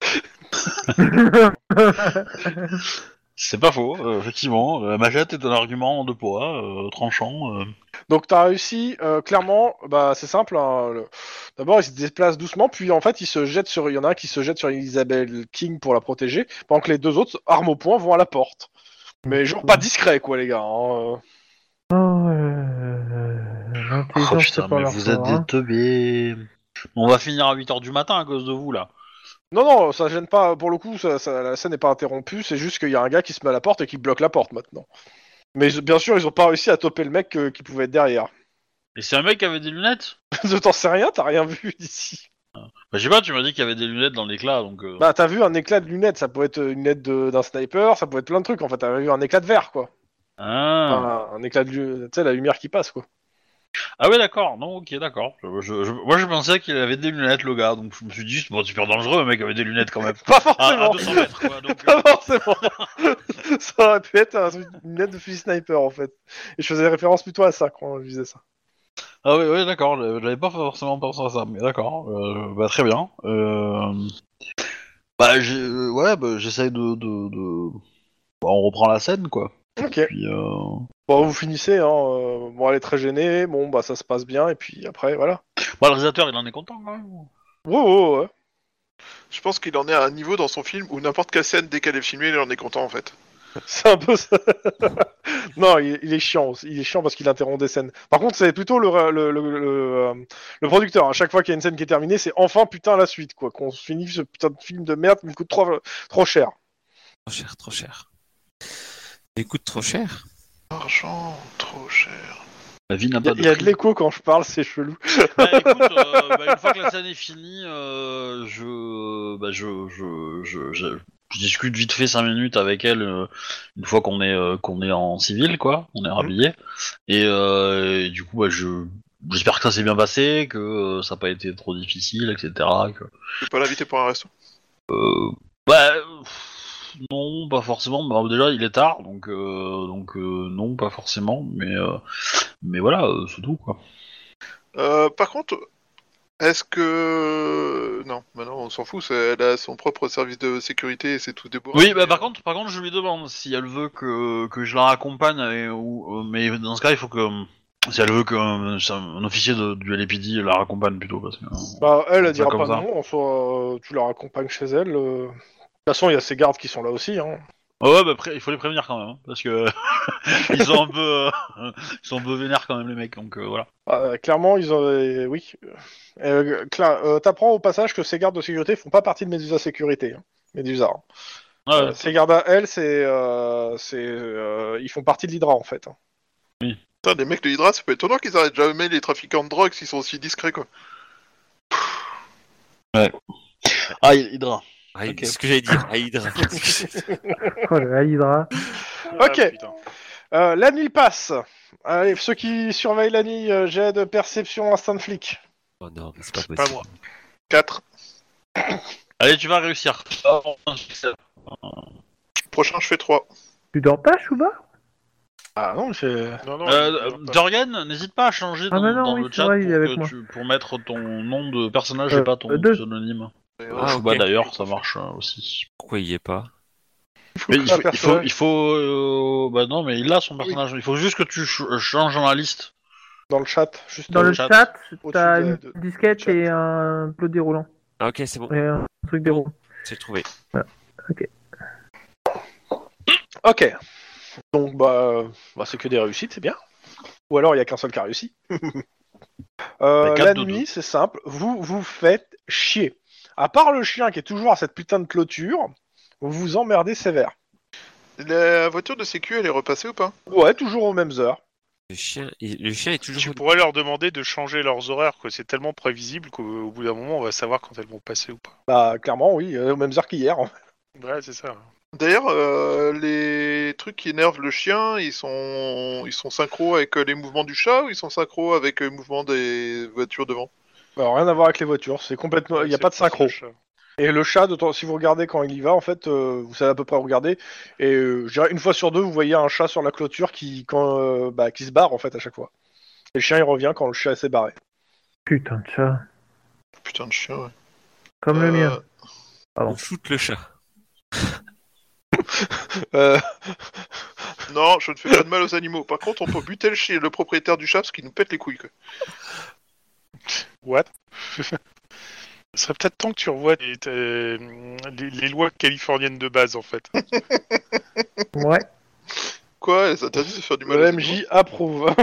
C'est pas faux, euh, effectivement. La machette est un argument de poids, euh, tranchant. euh. Donc t'as réussi, euh, clairement, bah c'est simple. Hein, le- D'abord, il se déplace doucement, puis en fait, il se jette sur. Il y en a un qui se jette sur Isabelle King pour la protéger, pendant que les deux autres, armes au poing, vont à la porte. Mais genre pas discret, quoi, les gars. Hein. Oh, euh, Oh l'intelligence, putain, c'est pas mais leur vous fort, êtes des hein. teubés. On va finir à huit heures du matin à cause de vous, là. Non, non, ça gêne pas. Pour le coup, ça, ça- la scène n'est pas interrompue. C'est juste qu'il y a un gars qui se met à la porte et qui bloque la porte maintenant. Mais ils- bien sûr, ils ont pas réussi à toper le mec euh, qui pouvait être derrière. Et c'est un mec qui avait des lunettes? Je t'en sais rien, t'as rien vu d'ici. Bah, je sais pas, tu m'as dit qu'il y avait des lunettes dans l'éclat, donc... euh, Bah, t'as vu un éclat de lunettes, ça peut être une lunette de- d'un sniper, ça peut être plein de trucs en fait. T'as vu un éclat de verre, quoi. Ah. Un, un éclat de lu- tu sais, la lumière qui passe, quoi. Ah ouais, d'accord. Non, ok, d'accord. Je, je- je- moi, je pensais qu'il avait des lunettes, le gars, donc je me suis dit, c'est pas super dangereux, un mec avait des lunettes quand même. Pas À, à forcément. deux cents mètres, quoi, donc... Pas euh, forcément. Ça aurait pu être un- une lunette de fusil sniper en fait. Et je faisais référence plutôt à ça quand je disais ça. Ah oui, oui, d'accord, j'avais pas forcément pensé à ça, mais d'accord, euh, bah très bien. Euh... Bah, j'ai... ouais, bah, j'essaye de... de, de... Bah, on reprend la scène, quoi. Ok. Puis, euh... Bon, vous finissez. Hein. euh, Bon, elle est très gênée. Bon, bah ça se passe bien. Et puis après, voilà. Bah, le réalisateur, il en est content, quand même. Ouais, ouais, ouais. Je pense qu'il en est à un niveau dans son film où n'importe quelle scène, dès qu'elle est filmée, il en est content en fait. C'est un peu ça. Non, il, il est chiant. aussi. Il est chiant parce qu'il interrompt des scènes. Par contre, c'est plutôt le, le, le, le, euh, le producteur. À chaque fois qu'il y a une scène qui est terminée, c'est enfin putain la suite, quoi. Qu'on finit ce putain de film de merde qui me coûte trop, trop cher. Trop cher, trop cher. Il coûte trop cher. Argent, trop cher. La vie n'a Il y, pas a- de il y a de prix. l'écho quand je parle, c'est chelou. Bah, écoute, euh, bah, une fois que la scène est finie, euh, je, bah, je, je, je, je, je discute vite fait cinq minutes avec elle euh, une fois qu'on est, euh, qu'on est en civil, quoi, on est rhabillé. Et, euh, et du coup, bah, je, j'espère que ça s'est bien passé, que euh, ça n'a pas été trop difficile, et cetera. Que, Tu peux pas l'inviter pour un resto. euh, bah, pff, non, pas forcément. Bah, déjà, il est tard, donc, euh, donc euh, non, pas forcément. Mais, euh, mais voilà, euh, c'est tout, quoi. Euh, par contre, est-ce que... Non, maintenant on s'en fout, c'est- elle a son propre service de sécurité et c'est tout débourré. Oui, bah par contre, par contre, je lui demande si elle veut que, que je la raccompagne, et, ou, euh, mais dans ce cas, il faut que si elle veut que euh, c'est un, un officier de, du L A P D la raccompagne plutôt, parce que. euh, Bah, elle, elle Ça dira comme pas ça. non. En soi, euh, tu la raccompagnes chez elle. euh. De toute façon, il y a ses gardes qui sont là aussi. Hein. Ouais, ouais, bah pré- il faut les prévenir quand même, hein, parce que ils sont un peu, euh, ils sont un peu vénères quand même les mecs, donc euh, voilà. Ah, clairement, ils ont. euh, oui. Euh, cla- euh, T'apprends au passage que ces gardes de sécurité font pas partie de Medusa Sécurité. Hein. Medusa. Hein. Ouais, Euh, ces gardes à elle, c'est. Euh, c'est euh, ils font partie de l'Hydra en fait. Hein. Putain, les mecs de Hydra, c'est pas étonnant qu'ils arrêtent jamais les trafiquants de drogue s'ils sont aussi discrets quoi. Ah, Hydra. Ah, Ok. C'est ce que j'allais dire. Ah, Hydra. Oh la Hydra. Ok. Ah, putain. Euh, la nuit passe. Allez, ceux qui surveillent la nuit, euh, jet de perception instant flic. Oh non, mais c'est pas possible. Pas moi. quatre. Allez, tu vas réussir. Oh, un succès. Prochain, je fais trois. Tu dors pas, Chouba? Ah non, c'est... Non, non, Euh, il- il- Jorgen, n'hésite pas à changer Ah dans, bah non, dans oui, le c'est chat vrai, il est pour, avec que moi. tu- pour mettre ton nom de personnage Euh, et pas ton euh, deux. pseudonyme. Ah, Chouba ok. d'ailleurs, ça marche euh, aussi. Pourquoi il y est pas? Mais il Ah, faut, il faut, personnage. il faut euh, bah non, mais il a son personnage. Il faut juste que tu ch- changes dans la liste. Dans le chat, juste Dans le le chat. chat, Au-dessus t'as de- une de- disquette du chat. et un plot déroulant. Ah, ok, c'est bon, Et un truc déroulant. c'est trouvé. Ok. Donc, bah, euh, bah, c'est que des réussites, c'est bien. Ou alors, il y a qu'un seul qui a réussi. Euh, Mais quatre la de nuit, deux. c'est simple. Vous vous faites chier. À part le chien qui est toujours à cette putain de clôture, vous vous emmerdez sévère. La voiture de sécu, elle est repassée ou pas? Ouais, toujours aux mêmes heures. Le chien, il- le chien est toujours. Tu pourrais leur demander de changer leurs horaires, quoi. C'est tellement prévisible qu'au au bout d'un moment, on va savoir quand elles vont passer ou pas. Bah, clairement, oui, euh, aux mêmes heures qu'hier. Ouais, c'est ça. D'ailleurs, euh, les trucs qui énervent le chien, ils sont ils sont synchro avec euh, les mouvements du chat ou ils sont synchro avec euh, les mouvements des voitures devant? Alors, rien à voir avec les voitures, c'est complètement... Il n'y a C'est pas de plus le synchro. chat. Et le chat, de temps- si vous regardez quand il y va, en fait, euh, vous savez à peu près où regarder. Et euh, je dirais une fois sur deux, vous voyez un chat sur la clôture qui, quand, euh, bah, qui se barre, en fait, à chaque fois. Et le chien, il revient quand le chat s'est barré. Putain de chat. Putain de chien, ouais. Comme le Euh, mien. On shoot le chat. Euh, Non, je ne fais pas de mal aux animaux. Par contre, on peut buter le chien, le propriétaire du chat parce qu'il nous pète les couilles, quoi. What? Ce serait peut-être temps que tu revoies les, tes- les, les lois californiennes de base, en fait. Ouais. Quoi? Elles interdisent de faire du mal aux le animaux? M J approuve.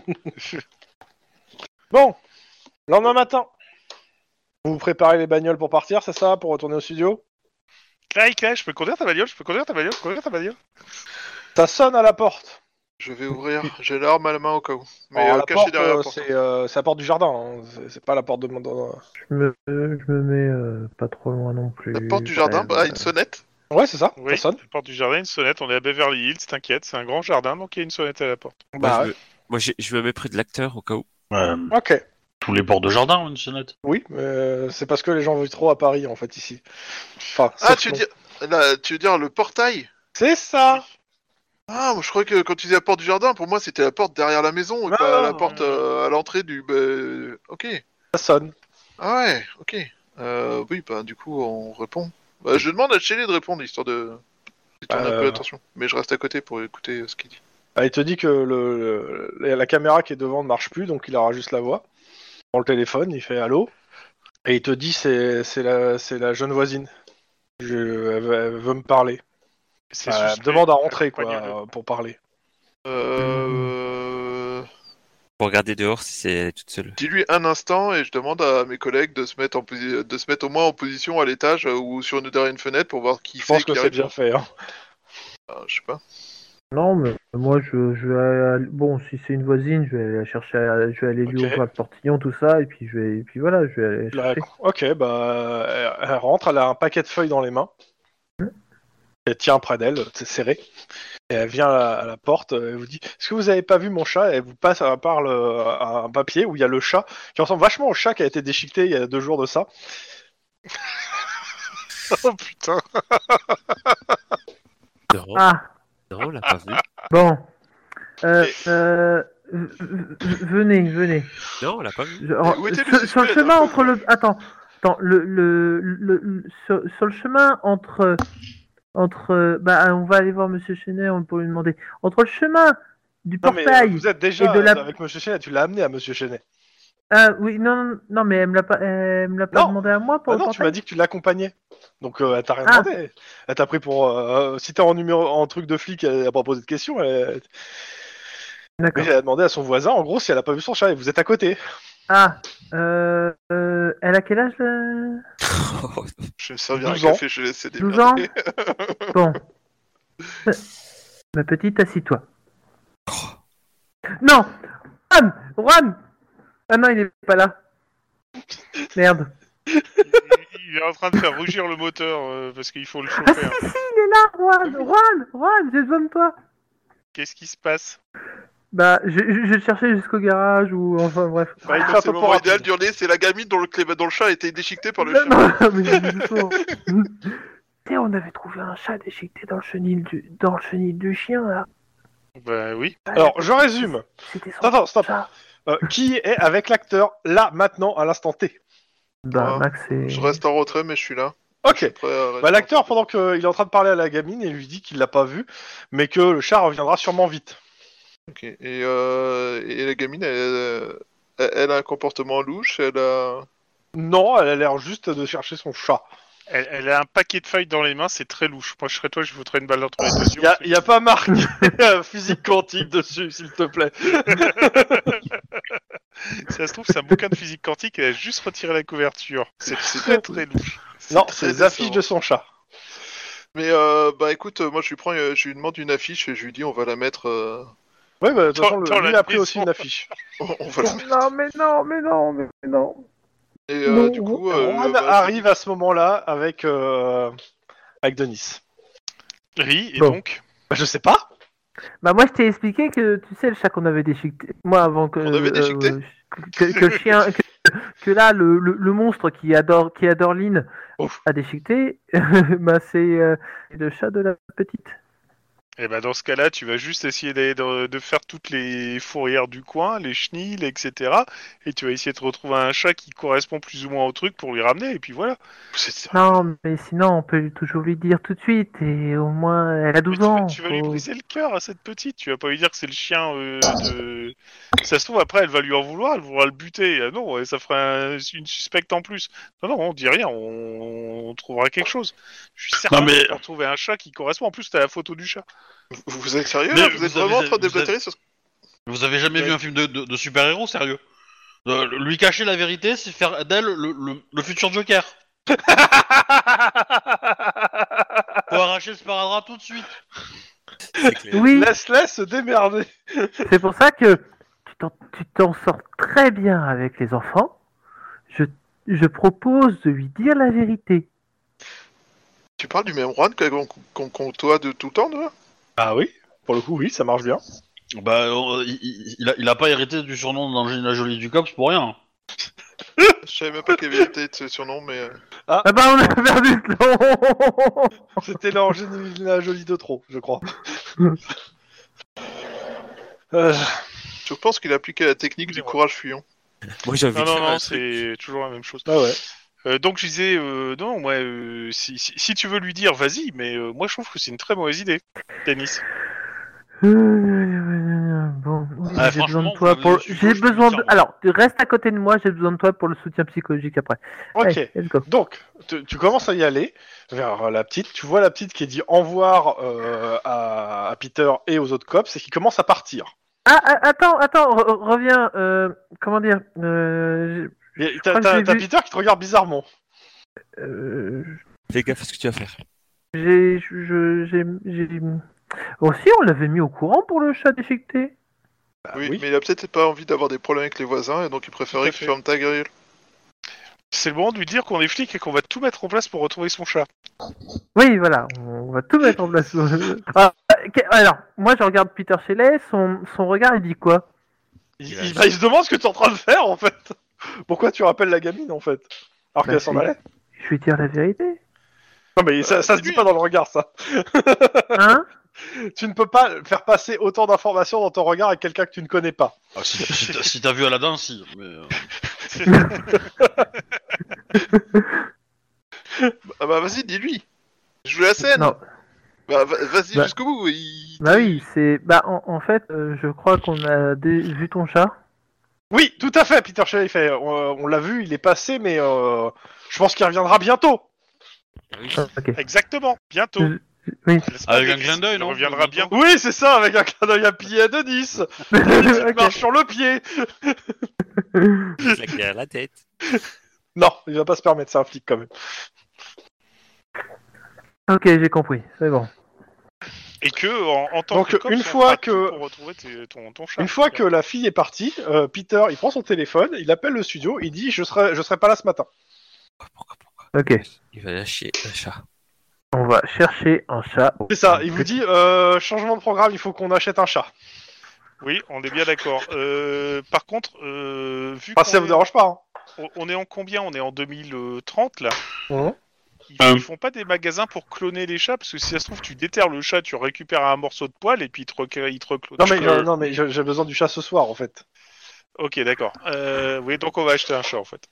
Bon, lendemain matin. Vous préparez les bagnoles pour partir, c'est ça? Pour retourner au studio? Clay, Clay, je peux conduire ta bagnole? Je peux conduire ta bagnole? Je peux conduire ta bagnole? Ça sonne à la porte. Je vais ouvrir. J'ai l'arme à la main au cas où. Mais Alors, euh, la caché porte, derrière euh, la porte. c'est euh, c'est la porte du jardin, hein. c'est c'est pas la porte de mon... dans- Je me, euh, je me mets euh, pas trop loin non plus. La porte du jardin, Ouais, bah, une sonnette. Ouais, c'est ça, Oui, ça sonne. la porte du jardin, une sonnette. On est à Beverly Hills, t'inquiète, c'est un grand jardin, donc il y a une sonnette à la porte. Moi, Bah, je, me... Moi j'ai- je me mets près de l'acteur au cas où. Euh, ok. tous les ports de jardin ont une sonnette. Oui, mais euh, c'est parce que les gens vivent trop à Paris, en fait, ici. Enfin, Ah, sauf tu veux, non. dire... Là, tu veux dire le portail? C'est ça. Ah, moi, je crois que quand tu dis la porte du jardin, pour moi c'était la porte derrière la maison et Non, pas la non, porte euh, à l'entrée du. Bah... Ok. Ça sonne. Ah ouais, ok. Euh, oui, bah du coup on répond. Bah, je demande à Shelley de répondre histoire de. de tourner un Euh. peu l'attention. Mais je reste à côté pour écouter euh, ce qu'il dit. Ah, il te dit que le, le- la caméra qui est devant ne marche plus, donc il aura juste la voix. Il prend le téléphone, il fait allô, et il te dit c'est c'est la c'est la jeune voisine. Je, elle, veut, elle veut me parler. C'est Euh, elle me suspect. demande à rentrer Accompagne-le. quoi pour parler. Euh... Pour regarder dehors si c'est elle est toute seule. Dis-lui un instant et je demande à mes collègues de se mettre en posi- de se mettre au moins en position à l'étage euh, ou sur une derrière une fenêtre pour voir qui Je c'est pense que qui c'est arrive. déjà fait. Hein. Ah, je sais pas. Non, mais moi, je, je vais aller- bon, si c'est une voisine, je vais aller la chercher, à- je vais aller lui Ok. ouvrir le portillon, tout ça, et puis je vais, et puis voilà, je vais aller la chercher. Ok, bah elle, elle rentre, elle a un paquet de feuilles dans les mains. Elle tient près d'elle, c'est serré. Et elle vient à la, à la porte, elle vous dit est-ce que vous avez pas vu mon chat? Et elle vous passe elle parle euh, à un papier où il y a le chat qui ressemble vachement au chat qui a été déchiqueté il y a deux jours de ça. Oh putain. Non, Ah, non, on l'a pas vu. bon. Euh, Et- euh, v- v- venez, venez. Non, on l'a pas vu. Je- où était le sur, suspect, sur le là, chemin d'un entre coup le, attends, attends, le, le, le, le- sur, sur le chemin entre, entre, bah, on va aller voir Monsieur Chenet, on peut lui demander. Entre le chemin du Non mais euh, portail. vous êtes déjà et de la- avec Monsieur Chenet, tu l'as amené à Monsieur Chenet. Ah oui, non, non, non, mais elle me l'a pas, elle me l'a pas Non. demandé à moi pour Ah le non, tu portail. m'as dit que tu l'accompagnais. Donc euh, elle t'a rien Ah. demandé. Elle t'a pris pour euh, si t'es en numéro en truc de flic, elle a pas posé de questions. Elle... D'accord. Mais elle a demandé à son voisin en gros si elle a pas vu son chat et vous êtes à côté. Ah, euh, euh, elle a quel âge là? Je vais me servir un douze ans. café, je vais laisser des douze ans. Bon. Euh, Ma petite, assis-toi. Non, Juan, Juan. Ah non, il est pas là. Merde. Il il est en train de faire rougir le moteur euh, parce qu'il faut le Ah chauffer. si, hein. si, si, il est là, Juan, Juan, Juan, j'ai besoin de toi. Qu'est-ce qui se passe? Bah, je, je, je vais te chercher jusqu'au garage ou enfin bref. Bah, il fait un C'est peu le pour moment rapide. idéal d'hurler, c'est la gamine dont le, clé- dont le chat a été déchiqueté par le Non, chien. non, mais doucement. Tu sais, on qu'on avait trouvé un chat déchiqueté dans le chenil du, dans le chenil du chien, là. Bah oui. Alors, je résume. C'était son Attends, stop. chat. Euh, qui est avec l'acteur, là, maintenant, à l'instant T? Bah, Ouais. Max et... Je reste en retrait, mais je suis là. Ok. Je suis prêt à rester Bah, en l'acteur, retrait. pendant qu'il est en train de parler à la gamine, il lui dit qu'il l'a pas vu, mais que le chat reviendra sûrement vite. Ok. Et, euh, et la gamine, elle, elle, elle a un comportement louche, elle a... Non, elle a l'air juste de chercher son chat. Elle, elle a un paquet de feuilles dans les mains, c'est très louche. Moi, je serais toi, je foutrais une balle entre les deux yeux. Il y a, y a pas marqué physique quantique dessus, s'il te plaît. Si ça se trouve, c'est un bouquin de physique quantique, elle a juste retiré la couverture. C'est très très louche. Non, très c'est les décevant. affiches de son chat. Mais euh, bah écoute, euh, moi je lui prends, euh, je lui demande une affiche et je lui dis on va la mettre, euh, Ouais, bah, de toute Dans- façon, le- dans lui la a pris maison. aussi une affiche. on, on va la mettre. Non, mais non, mais non, mais non. Et euh, Non, du coup, Euh, euh, Juan bah, arrive à ce moment-là avec, euh, avec Denis. Oui, et Bon. donc Bah, je sais pas. Bah moi je t'ai expliqué que tu sais le chat qu'on avait déchiqueté, moi avant que On avait déchiqueté euh, que, que le chien que, que là le, le, le monstre qui adore qui adore Lynn Ouf. a déchiqueté, bah c'est euh, le chat de la petite. Eh ben dans ce cas-là, tu vas juste essayer d'aller de, de faire toutes les fourrières du coin, les chenilles, et cetera. Et tu vas essayer de retrouver un chat qui correspond plus ou moins au truc pour lui ramener, et puis voilà. vous êtes sérieux? Non mais sinon on peut lui- toujours lui dire tout de suite et au moins elle a Mais douze tu, vas, ans. tu vas lui faut- briser le cœur à cette petite. Tu vas pas lui dire que c'est le chien euh, de... Ça se trouve, après, elle va lui en vouloir, elle voudra le buter. Ah non, et ça fera un- une suspecte en plus. Non, non, on dit rien, on, on trouvera quelque chose. Je suis certain Non, mais- qu'on va trouver un chat qui correspond. En plus, t'as la photo du chat. Vous, vous êtes sérieux Mais là Vous vous êtes avez- vraiment en train de vous avez- déblatérer sur ce... Vous avez jamais Ouais. vu un film de, de, de super-héros, sérieux? Euh, Lui cacher la vérité, c'est faire d'elle le, le, le futur Joker. Faut arracher le sparadrap tout de suite. C'est clair. Oui, Laisse-les se démerder. c'est pour ça que tu t'en, tu t'en sors très bien avec les enfants. Je, je propose de lui dire la vérité. Tu parles du même Juan qu'on qu'on qu'on toi de tout le temps, là Ah oui, pour le coup, oui, ça marche bien. Bah, euh, il, il- il a, il a pas hérité du surnom d'Angelina Jolie du Cops pour rien. Je savais même pas qu'il y avait peut-être ce surnom, mais... euh, Ah bah on a perdu ce nom. C'était l'Angelina Jolie de trop, je crois. Euh, Je pense qu'il a appliqué la technique du courage fuyant. Moi j'ai envie Non, de non, faire un non, truc. c'est toujours la même chose. ah ouais. Euh, donc je disais, euh, non, moi, euh, si, si, si tu veux lui dire, vas-y, mais euh, moi je trouve que c'est une très mauvaise idée, Denis. Bon, oui, Ah, j'ai besoin franchement, de toi vous pour. m'avez su J'ai gauche, je besoin peux de. le dire, Alors, tu restes à côté de moi. J'ai besoin de toi pour le soutien psychologique après. Ok. Allez, let's go. Donc, tu, tu commences à y aller vers la petite. Tu vois la petite qui est dit au revoir euh, à, à Peter et aux autres cops et qui commence à partir. Ah, ah, attends, attends, re- reviens. Euh, comment dire euh, Et Je T'as crois que t'as- j'ai t'as vu- Peter qui te regarde bizarrement. euh, Fais gaffe à ce que tu vas faire. J'ai, je, j'ai, j'ai. Aussi, on l'avait mis au courant pour le chat déchiqueté. Bah oui, oui. mais il a peut-être pas envie d'avoir des problèmes avec les voisins, et donc il Tout préférait à que tu fait. fermes ta gueule. C'est le moment de lui dire qu'on est flic et qu'on va tout mettre en place pour retrouver son chat. Oui, voilà, on va tout mettre en place. Ah, ok, alors, moi je regarde Peter Shelley, son, son regard il dit quoi? Il, Il il- a- bah, il se demande ce que tu es en train de faire en fait. Pourquoi tu rappelles la gamine en fait alors Bah, qu'elle s'en si. allait. Je lui dire la vérité. Non mais ça, Euh, ça se c'est dit lui. pas dans le regard ça. Hein? Tu ne peux pas faire passer autant d'informations dans ton regard à quelqu'un que tu ne connais pas. Ah, si si t'as si t'as vu Aladdin, si. Mais, euh, Ah bah vas-y, dis-lui. Je veux la scène. Non. Bah va- vas-y Bah. jusqu'au bout. il- Bah oui, c'est. Bah en, en fait, euh, je crois qu'on a dé- vu ton chat. Oui, tout à fait, Peter Shelley fait. euh, on l'a vu, il est passé, mais euh, je pense qu'il reviendra bientôt. Ah oui. Ah, ok. Exactement, bientôt. Euh, Oui. N'est-ce pas, Avec un Denis clin d'œil, Il non reviendra bientôt. Oui, c'est ça, avec un clin d'œil à pied à Denis. Denis qui Ok. marche sur le pied. Claquer à la tête. Non, il va pas se permettre, c'est un flic quand même. Ok, j'ai compris, c'est bon. Et que, en, en tant Donc, que cop, une on fois fera que- tout pour retrouver tes- ton, ton chat. Une fois que la fille est partie, euh, Peter, il prend son téléphone, il appelle le studio, il dit je serai, je serai pas là ce matin. Pourquoi, pourquoi Ok, Il va lâcher un chat. on va chercher un chat. C'est ça, il vous dit euh, changement de programme, il faut qu'on achète un chat. Oui, on est bien d'accord. Euh, par contre, euh, vu Enfin, qu'on si ça vous est- dérange pas. Hein. on, on est en combien? On est en deux mille trente là. ils, Euh. ils font pas des magasins pour cloner les chats, parce que si ça se trouve, tu déterres le chat, tu récupères un morceau de poil et puis il te, rec- il te reclone. Non mais, Euh, euh, non, mais j'ai j'ai besoin du chat ce soir en fait. Ok, d'accord. Euh, oui, donc on va acheter un chat en fait.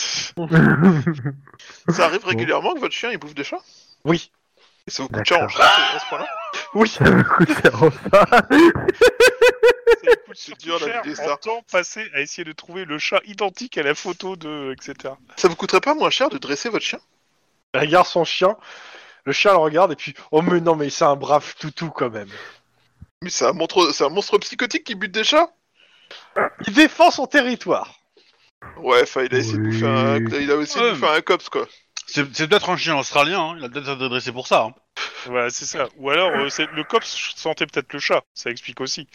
Ça arrive régulièrement que votre chien il bouffe des chats? Oui. Et ça vous coûte cher en D'accord. chat à ce point-là? Oui. Ça me coûte cher en chat. Ça coûte C'est surtout dur cher d'habiller en ça. temps passé à essayer de trouver le chat identique à la photo de, et cetera. Ça vous coûterait pas moins cher de dresser votre chien? Elle regarde son chien. Le chien le regarde et puis oh mais non mais c'est un brave toutou quand même. Mais c'est un monstre, c'est un monstre psychotique qui bute des chats? Il défend son territoire. Ouais, enfin il a essayé de Oui. bouffer un, il a essayé de Ouais. bouffer un cops quoi. C'est, c'est peut-être un chien australien, hein. Il a peut-être été dressé pour ça. Hein. Voilà, c'est ça. Ou alors, euh, c'est, le cops sentait peut-être le chat, ça explique aussi.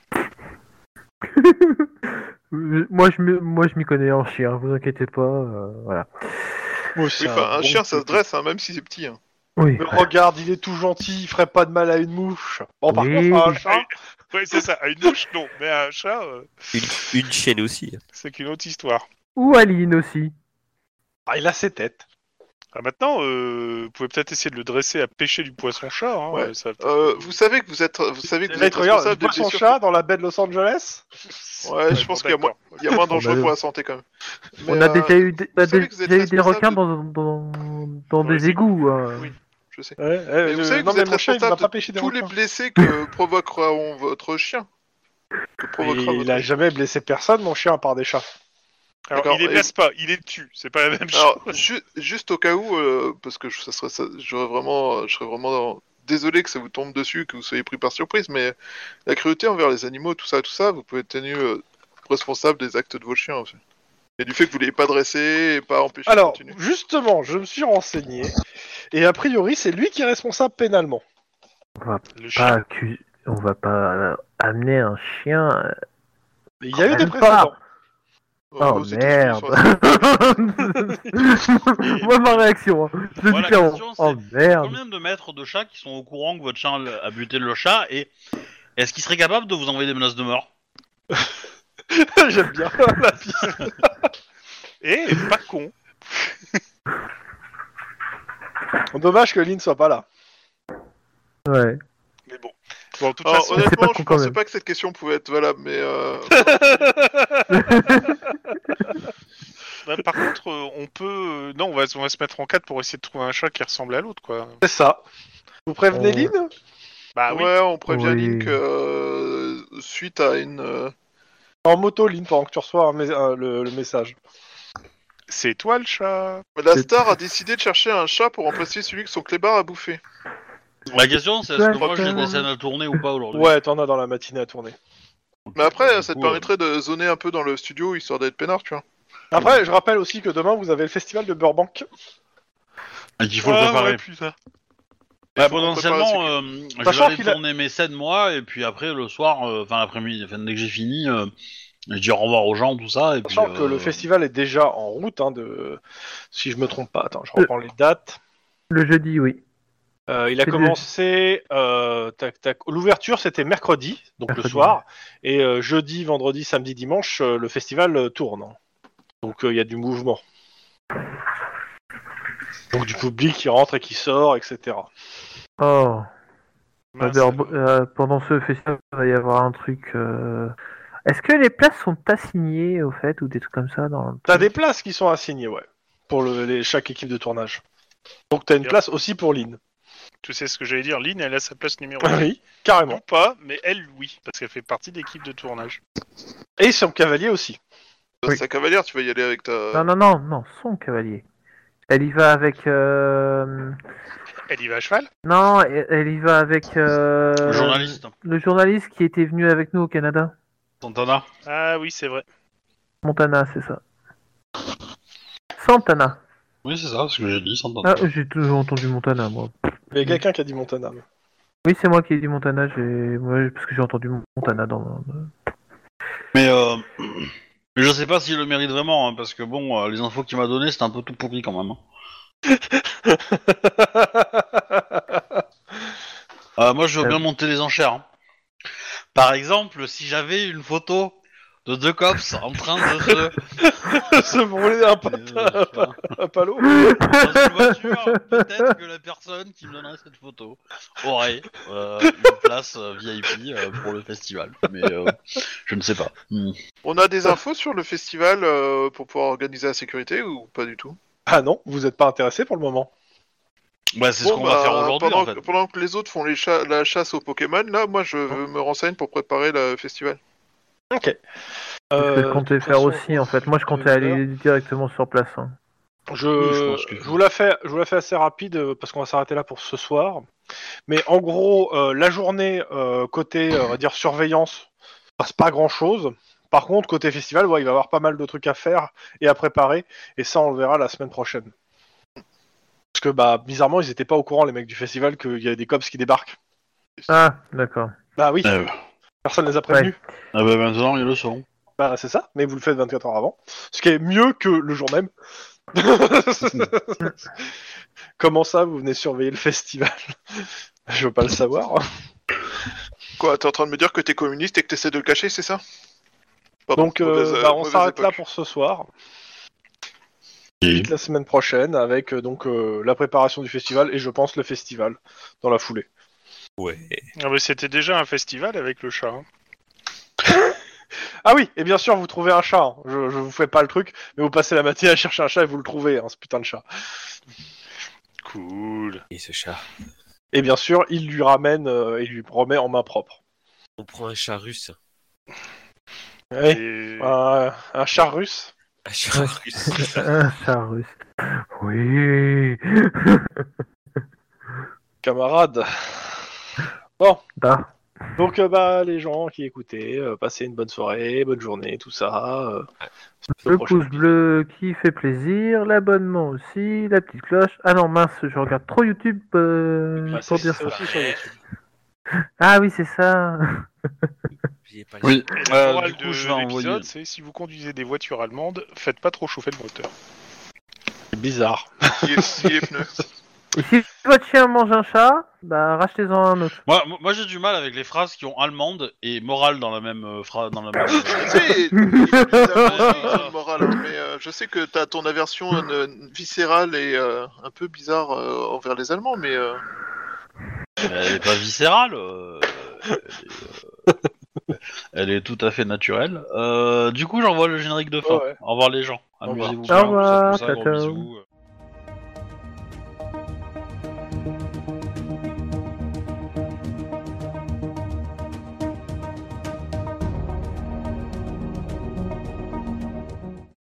moi, je me- moi, je m'y connais en chien, vous inquiétez pas. euh, voilà. Oui, Oui, c'est enfin un bon chien ça se toutou. dresse hein, même si c'est petit. Hein. Oui. Mais regarde, il est tout gentil, il ferait pas de mal à une mouche. Bon par Oui. contre un chat. Ouais, c'est ça. À une mouche, non. Mais à un chat, euh, Une, une chienne aussi. c'est qu'une autre histoire. Ou Aline aussi. Ah, il a ses têtes. Ah, maintenant, euh, vous pouvez peut-être essayer de le dresser à pêcher du poisson-chat. Hein, Ouais. ça va peut-être- Euh, vous savez que vous êtes, vous savez que Et vous là, il êtes te regarde, responsable des son blessures. chat dans la baie de Los Angeles. Ouais, je bon, pense qu'il y a moins, d'accord. il y a moins dangereux bah, pour la santé quand même. On Mais, a euh, déjà eu des, on a vous savez déjà que vous êtes eu des responsable requins de- dans, dans, dans Dans des les égouts. hein. Oui. Je sais. Ouais, ouais, Mais vous je- savez que non vous mais êtes mon chien il va responsable pas de pêcher des tous les requins. blessés que provoqueront votre chien. Que Mais provoquera il votre a chien. jamais blessé personne mon chien à part des chats. Alors, D'accord, il les et- blesse pas, il les tue. C'est pas la même Alors, chose. ju- juste au cas où, euh, parce que je, ça serait, ça, j'aurais vraiment, je serais vraiment désolé que ça vous tombe dessus, que vous soyez pris par surprise, mais la cruauté envers les animaux, tout ça, tout ça, vous pouvez être tenu euh, responsable des actes de vos chiens aussi. Et du fait que vous l'ayez pas dressé et pas empêché Alors, de continuer. justement, je me suis renseigné, et a priori, c'est lui qui est responsable pénalement. On va Le pas, chien. accu- on va pas euh, amener un chien. euh, Il y a eu des Même pas. précédents. Euh, Oh aux États-Unis, ils sont merde. Et- Moi, ma réaction. Hein. Je le Moi, dis la clairement. question, c'est Oh merde. Combien de maîtres de chats qui sont au courant que votre chien a buté le chat et est-ce qu'ils seraient capables de vous envoyer des menaces de mort? J'aime bien la piste. Et pas con. Dommage que Lynn soit pas là. Ouais. Mais bon. Bon, de toute Alors, façon, c'est pas honnêtement, con je quand pensais même. pas que cette question pouvait être valable, mais euh... bah, par contre, euh, on peut. euh, Non, on va, on va se mettre en quatre pour essayer de trouver un chat qui ressemble à l'autre, quoi. C'est ça. Vous prévenez Oh. Lynn? Bah oui. ouais, on prévient Oui. Lynn que euh, suite à une, euh, En moto, Lynn, pendant que tu reçois un mé- euh, le, le message. C'est toi le chat. la C'est- star a décidé de chercher un chat pour remplacer celui que son clébard a bouffé. La question, c'est est-ce Ouais, que moi j'ai euh, des scènes à tourner ou pas aujourd'hui? Ouais, t'en as dans la matinée à tourner. Mais après, Du ça te coup, permettrait de zoner un peu dans le studio histoire d'être peinard, tu vois. Après, je rappelle aussi que demain, vous avez le festival de Burbank. euh, et qu'il faut le Ah, préparer. ouais, putain. Bah, Il faut qu'on prépare potentiellement, la euh, je Sachant vais aller qu'il a- tourner mes scènes moi, et puis après le soir, euh, enfin l'après-midi, enfin, dès que j'ai fini, euh, je dis au revoir aux gens, tout ça. Et puis, Sachant que euh, le festival est déjà en route, hein, de... si je me trompe pas. Attends, je reprends les dates. Le jeudi, oui. Euh, il a C'est commencé, euh, tac, tac. L'ouverture c'était mercredi, donc le Mercredi. soir, et euh, jeudi, vendredi, samedi, dimanche, euh, le festival euh, tourne. Donc il y a du mouvement. Donc du public qui rentre et qui sort, et cetera. Oh. Mince, Alors, alors. euh, pendant ce festival, il va y avoir un truc. euh, Est-ce que les places sont assignées au fait ou des trucs comme ça dans le T'as truc des places qui sont assignées, ouais, pour le, les, chaque équipe de tournage. Donc t'as une Bien. place aussi pour Lynn. Tu sais ce que j'allais dire, Lynn, elle a sa place numéro Ah un. oui, carrément. Ou pas, mais elle, oui, parce qu'elle fait partie de l'équipe de tournage. Et son cavalier aussi. Oui. Sa cavalière, tu vas y aller avec ta. Non, non, non, non, son cavalier. Elle y va avec. euh, Elle y va à cheval. Non, elle, elle y va avec. euh, le journaliste, Le journaliste qui était venu avec nous au Canada. Santana. Ah oui, c'est vrai. Montana, c'est ça. Santana. Oui, c'est ça, ce que j'ai dit, Santana. Ah, j'ai toujours entendu Montana, moi. Il y a quelqu'un qui a dit Montana. Oui, c'est moi qui ai dit Montana, j'ai... moi, parce que j'ai entendu Montana dans. Mais euh, mais je sais pas s'il le mérite vraiment, hein, parce que bon, euh, les infos qu'il m'a données, c'était un peu tout pourri quand même. hein. Euh, moi, je veux Euh. bien monter les enchères. hein. Par exemple, si j'avais une photo de deux cops en train de se... Se brûler un, pat- Euh, un palo. dans une voiture, peut-être que la personne qui me donnerait cette photo aurait euh, une place euh, V I P euh, pour le festival. Mais euh, je ne sais pas. Hmm. On a des infos sur le festival euh, pour pouvoir organiser la sécurité ou pas du tout? Ah non, vous êtes pas intéressé pour le moment. Bah, c'est Bon, ce qu'on bah, va faire aujourd'hui pendant, en fait. que- pendant que les autres font les cha- la chasse aux Pokémon, là, moi je me renseigne pour préparer le festival. Ok. C'est ce que je Euh, comptais de toute faire façon, aussi en fait. Moi je comptais deux aller heures. directement sur place. hein. Je, Oui, je pense que- je vous la fais, je vous la fais assez rapide euh, parce qu'on va s'arrêter là pour ce soir. Mais en gros, euh, la journée euh, côté, euh, on va dire surveillance, passe pas grand chose. Par contre, côté festival, ouais, il va y avoir pas mal de trucs à faire et à préparer, et ça on le verra la semaine prochaine. Parce que bah bizarrement, ils étaient pas au courant les mecs du festival qu'il y avait des cops qui débarquent. Ah, d'accord. Bah oui, Euh, personne les a prévenus. ah bah maintenant ils le sont. Bah c'est ça, mais vous le faites vingt-quatre heures avant, ce qui est mieux que le jour même. Comment ça, vous venez surveiller le festival? Je veux pas le savoir. Quoi, t'es en train de me dire que t'es communiste et que t'essaies de le cacher, c'est ça? Pardon, Donc, euh, mauvaise, bah, on mauvaise s'arrête là époque. pour ce soir. Et- La semaine prochaine, avec euh, donc euh, la préparation du festival et je pense le festival dans la foulée. Ouais. Ah, mais c'était déjà un festival avec le chat. hein. Ah oui, et bien sûr, vous trouvez un chat. hein. Je, je vous fais pas le truc, mais vous passez la matinée à chercher un chat et vous le trouvez, hein, ce putain de chat. Cool. Et ce chat. Et bien sûr, il lui ramène euh, et lui remet en main propre. On prend un chat russe. Oui, Et... un, un chat russe. Un chat russe. Un chat russe. Oui. Camarade. Bah, Donc, euh, bah, les gens qui écoutaient, euh, passez une bonne soirée, bonne journée, tout ça. euh, au le prochain pouce bleu qui fait plaisir, l'abonnement aussi, la petite cloche. Ah non, mince, je regarde trop YouTube euh, Bah, pour c'est- dire c'est ça. aussi sur YouTube. Ah oui, c'est ça. N'oubliez pas les- Oui. Et Euh, la morale du coup, de je vais envoyer. l'épisode, c'est si vous conduisez des voitures allemandes, faites pas trop chauffer le moteur. C'est bizarre. Sciez sciez les pneus. Et si votre chien mange un chat, bah rachetez-en un autre. Moi, moi- moi, j'ai du mal avec les phrases qui ont allemande et morale dans la même euh, phrase. Dans la même. Tu sais, les Allemands, ils ont le moral, hein, mais euh, je sais que t'as ton aversion euh, viscérale et euh, un peu bizarre euh, envers les Allemands, mais euh, Elle est pas viscérale. euh, elle, est, euh, elle est tout à fait naturelle. Euh, du coup, j'envoie le générique de fin. Ouais, ouais. Au revoir les gens. Au revoir. Amusez-vous Au bien. revoir, tout ça, tout ça, gros ciao, ciao. bisous.